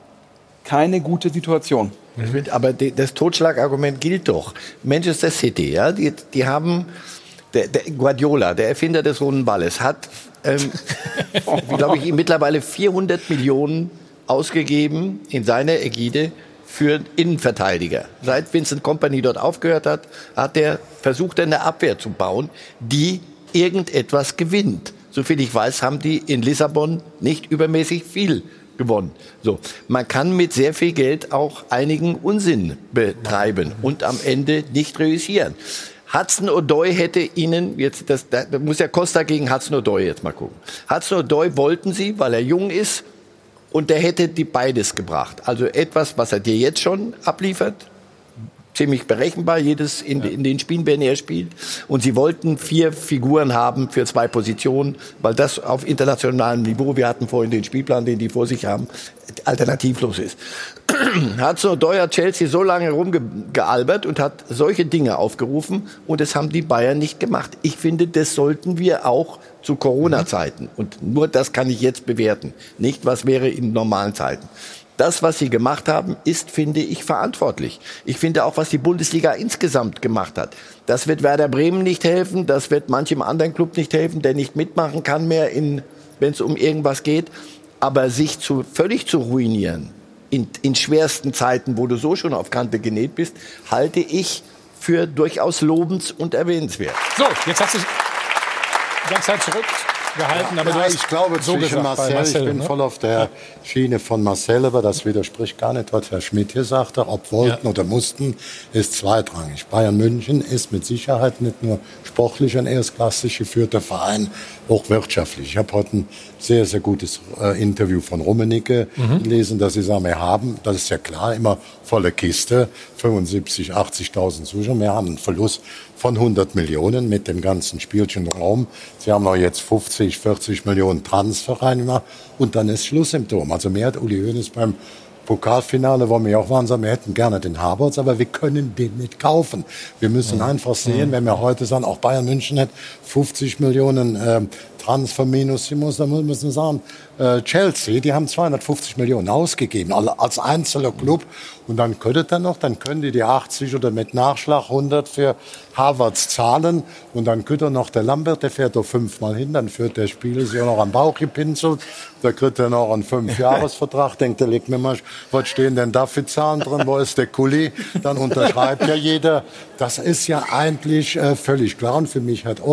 keine gute Situation. Aber das Totschlagargument gilt doch. Manchester City, ja, die, die haben, der, der Guardiola, der Erfinder des runden Balles, hat, ähm, glaube ich, mittlerweile vierhundert Millionen ausgegeben in seiner Ägide für Innenverteidiger. Seit Vincent Kompany dort aufgehört hat, hat er versucht, eine Abwehr zu bauen, die irgendetwas gewinnt. Soviel ich weiß, haben die in Lissabon nicht übermäßig viel gewonnen. So, man kann mit sehr viel Geld auch einigen Unsinn betreiben und am Ende nicht reüssieren. Hudson-Odoi hätte ihnen, jetzt das, da muss ja Costa gegen Hudson-Odoi jetzt mal gucken. Hudson-Odoi wollten sie, weil er jung ist und der hätte die beides gebracht. Also etwas, was er dir jetzt schon abliefert, ziemlich berechenbar, jedes in, in den Spielen, wenn er spielt. Und sie wollten vier Figuren haben für zwei Positionen, weil das auf internationalem Niveau, wir hatten vorhin den Spielplan, den die vor sich haben, alternativlos ist. Hudson-Odoi hat Chelsea so lange rumgealbert und hat solche Dinge aufgerufen und das haben die Bayern nicht gemacht. Ich finde, das sollten wir auch zu Corona-Zeiten. Und nur das kann ich jetzt bewerten. Nicht, was wäre in normalen Zeiten. Das, was sie gemacht haben, ist, finde ich, verantwortlich. Ich finde auch, was die Bundesliga insgesamt gemacht hat. Das wird Werder Bremen nicht helfen, das wird manchem anderen Club nicht helfen, der nicht mitmachen kann mehr, in, wenn es um irgendwas geht. Aber sich zu, völlig zu ruinieren, in, in schwersten Zeiten, wo du so schon auf Kante genäht bist, halte ich für durchaus lobens- und erwähnenswert. So, jetzt hast du die ganze Zeit zurückgehalten, aber ja, du hast ich glaube, so zwischen gesagt, Marcel, Marcel, ich bin ne? voll auf der Schiene von Marcel, aber das widerspricht gar nicht, was Herr Schmidt hier sagte. Ob wollten ja. oder mussten, ist zweitrangig. Bayern München ist mit Sicherheit nicht nur sportlich ein erstklassig geführter Verein, auch wirtschaftlich. Ich habe heute ein sehr, sehr gutes äh, Interview von Rummenigge mhm. gelesen, dass sie sagen, wir haben, das ist ja klar, immer volle Kiste, fünfundsiebzig, achtzigtausend Zuschauer. Wir haben einen Verlust von hundert Millionen mit dem ganzen Spielchen Raum. Sie haben noch jetzt fünfzig, vierzig Millionen Transfer reingemacht und dann ist Schluss im Turm. Also mehr hat Uli Hoeneß beim Pokalfinale, wo wir auch waren, sagen, wir hätten gerne den Havertz, aber wir können den nicht kaufen. Wir müssen mhm. einfach sehen, mhm. wenn wir heute sagen, auch Bayern München hat fünfzig Millionen äh, Transfer minus, dann müssen wir sagen, äh, Chelsea, die haben zweihundertfünfzig Millionen ausgegeben, als einzelner Club. Und dann könnte dann noch, dann können die die achtzig oder mit Nachschlag hundert für Havertz zahlen. Und dann könnte noch der Lambert, der fährt doch fünfmal hin, dann führt der Spieler sich auch noch am Bauch gepinselt. Da kriegt er noch einen Fünfjahresvertrag, denkt, der legt mir mal, was stehen denn da für Zahlen drin, wo ist der Kuli? Dann unterschreibt ja jeder. Das ist ja eigentlich äh, völlig klar. Und für mich hat auch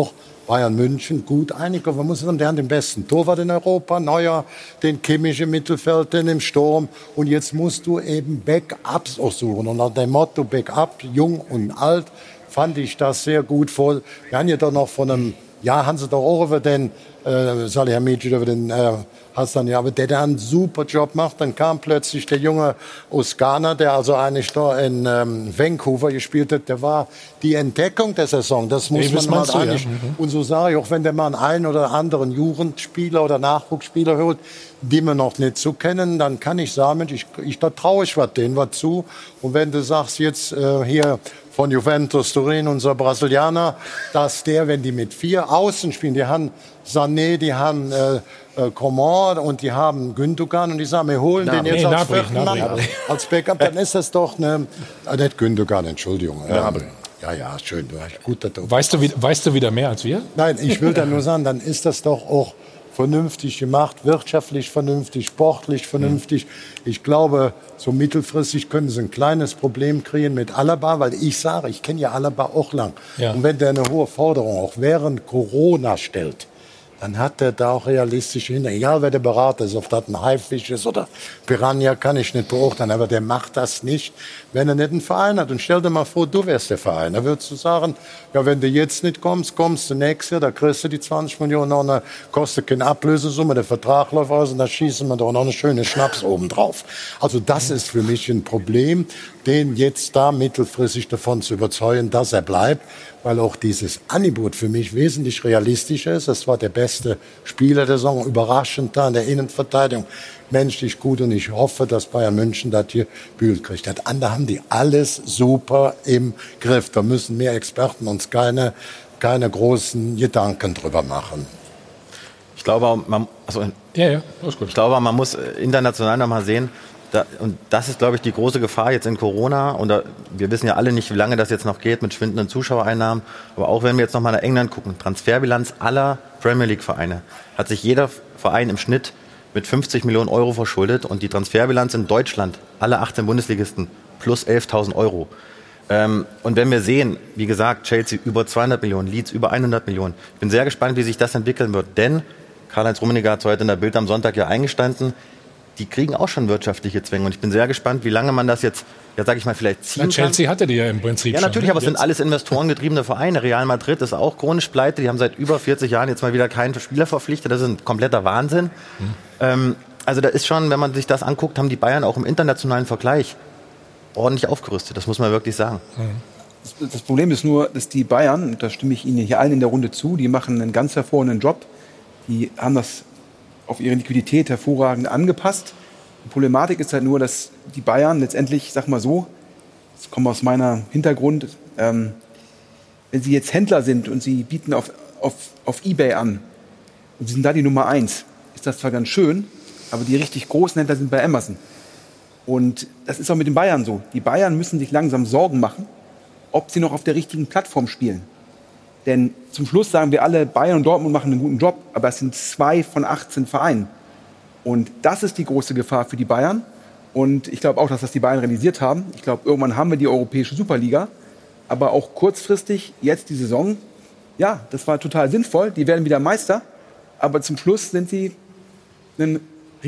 Bayern München gut einig. Aber man muss sagen, der hat den besten Torwart in Europa, Neuer, den Kimmich im Mittelfeld, den im Sturm. Und jetzt musst du eben Backups auch suchen. Und nach dem Motto Backup, jung und alt, fand ich das sehr gut voll. Wir haben ja doch noch von einem, ja, haben sie doch auch über den, äh, Salihamidzic, über den, äh, Hassan, ja, aber der, der einen super Job macht. Dann kam plötzlich der Junge aus Ghana, der also eigentlich da in ähm, Vancouver gespielt hat. Der war die Entdeckung der Saison. Das muss Davis man halt du, eigentlich. Ja. Mhm. Und so sage ich, auch wenn der mal einen oder anderen Jugendspieler oder Nachwuchsspieler holt, die wir noch nicht so kennen, dann kann ich sagen, ich, ich da traue ich was denen was zu. Und wenn du sagst jetzt äh, hier von Juventus Turin, unser Brasilianer, dass der, wenn die mit vier Außen spielen, die haben Sané, die haben äh, äh, Coman und die haben Gündogan und die sagen, wir holen Nabri. den jetzt Nee, als Nabri, vierten Nabri. Mann, als Backup, dann ist das doch eine, äh, nicht Gündogan, Entschuldigung. Ähm, Nabri. Ja, ja, schön. Gut, dass du Weißt du, wie, weißt du wieder mehr als wir? Nein, ich will dann nur sagen, dann ist das doch auch vernünftig gemacht, wirtschaftlich vernünftig, sportlich vernünftig. Ich glaube, so mittelfristig können sie ein kleines Problem kriegen mit Alaba, weil ich sage, ich kenne ja Alaba auch lang. Ja. Und wenn der eine hohe Forderung auch während Corona stellt, dann hat er da auch realistische Hintergründe. Egal, wer der Berater ist, ob das ein Haifisch ist oder Piranha, kann ich nicht beurteilen. Aber der macht das nicht, wenn er nicht einen Verein hat. Und stell dir mal vor, du wärst der Verein. Da würdest du sagen, ja, wenn du jetzt nicht kommst, kommst du nächstes Jahr, da kriegst du die zwanzig Millionen noch eine, kostet keine Ablösesumme, der Vertrag läuft aus und da schießen wir doch noch eine schöne Schnaps oben drauf. Also das ist für mich ein Problem, den jetzt da mittelfristig davon zu überzeugen, dass er bleibt, weil auch dieses Angebot für mich wesentlich realistischer ist. Das war der beste Spieler der Saison, überraschend da in der Innenverteidigung, menschlich gut und ich hoffe, dass Bayern München das hier bügelt kriegt. Das andere haben die alles super im Griff. Da müssen mehr Experten uns keine, keine großen Gedanken drüber machen. Ich glaube, man, also, ja, ja, ist gut. Ich glaube, man muss international noch mal sehen, da, und das ist, glaube ich, die große Gefahr jetzt in Corona. Und da, wir wissen ja alle nicht, wie lange das jetzt noch geht mit schwindenden Zuschauereinnahmen. Aber auch wenn wir jetzt noch mal nach England gucken, Transferbilanz aller Premier League Vereine, hat sich jeder Verein im Schnitt mit fünfzig Millionen Euro verschuldet. Und die Transferbilanz in Deutschland, alle achtzehn Bundesligisten, plus elftausend Euro. Ähm, und wenn wir sehen, wie gesagt, Chelsea über zweihundert Millionen, Leeds über hundert Millionen. Ich bin sehr gespannt, wie sich das entwickeln wird. Denn Karl-Heinz Rummenigge hat es heute in der Bild am Sonntag ja eingestanden, die kriegen auch schon wirtschaftliche Zwänge. Und ich bin sehr gespannt, wie lange man das jetzt, ja, sag ich mal, vielleicht ziehen kann. Chelsea hatte die ja im Prinzip Ja, natürlich, schon, aber es sind alles investorengetriebene Vereine. Real Madrid ist auch chronisch pleite. Die haben seit über vierzig Jahren jetzt mal wieder keinen Spieler verpflichtet. Das ist ein kompletter Wahnsinn. Mhm. Ähm, also da ist schon, wenn man sich das anguckt, haben die Bayern auch im internationalen Vergleich ordentlich aufgerüstet. Das muss man wirklich sagen. Das, das Problem ist nur, dass die Bayern, und da stimme ich Ihnen hier allen in der Runde zu, die machen einen ganz hervorragenden Job. Die haben das auf ihre Liquidität hervorragend angepasst. Die Problematik ist halt nur, dass die Bayern letztendlich, sag mal so, das kommt aus meinem Hintergrund, ähm, wenn sie jetzt Händler sind und sie bieten auf, auf, auf eBay an und sie sind da die Nummer eins, ist das zwar ganz schön, aber die richtig großen Händler sind bei Amazon. Und das ist auch mit den Bayern so. Die Bayern müssen sich langsam Sorgen machen, ob sie noch auf der richtigen Plattform spielen. Denn zum Schluss sagen wir alle, Bayern und Dortmund machen einen guten Job, aber es sind zwei von achtzehn Vereinen. Und das ist die große Gefahr für die Bayern. Und ich glaube auch, dass das die Bayern realisiert haben. Ich glaube, irgendwann haben wir die europäische Superliga. Aber auch kurzfristig, jetzt die Saison, ja, das war total sinnvoll. Die werden wieder Meister. Aber zum Schluss sind sie ein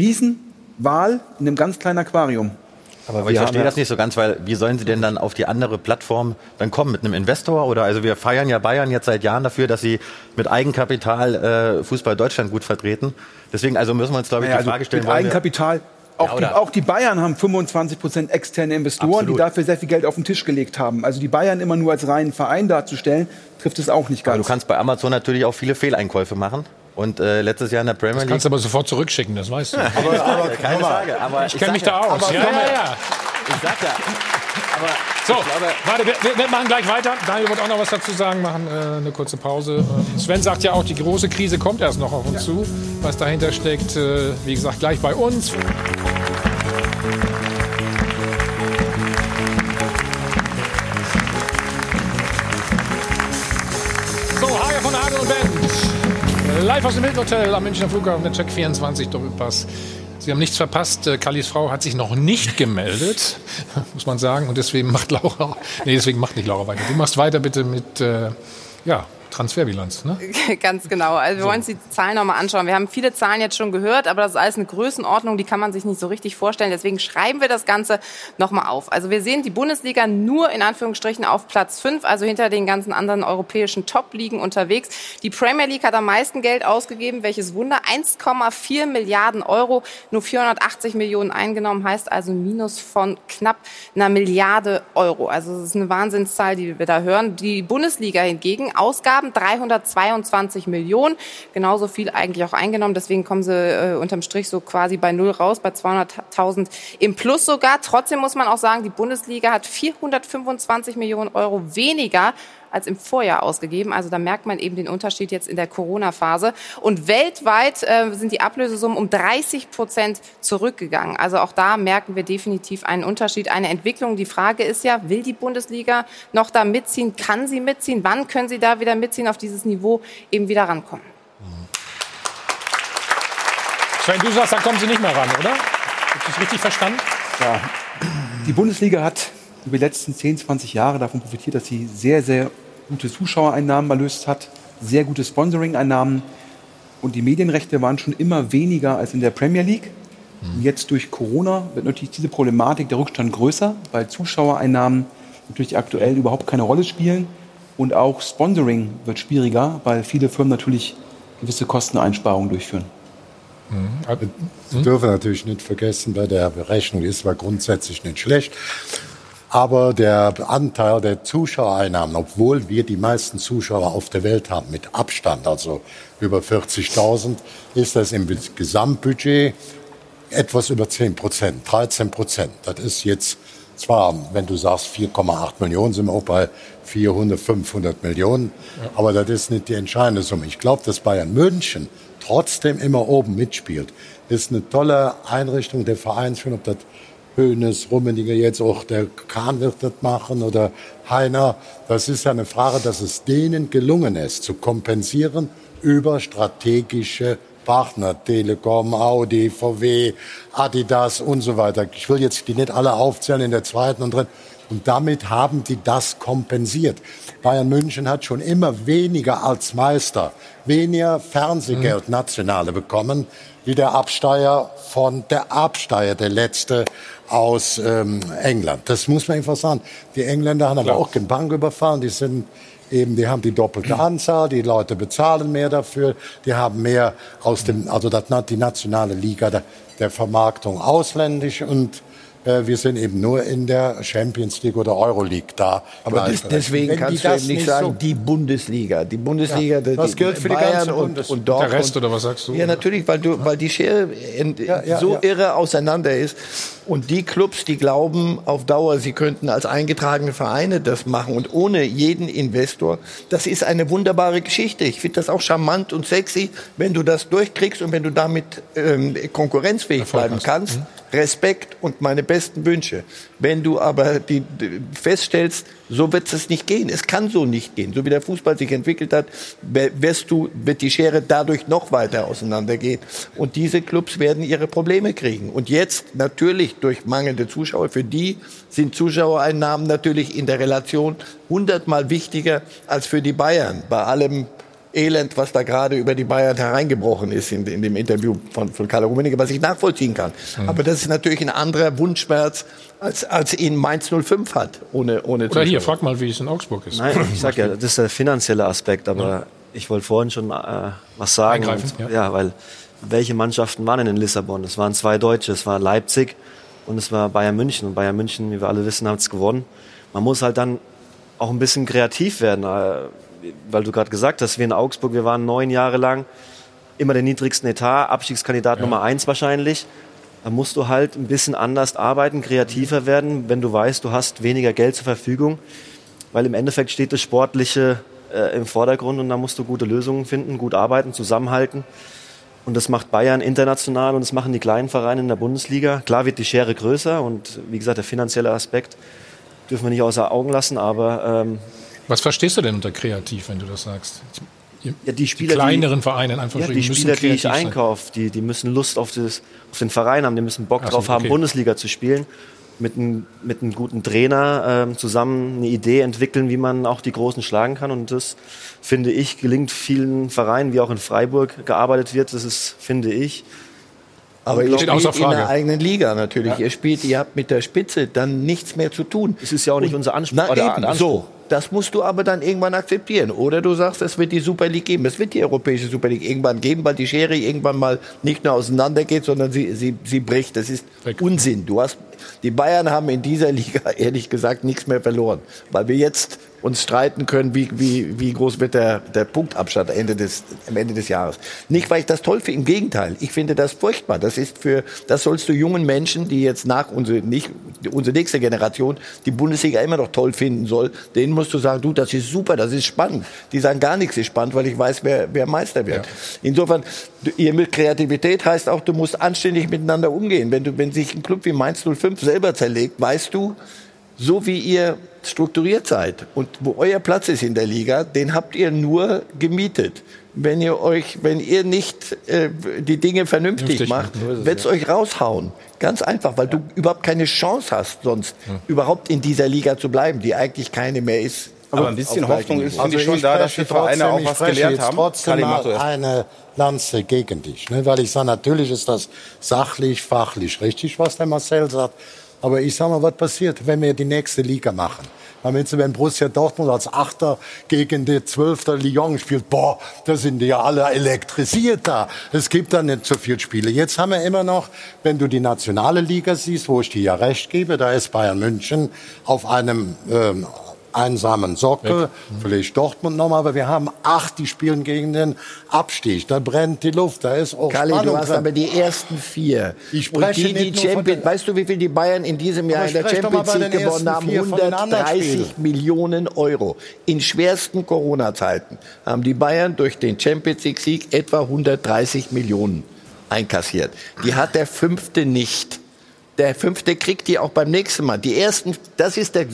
Riesenwal in einem ganz kleinen Aquarium. Aber ich verstehe das nicht so ganz, weil wie sollen sie denn dann auf die andere Plattform dann kommen? Mit einem Investor? Oder also wir feiern ja Bayern jetzt seit Jahren dafür, dass sie mit Eigenkapital äh, Fußball Deutschland gut vertreten. Deswegen also müssen wir uns, glaube ich, naja, die Frage also stellen. Mit Eigenkapital, auch, ja, die, auch die Bayern haben fünfundzwanzig Prozent externe Investoren, Absolut. die dafür sehr viel Geld auf den Tisch gelegt haben. Also die Bayern immer nur als reinen Verein darzustellen, trifft es auch nicht ganz. Aber du kannst bei Amazon natürlich auch viele Fehleinkäufe machen. Und äh, letztes Jahr in der Premier League... Das kannst du aber sofort zurückschicken, das weißt du. aber, aber, keine Frage. Aber ich kenne mich da aus. Aber, ja, ja, ja. Ich sag ja. Aber so, ich glaube, warte, wir, wir machen gleich weiter. Daniel wird auch noch was dazu sagen, machen äh, eine kurze Pause. Sven sagt ja auch, die große Krise kommt erst noch auf uns ja. zu. Was dahinter steckt, äh, wie gesagt, gleich bei uns. So, Hage von Hagel und Band. Live aus dem Hilton Hotel am Münchner Flughafen, der Check vierundzwanzig Doppelpass. Sie haben nichts verpasst. Kallis Frau hat sich noch nicht gemeldet, muss man sagen. Und deswegen macht Laura, nee, deswegen macht nicht Laura weiter. Du machst weiter bitte mit, äh, ja, Transferbilanz, ne? Ganz genau. Also wir so. wollen uns die Zahlen nochmal anschauen. Wir haben viele Zahlen jetzt schon gehört, aber das ist alles eine Größenordnung, die kann man sich nicht so richtig vorstellen. Deswegen schreiben wir das Ganze nochmal auf. Also wir sehen die Bundesliga nur in Anführungsstrichen auf Platz fünf, also hinter den ganzen anderen europäischen Top-Ligen unterwegs. Die Premier League hat am meisten Geld ausgegeben. Welches Wunder? eins Komma vier Milliarden Euro, nur vierhundertachtzig Millionen eingenommen, heißt also ein Minus von knapp einer Milliarde Euro. Also das ist eine Wahnsinnszahl, die wir da hören. Die Bundesliga hingegen, Ausgaben dreihundertzweiundzwanzig Millionen, genauso viel eigentlich auch eingenommen. Deswegen kommen sie äh, unterm Strich so quasi bei null raus, bei zweihunderttausend im Plus sogar. Trotzdem muss man auch sagen, die Bundesliga hat vierhundertfünfundzwanzig Millionen Euro weniger als im Vorjahr ausgegeben. Also da merkt man eben den Unterschied jetzt in der Corona-Phase. Und weltweit äh, sind die Ablösesummen um dreißig Prozent zurückgegangen. Also auch da merken wir definitiv einen Unterschied, eine Entwicklung. Die Frage ist ja, will die Bundesliga noch da mitziehen? Kann sie mitziehen? Wann können sie da wieder mitziehen, auf dieses Niveau eben wieder rankommen? Sven, du sagst, da kommen sie nicht mehr ran, oder? Habe ich das richtig verstanden? Ja. Die Bundesliga hat über die letzten zehn, zwanzig Jahre davon profitiert, dass sie sehr, sehr gute Zuschauereinnahmen erlöst hat, sehr gute Sponsoring-Einnahmen. Und die Medienrechte waren schon immer weniger als in der Premier League. Und jetzt durch Corona wird natürlich diese Problematik, der Rückstand größer, weil Zuschauereinnahmen natürlich aktuell überhaupt keine Rolle spielen. Und auch Sponsoring wird schwieriger, weil viele Firmen natürlich gewisse Kosteneinsparungen durchführen. Sie dürfen natürlich nicht vergessen, bei der Berechnung, die ist zwar grundsätzlich nicht schlecht, aber der Anteil der Zuschauereinnahmen, obwohl wir die meisten Zuschauer auf der Welt haben, mit Abstand, also über vierzigtausend, ist das im Gesamtbudget etwas über zehn Prozent, dreizehn Prozent. Das ist jetzt zwar, wenn du sagst vier Komma acht Millionen, sind wir auch bei vierhundert, fünfhundert Millionen, ja. Aber das ist nicht die entscheidende Summe. Ich glaube, dass Bayern München trotzdem immer oben mitspielt. Das ist eine tolle Einrichtung der Vereinsführung, ob das Hoeneß, Rummenigge, jetzt auch der Kahn wird das machen oder Heiner. Das ist ja eine Frage, dass es denen gelungen ist, zu kompensieren über strategische Partner, Telekom, Audi, V W, Adidas und so weiter. Ich will jetzt die nicht alle aufzählen in der zweiten und dritten. Und damit haben die das kompensiert. Bayern München hat schon immer weniger als Meister, weniger Fernsehgeld mhm. nationale bekommen, wie der Absteiger von der Absteiger, der letzte aus ähm, England. Das muss man einfach sagen. Die Engländer haben Klar. aber auch keine Bank überfallen. Die sind eben, die haben die doppelte Anzahl. Die Leute bezahlen mehr dafür. Die haben mehr aus dem, also das, die nationale Liga der, der Vermarktung ausländisch und äh, wir sind eben nur in der Champions League oder Euroleague da. Aber das, deswegen Wenn kannst du eben nicht sagen, so die Bundesliga. Die Bundesliga, ja, das die, gilt für Bayern die ganze und, und Dortmund. Der Rest, oder was sagst du? Ja, natürlich, weil, du, weil die Schere in, ja, ja, so ja. irre auseinander ist. Und die Clubs, die glauben auf Dauer, sie könnten als eingetragene Vereine das machen und ohne jeden Investor, das ist eine wunderbare Geschichte. Ich finde das auch charmant und sexy, wenn du das durchkriegst und wenn du damit ähm, konkurrenzfähig bleiben kannst. Mhm. Respekt und meine besten Wünsche. Wenn du aber die, die feststellst, so wird es nicht gehen. Es kann so nicht gehen. So wie der Fußball sich entwickelt hat, wirst du, wird die Schere dadurch noch weiter auseinandergehen. Und diese Clubs werden ihre Probleme kriegen. Und jetzt natürlich durch mangelnde Zuschauer. Für die sind Zuschauereinnahmen natürlich in der Relation hundertmal wichtiger als für die Bayern. Bei allem Elend, was da gerade über die Bayern hereingebrochen ist in, in dem Interview von, von Karl Rummenigge, was ich nachvollziehen kann. Mhm. Aber das ist natürlich ein anderer Wunschschmerz, als, als ihn Mainz null fünf hat, ohne, ohne Oder hier, frag mal, wie es in Augsburg ist. Nein, ich sag ja, das ist der finanzielle Aspekt, aber ja. ich wollte vorhin schon äh, was sagen. Und, ja. ja, weil welche Mannschaften waren denn in Lissabon? Es waren zwei Deutsche, es war Leipzig und es war Bayern München. Und Bayern München, wie wir alle wissen, hat es gewonnen. Man muss halt dann auch ein bisschen kreativ werden, weil du gerade gesagt hast, wir in Augsburg, wir waren neun Jahre lang immer den niedrigsten Etat, Abstiegskandidat ja. Nummer eins wahrscheinlich. Da musst du halt ein bisschen anders arbeiten, kreativer werden, wenn du weißt, du hast weniger Geld zur Verfügung, weil im Endeffekt steht das Sportliche äh, im Vordergrund und da musst du gute Lösungen finden, gut arbeiten, zusammenhalten. Und das macht Bayern international und das machen die kleinen Vereine in der Bundesliga. Klar wird die Schere größer und wie gesagt, der finanzielle Aspekt dürfen wir nicht außer Augen lassen, aber ähm, was verstehst du denn unter kreativ, wenn du das sagst? Die, ja, die, Spieler, die kleineren Vereine in einfach ja, die Spieler, die ich einkaufe, die, die müssen Lust auf, das, auf den Verein haben, die müssen Bock Ach drauf so, okay. haben, Bundesliga zu spielen. mit, ein, mit einem guten Trainer äh, zusammen eine Idee entwickeln, wie man auch die Großen schlagen kann. Und das, finde ich, gelingt vielen Vereinen, wie auch in Freiburg gearbeitet wird. Das ist, finde ich, aber ihr spielt in der eigenen Liga natürlich. Ja. Ihr spielt, ihr habt mit der Spitze dann nichts mehr zu tun. Es ist ja auch nicht unser Anspruch. Na, eben, Anspruch. So, das musst du aber dann irgendwann akzeptieren. Oder du sagst, es wird die Super League geben. Es wird die Europäische Super League irgendwann geben, weil die Schere irgendwann mal nicht nur auseinander geht, sondern sie, sie, sie bricht. Das ist Weg. Unsinn. Du hast, die Bayern haben in dieser Liga ehrlich gesagt nichts mehr verloren, weil wir jetzt uns streiten können, wie, wie, wie groß wird der, der Punktabstand Ende des, am Ende des Jahres. Nicht, weil ich das toll finde, im Gegenteil. Ich finde das furchtbar. Das ist für, das sollst du jungen Menschen, die jetzt nach unsere, nicht, unsere nächste Generation die Bundesliga immer noch toll finden soll, denen musst du sagen, du, das ist super, das ist spannend. Die sagen, gar nichts ist spannend, weil ich weiß, wer, wer Meister wird. Ja. Insofern, ihr mit Kreativität heißt auch, du musst anständig miteinander umgehen. Wenn du, wenn sich ein Club wie Mainz null fünf selber zerlegt, weißt du, so wie ihr strukturiert seid und wo euer Platz ist in der Liga, den habt ihr nur gemietet. Wenn ihr euch, wenn ihr nicht äh, die Dinge vernünftig, vernünftig macht, wird es ja. euch raushauen. Ganz einfach, weil ja. du überhaupt keine Chance hast, sonst ja. überhaupt in dieser Liga zu bleiben, die eigentlich keine mehr ist. Aber ein bisschen Hoffnung ist also schon da, dass die Vereine auch was gelernt haben. Trotzdem mal eine Lanze gegen dich, ne? Weil ich sage, natürlich ist das sachlich, fachlich richtig, was der Marcel sagt. Aber ich sage mal, was passiert, wenn wir die nächste Liga machen? Wenn Borussia Dortmund als Achter gegen die Zwölfter Lyon spielt, boah, da sind die ja alle elektrisiert da. Es gibt da nicht so viele Spiele. Jetzt haben wir immer noch, wenn du die nationale Liga siehst, wo ich dir ja recht gebe, da ist Bayern München auf einem ähm, einsamen Sockel, vielleicht Dortmund nochmal, aber wir haben acht, die spielen gegen den Abstieg. Da brennt die Luft, da ist auch Kalli, Spannung. Du hast aber die ersten vier. Ich spreche und die, die Champions, weißt du, wie viel die Bayern in diesem Jahr in der Champions League gewonnen haben? hundertdreißig Millionen Euro. In schwersten Corona-Zeiten haben die Bayern durch den Champions League-Sieg etwa hundertdreißig Millionen einkassiert. Die hat der Fünfte nicht. Der Fünfte kriegt die auch beim nächsten Mal. Die ersten, das ist der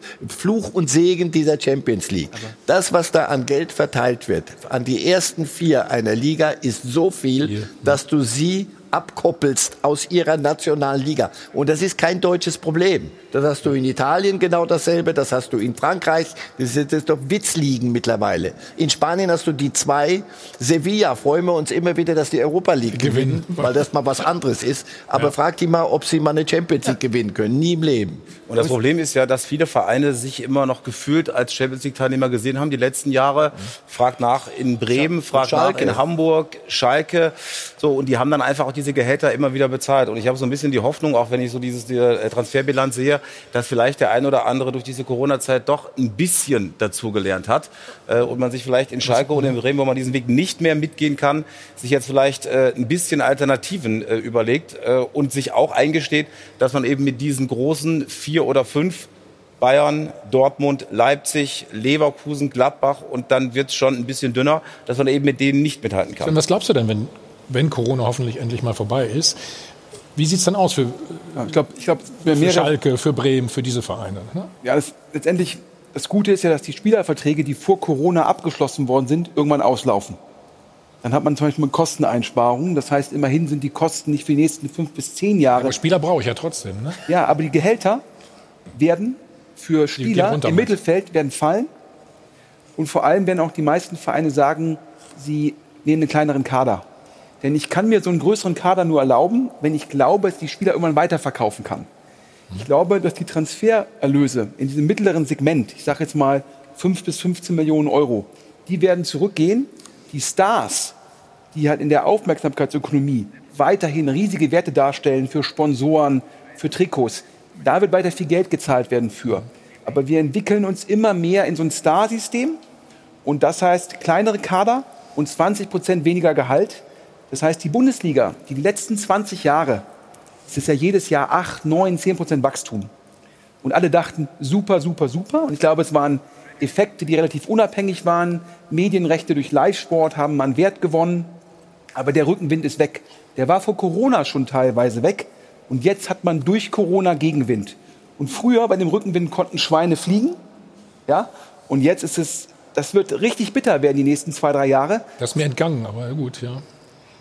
Fluch und Segen dieser Champions League. Das, was da an Geld verteilt wird, an die ersten vier einer Liga, ist so viel, dass du sie abkoppelst aus ihrer nationalen Liga. Und das ist kein deutsches Problem. Das hast du in Italien genau dasselbe, das hast du in Frankreich. Das ist, das ist doch Witzligen mittlerweile. In Spanien hast du die zwei. Sevilla freuen wir uns immer wieder, dass die Europa League gewinnen, weil das mal was anderes ist. Aber ja. frag die mal, ob sie mal eine Champions League gewinnen können. Nie im Leben. Und das Problem ist ja, dass viele Vereine sich immer noch gefühlt als Champions League Teilnehmer gesehen haben die letzten Jahre. Fragt nach in Bremen, fragt nach in Hamburg, Schalke. So, und die haben dann einfach auch diese Gehälter immer wieder bezahlt. Und ich habe so ein bisschen die Hoffnung, auch wenn ich so dieses die Transferbilanz sehe, dass vielleicht der ein oder andere durch diese Corona-Zeit doch ein bisschen dazugelernt hat äh, und man sich vielleicht in Schalke und in Bremen, wo man diesen Weg nicht mehr mitgehen kann, sich jetzt vielleicht äh, ein bisschen Alternativen äh, überlegt äh, und sich auch eingesteht, dass man eben mit diesen großen vier oder fünf Bayern, Dortmund, Leipzig, Leverkusen, Gladbach und dann wird es schon ein bisschen dünner, dass man eben mit denen nicht mithalten kann. Was glaubst du denn, wenn, wenn Corona hoffentlich endlich mal vorbei ist? Wie sieht es dann aus für, ja, ich glaub, ich glaub, für Schalke, für Bremen, für diese Vereine? Ne? Ja, das, letztendlich, das Gute ist ja, dass die Spielerverträge, die vor Corona abgeschlossen worden sind, irgendwann auslaufen. Dann hat man zum Beispiel Kosteneinsparungen. Das heißt, immerhin sind die Kosten nicht für die nächsten fünf bis zehn Jahre. Aber Spieler brauche ich ja trotzdem. Ne? Ja, aber die Gehälter werden für Spieler im Mittelfeld werden fallen. Und vor allem werden auch die meisten Vereine sagen, sie nehmen einen kleineren Kader. Denn ich kann mir so einen größeren Kader nur erlauben, wenn ich glaube, dass die Spieler irgendwann weiterverkaufen kann. Ich glaube, dass die Transfererlöse in diesem mittleren Segment, ich sage jetzt mal fünf bis fünfzehn Millionen Euro, die werden zurückgehen. Die Stars, die halt in der Aufmerksamkeitsökonomie weiterhin riesige Werte darstellen für Sponsoren, für Trikots, da wird weiter viel Geld gezahlt werden für. Aber wir entwickeln uns immer mehr in so ein Star-System. Und das heißt kleinere Kader und zwanzig Prozent weniger Gehalt. Das heißt, die Bundesliga, die letzten zwanzig Jahre, es ist ja jedes Jahr acht, neun, zehn Prozent Wachstum. Und alle dachten, super, super, super. Und ich glaube, es waren Effekte, die relativ unabhängig waren. Medienrechte durch Live-Sport haben an Wert gewonnen. Aber der Rückenwind ist weg. Der war vor Corona schon teilweise weg. Und jetzt hat man durch Corona Gegenwind. Und früher bei dem Rückenwind konnten Schweine fliegen. Ja? Und jetzt ist es, das wird richtig bitter werden die nächsten zwei, drei Jahre. Das ist mir entgangen, aber gut, ja.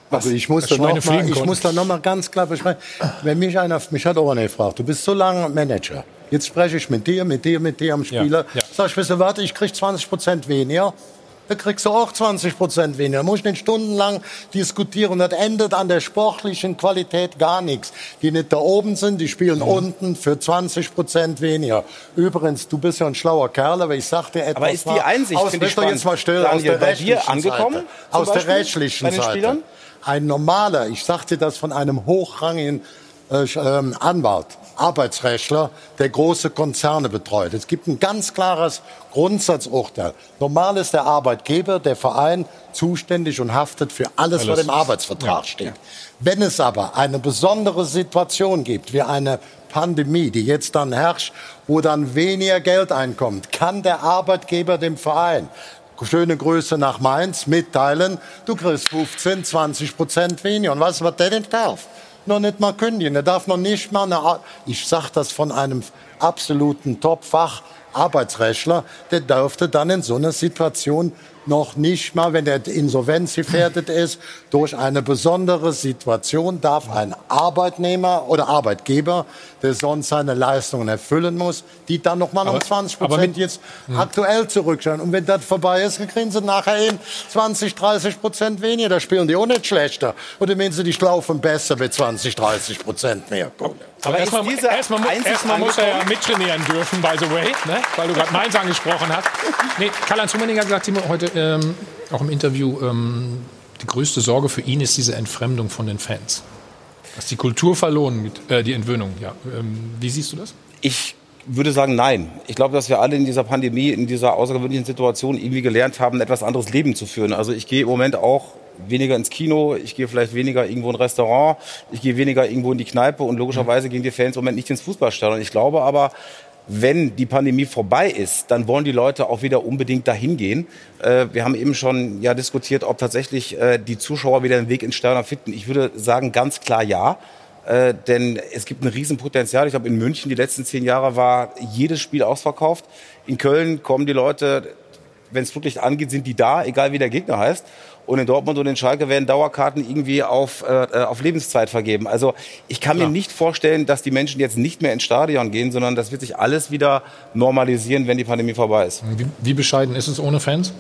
Also ich muss, da noch mal, ich muss da noch mal ganz klar beschreiben, wenn mich einer, mich hat auch einer gefragt, du bist so lange Manager, jetzt spreche ich mit dir, mit dir, mit dir am Spieler, ja, ja. Sag ich, weißt du, warte, ich krieg zwanzig Prozent weniger, da kriegst du auch zwanzig Prozent weniger. Da muss ich nicht stundenlang diskutieren. Und das endet an der sportlichen Qualität gar nichts. Die nicht da oben sind, die spielen mhm. unten für zwanzig Prozent weniger. Übrigens, du bist ja ein schlauer Kerl, aber ich sag dir etwas. Aber ist die Einsicht, aus, finde ich spannend. Jetzt mal still, aus der rechtlichen angekommen, Seite. Aus der rechtlichen Seite. Ein normaler, ich sagte das von einem hochrangigen äh, ähm, Anwalt, Arbeitsrechtler, der große Konzerne betreut. Es gibt ein ganz klares Grundsatzurteil. Normal ist der Arbeitgeber, der Verein, zuständig und haftet für alles, alles. was im Arbeitsvertrag ja. steht. Ja. Wenn es aber eine besondere Situation gibt, wie eine Pandemie, die jetzt dann herrscht, wo dann weniger Geld einkommt, kann der Arbeitgeber dem Verein, schöne Grüße nach Mainz, mitteilen, du kriegst fünfzehn, zwanzig Prozent weniger. Und weißt du, was der denn darf? Noch nicht mal kündigen. Er darf noch nicht mal eine, Ar- ich sage das von einem absoluten Top-Fach-Arbeitsrechtler, der dürfte dann in so einer Situation noch nicht mal, wenn der insolvenzgefährdet ist, durch eine besondere Situation darf ein Arbeitnehmer oder Arbeitgeber, der sonst seine Leistungen erfüllen muss, die dann noch mal um zwanzig Prozent jetzt mh. aktuell zurückstellen. Und wenn das vorbei ist, kriegen sie nachher eben zwanzig, dreißig Prozent weniger. Da spielen die auch nicht schlechter. Oder wenn sie die laufen besser mit zwanzig, dreißig Prozent mehr. Gut. Aber erstmal erst erst muss er ja mittrainieren dürfen, by the way, ne? Weil du gerade Mainz angesprochen hast. Nee, Karl-Heinz Rummenigge hat gesagt, Timo, heute ähm, auch im Interview, ähm, die größte Sorge für ihn ist diese Entfremdung von den Fans. Dass die Kultur verloren geht, äh, die Entwöhnung. Ja. Ähm, wie siehst du das? Ich würde sagen, nein. Ich glaube, dass wir alle in dieser Pandemie, in dieser außergewöhnlichen Situation irgendwie gelernt haben, ein etwas anderes Leben zu führen. Also ich gehe im Moment auch weniger ins Kino, ich gehe vielleicht weniger irgendwo in ein Restaurant, ich gehe weniger irgendwo in die Kneipe und logischerweise gehen die Fans im Moment nicht ins Fußballstadion. Ich glaube aber, wenn die Pandemie vorbei ist, dann wollen die Leute auch wieder unbedingt dahin gehen. Äh, wir haben eben schon ja diskutiert, ob tatsächlich äh, die Zuschauer wieder den Weg ins Stadion finden. Ich würde sagen, ganz klar ja. Äh, denn es gibt ein Riesenpotenzial. Ich glaube, in München die letzten zehn Jahre war jedes Spiel ausverkauft. In Köln kommen die Leute, wenn es wirklich angeht, sind die da, egal wie der Gegner heißt. Und in Dortmund und in Schalke werden Dauerkarten irgendwie auf, äh, auf Lebenszeit vergeben. Also ich kann ja. mir nicht vorstellen, dass die Menschen jetzt nicht mehr ins Stadion gehen, sondern das wird sich alles wieder normalisieren, wenn die Pandemie vorbei ist. Wie, wie bescheiden ist es ohne Fans?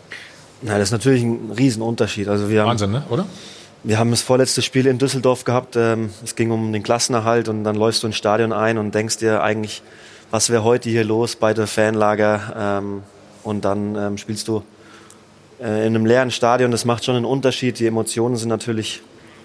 Na, das ist natürlich ein Riesenunterschied. Also wir haben, Wahnsinn, ne? Oder? Wir haben das vorletzte Spiel in Düsseldorf gehabt. Ähm, es ging um den Klassenerhalt und dann läufst du ins Stadion ein und denkst dir eigentlich, was wäre heute hier los bei der Fanlager? Ähm, und dann ähm, spielst du in einem leeren Stadion, das macht schon einen Unterschied. Die Emotionen sind natürlich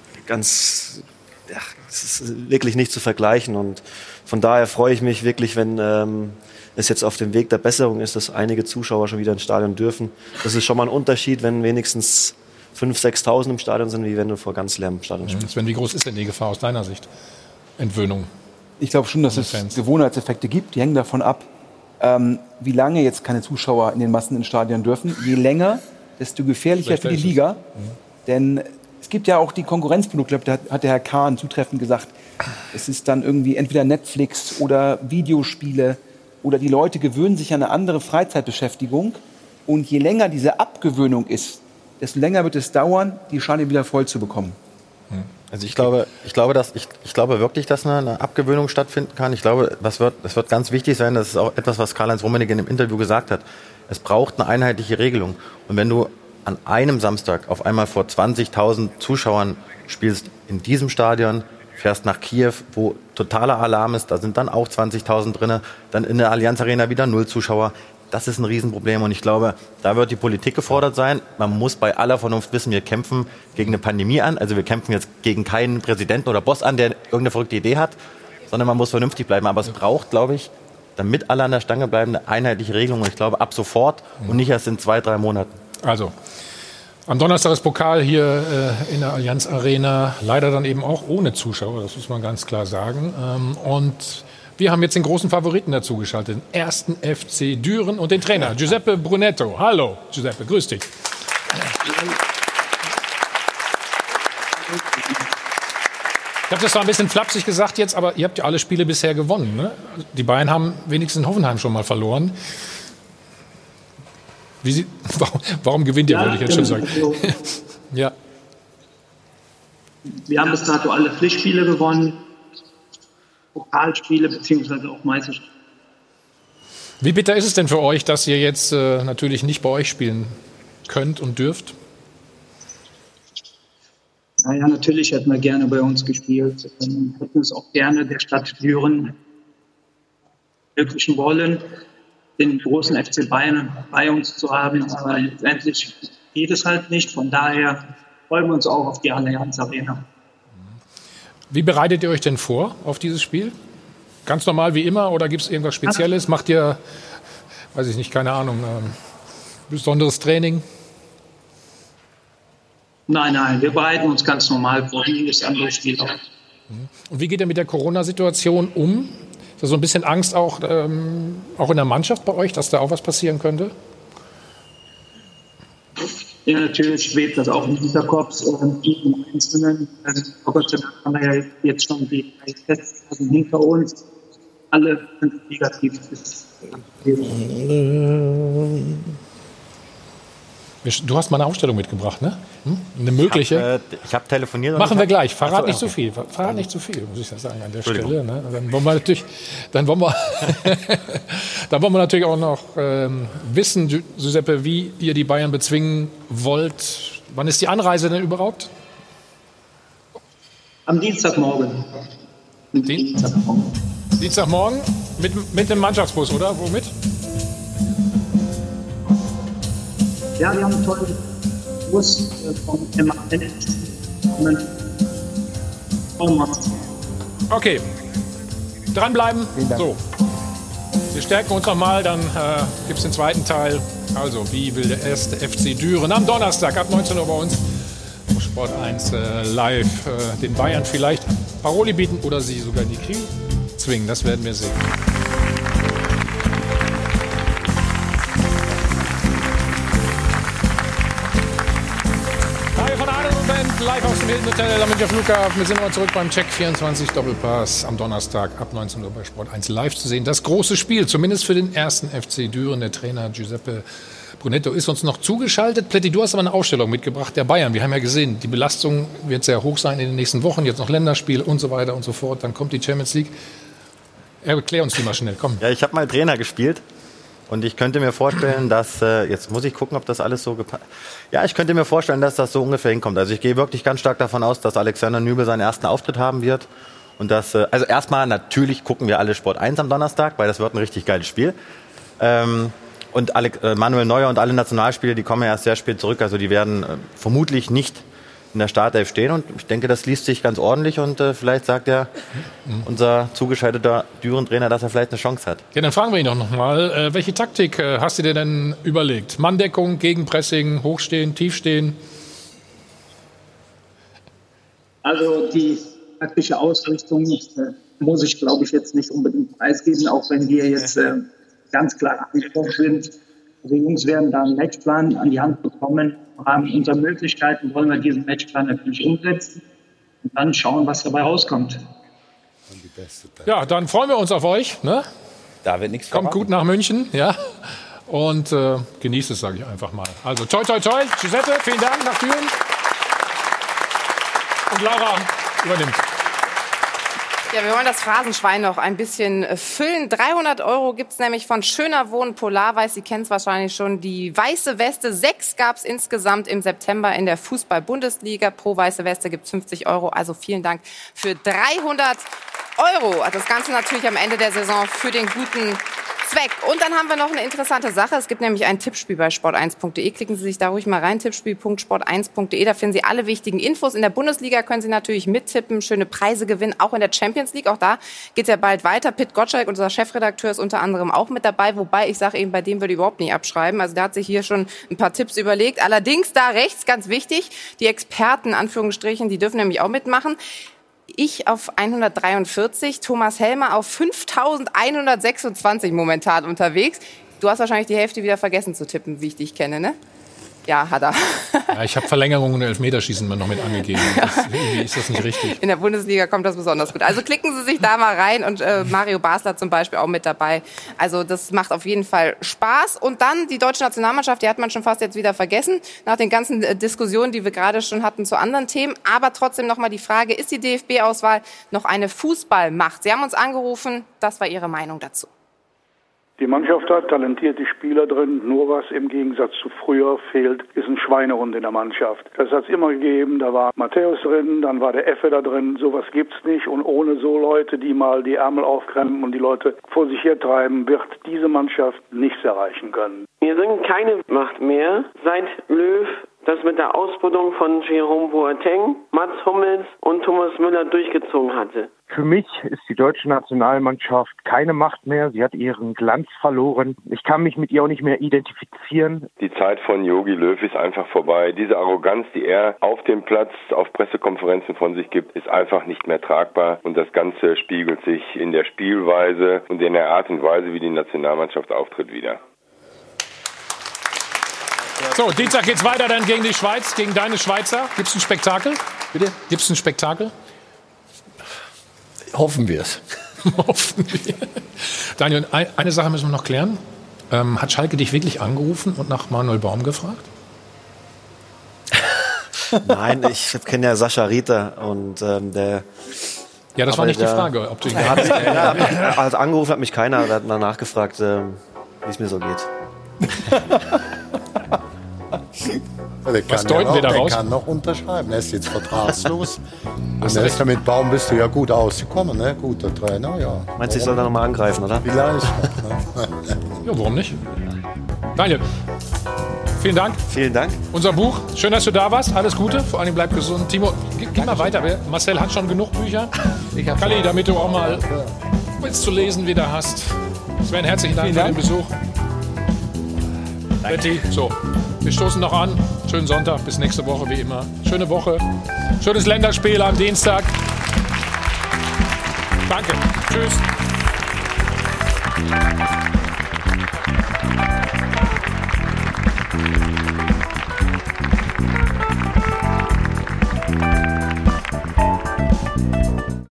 ganz, ja, es ist wirklich nicht zu vergleichen. Und von daher freue ich mich wirklich, wenn ähm, es jetzt auf dem Weg der Besserung ist, dass einige Zuschauer schon wieder ins Stadion dürfen. Das ist schon mal ein Unterschied, wenn wenigstens fünftausend, sechstausend im Stadion sind, wie wenn du vor ganz leerem Stadion spielst. Sven, wie groß ist denn die Gefahr aus deiner Sicht? Entwöhnung? Ich glaube schon, dass es Fans. Gewohnheitseffekte gibt. Die hängen davon ab, ähm, wie lange jetzt keine Zuschauer in den Massen ins Stadion dürfen. Je länger, desto gefährlicher für die Liga. Mhm. Denn es gibt ja auch die Konkurrenzprodukte, da hat der Herr Kahn zutreffend gesagt, es ist dann irgendwie entweder Netflix oder Videospiele oder die Leute gewöhnen sich an eine andere Freizeitbeschäftigung. Und je länger diese Abgewöhnung ist, desto länger wird es dauern, die Schale wieder voll zu bekommen. Also ich glaube, ich glaube, dass ich, ich glaube wirklich, dass eine, eine Abgewöhnung stattfinden kann. Ich glaube, was wird, es wird ganz wichtig sein. Das ist auch etwas, was Karl-Heinz Rummenigge in dem Interview gesagt hat. Es braucht eine einheitliche Regelung. Und wenn du an einem Samstag auf einmal vor zwanzigtausend Zuschauern spielst in diesem Stadion, fährst nach Kiew, wo totaler Alarm ist, da sind dann auch zwanzigtausend drin, dann in der Allianz Arena wieder null Zuschauer. Das ist ein Riesenproblem und ich glaube, da wird die Politik gefordert sein. Man muss bei aller Vernunft wissen, wir kämpfen gegen eine Pandemie an. Also wir kämpfen jetzt gegen keinen Präsidenten oder Boss an, der irgendeine verrückte Idee hat, sondern man muss vernünftig bleiben. Aber es braucht, glaube ich, damit alle an der Stange bleiben, eine einheitliche Regelung. Und ich glaube, ab sofort und nicht erst in zwei, drei Monaten. Also, am Donnerstag ist Pokal hier äh, in der Allianz Arena. Leider dann eben auch ohne Zuschauer, das muss man ganz klar sagen. Ähm, und wir haben jetzt den großen Favoriten dazu geschaltet, den ersten F C Düren und den Trainer Giuseppe Brunetto. Hallo, Giuseppe, grüß dich. Ich habe das zwar ein bisschen flapsig gesagt jetzt, aber ihr habt ja alle Spiele bisher gewonnen. Ne? Die Bayern haben wenigstens in Hoffenheim schon mal verloren. Wie sie, warum, warum gewinnt ihr, ja, wollte ich jetzt schon sagen. Ja. Wir haben bis dato alle Pflichtspiele gewonnen, Pokalspiele beziehungsweise auch Meisterschaften. Wie bitter ist es denn für euch, dass ihr jetzt äh, natürlich nicht bei euch spielen könnt und dürft? Naja, natürlich hätten wir gerne bei uns gespielt. Wir hätten es auch gerne der Stadt Düren ermöglichen wollen, den großen F C Bayern bei uns zu haben. Aber letztendlich geht es halt nicht. Von daher freuen wir uns auch auf die Allianz Arena. Wie bereitet ihr euch denn vor auf dieses Spiel? Ganz normal wie immer oder gibt es irgendwas Spezielles? Macht ihr, weiß ich nicht, keine Ahnung, ähm, besonderes Training? Nein, nein, wir bereiten uns ganz normal vor, wie das andere Spiel auch. Und wie geht ihr mit der Corona-Situation um? Ist da so ein bisschen Angst auch, ähm, auch in der Mannschaft bei euch, dass da auch was passieren könnte? Ja, natürlich schwebt das auch im Hinterkopf, äh, im Einzelnen. Also, Gott sei Dank haben wir ja jetzt schon die drei Testphasen hinter uns. Alle sind negativ. Du hast mal eine Aufstellung mitgebracht, ne? Hm? Eine mögliche. Ich habe äh, hab telefoniert. Machen wir gleich. Verrat so, nicht okay. zu viel. Verrat nicht zu viel, muss ich sagen an der Stelle. Ne? Dann wollen wir natürlich, dann wollen wir, dann wollen wir natürlich auch noch ähm, wissen, Giuseppe, wie ihr die Bayern bezwingen wollt. Wann ist die Anreise denn überhaupt? Am Dienstagmorgen. Dienstagmorgen. Dienstagmorgen mit, mit dem Mannschaftsbus, oder? Womit? Ja, wir haben einen tollen Bus vom M A N. Okay, dranbleiben. So, wir stärken uns nochmal, dann äh, gibt es den zweiten Teil. Also, wie will der erste F C Düren am Donnerstag ab neunzehn Uhr bei uns auf Sport eins äh, live äh, den Bayern vielleicht Paroli bieten oder sie sogar in die Knie zwingen. Das werden wir sehen. Live aus dem Hilton Hotel am Münchner Flughafen. Wir sind noch zurück beim Check vierundzwanzig Doppelpass am Donnerstag ab neunzehn Uhr bei Sport eins live zu sehen. Das große Spiel, zumindest für den ersten F C Düren. Der Trainer Giuseppe Brunetto ist uns noch zugeschaltet. Pletti, du hast aber eine Ausstellung mitgebracht der Bayern. Wir haben ja gesehen, die Belastung wird sehr hoch sein in den nächsten Wochen. Jetzt noch Länderspiel und so weiter und so fort. Dann kommt die Champions League. Erklär uns die mal schnell, komm. Ja, ich habe mal Trainer gespielt. Und ich könnte mir vorstellen, dass, äh, jetzt muss ich gucken, ob das alles so gepasst. Ja, ich könnte mir vorstellen, dass das so ungefähr hinkommt. Also ich gehe wirklich ganz stark davon aus, dass Alexander Nübel seinen ersten Auftritt haben wird. Und dass, äh, also erstmal natürlich gucken wir alle Sport eins am Donnerstag, weil das wird ein richtig geiles Spiel. Ähm, und Ale äh, Manuel Neuer und alle Nationalspieler, die kommen ja erst sehr spät zurück. Also die werden äh, vermutlich nicht in der Startelf stehen. Und ich denke, das liest sich ganz ordentlich. Und äh, vielleicht sagt ja unser zugeschalteter Düren-Trainer, dass er vielleicht eine Chance hat. Ja, dann fragen wir ihn doch noch mal. Äh, welche Taktik äh, hast du dir denn überlegt? Manndeckung, Gegenpressing, Hochstehen, Tiefstehen? Also die taktische Ausrichtung äh, muss ich, glaube ich, jetzt nicht unbedingt preisgeben, auch wenn wir jetzt äh, ganz klar angesprochen sind. Also die Jungs werden da einen Matchplan an die Hand bekommen. Im Rahmen unserer Möglichkeiten wollen wir diesen Matchplan natürlich umsetzen und dann schauen, was dabei rauskommt. Ja, dann freuen wir uns auf euch. Ne? Da wird nichts Kommt verraten. gut nach München, ja. Und äh, genießt es, sage ich einfach mal. Also toi, toi, toi. Giuseppe, vielen Dank nach Düren. Und Laura übernimmt. Ja, wir wollen das Phrasenschwein noch ein bisschen füllen. dreihundert Euro gibt's nämlich von Schöner Wohnen Polarweiß. Sie kennen es wahrscheinlich schon. Die weiße Weste, sechs gab's insgesamt im September in der Fußball-Bundesliga. Pro weiße Weste gibt's fünfzig Euro. Also vielen Dank für dreihundert Euro. Das Ganze natürlich am Ende der Saison für den guten Zweck. Und dann haben wir noch eine interessante Sache. Es gibt nämlich ein Tippspiel bei sport eins punkt de. Klicken Sie sich da ruhig mal rein, tippspiel punkt sport eins punkt de. Da finden Sie alle wichtigen Infos. In der Bundesliga können Sie natürlich mittippen, schöne Preise gewinnen, auch in der Champions League. Auch da geht's ja bald weiter. Pit Gottschalk, unser Chefredakteur, ist unter anderem auch mit dabei. Wobei, ich sage eben, bei dem würde ich überhaupt nicht abschreiben. Also der hat sich hier schon ein paar Tipps überlegt. Allerdings da rechts, ganz wichtig, die Experten, Anführungsstrichen, die dürfen nämlich auch mitmachen. Ich auf hundertdreiundvierzig, Thomas Helmer auf fünftausendeinhundertsechsundzwanzig momentan unterwegs. Du hast wahrscheinlich die Hälfte wieder vergessen zu tippen, wie ich dich kenne, ne? Ja, hat er. Ja, ich habe Verlängerung und Elfmeterschießen mal noch mit angegeben. Das, irgendwie ist das nicht richtig. In der Bundesliga kommt das besonders gut. Also klicken Sie sich da mal rein und äh, Mario Basler zum Beispiel auch mit dabei. Also das macht auf jeden Fall Spaß. Und dann die deutsche Nationalmannschaft, die hat man schon fast jetzt wieder vergessen, nach den ganzen äh, Diskussionen, die wir gerade schon hatten zu anderen Themen. Aber trotzdem nochmal die Frage, ist die D F B-Auswahl noch eine Fußballmacht? Sie haben uns angerufen, das war Ihre Meinung dazu. Die Mannschaft hat talentierte Spieler drin, nur was im Gegensatz zu früher fehlt, ist ein Schweinehund in der Mannschaft. Das hat es immer gegeben, da war Matthäus drin, dann war der Effe da drin, sowas gibt's nicht und ohne so Leute, die mal die Ärmel aufkrempeln und die Leute vor sich hertreiben, wird diese Mannschaft nichts erreichen können. Wir sind keine Macht mehr, seit Löw das mit der Ausbildung von Jerome Boateng, Mats Hummels und Thomas Müller durchgezogen hatte. Für mich ist die deutsche Nationalmannschaft keine Macht mehr. Sie hat ihren Glanz verloren. Ich kann mich mit ihr auch nicht mehr identifizieren. Die Zeit von Jogi Löw ist einfach vorbei. Diese Arroganz, die er auf dem Platz, auf Pressekonferenzen von sich gibt, ist einfach nicht mehr tragbar. Und das Ganze spiegelt sich in der Spielweise und in der Art und Weise, wie die Nationalmannschaft auftritt, wider. So, Dienstag geht's weiter dann gegen die Schweiz, gegen deine Schweizer. Gibt's ein Spektakel? Bitte? Gibt's ein Spektakel? Hoffen wir es. Hoffen wir. Daniel, eine Sache müssen wir noch klären. Ähm, hat Schalke dich wirklich angerufen und nach Manuel Baum gefragt? Nein, ich kenne ja Sascha Rieter und ähm, der... Ja, das war nicht der, die Frage, ob du ihn hat, ja, also angerufen hat mich keiner, der hat mal nachgefragt, ähm, wie es mir so geht. Was deuten ja wir daraus? Er kann noch unterschreiben. Er ist jetzt vertragslos. Und er ist ja mit Baum bist du ja gut ausgekommen, ne? Guter Trainer, ja. Meinst du, ich soll da nochmal angreifen, oder? Vielleicht. Ja, warum nicht? Daniel, vielen Dank. Vielen Dank. Unser Buch, schön, dass du da warst. Alles Gute, vor allem bleib gesund. Timo, geh, geh mal weiter. Marcel hat schon genug Bücher. Kalli, damit du auch mal willst zu lesen wieder hast. Sven, herzlichen Dank für den Besuch. Betty, so. Wir stoßen noch an. Schönen Sonntag, bis nächste Woche wie immer. Schöne Woche. Schönes Länderspiel am Dienstag. Danke. Tschüss.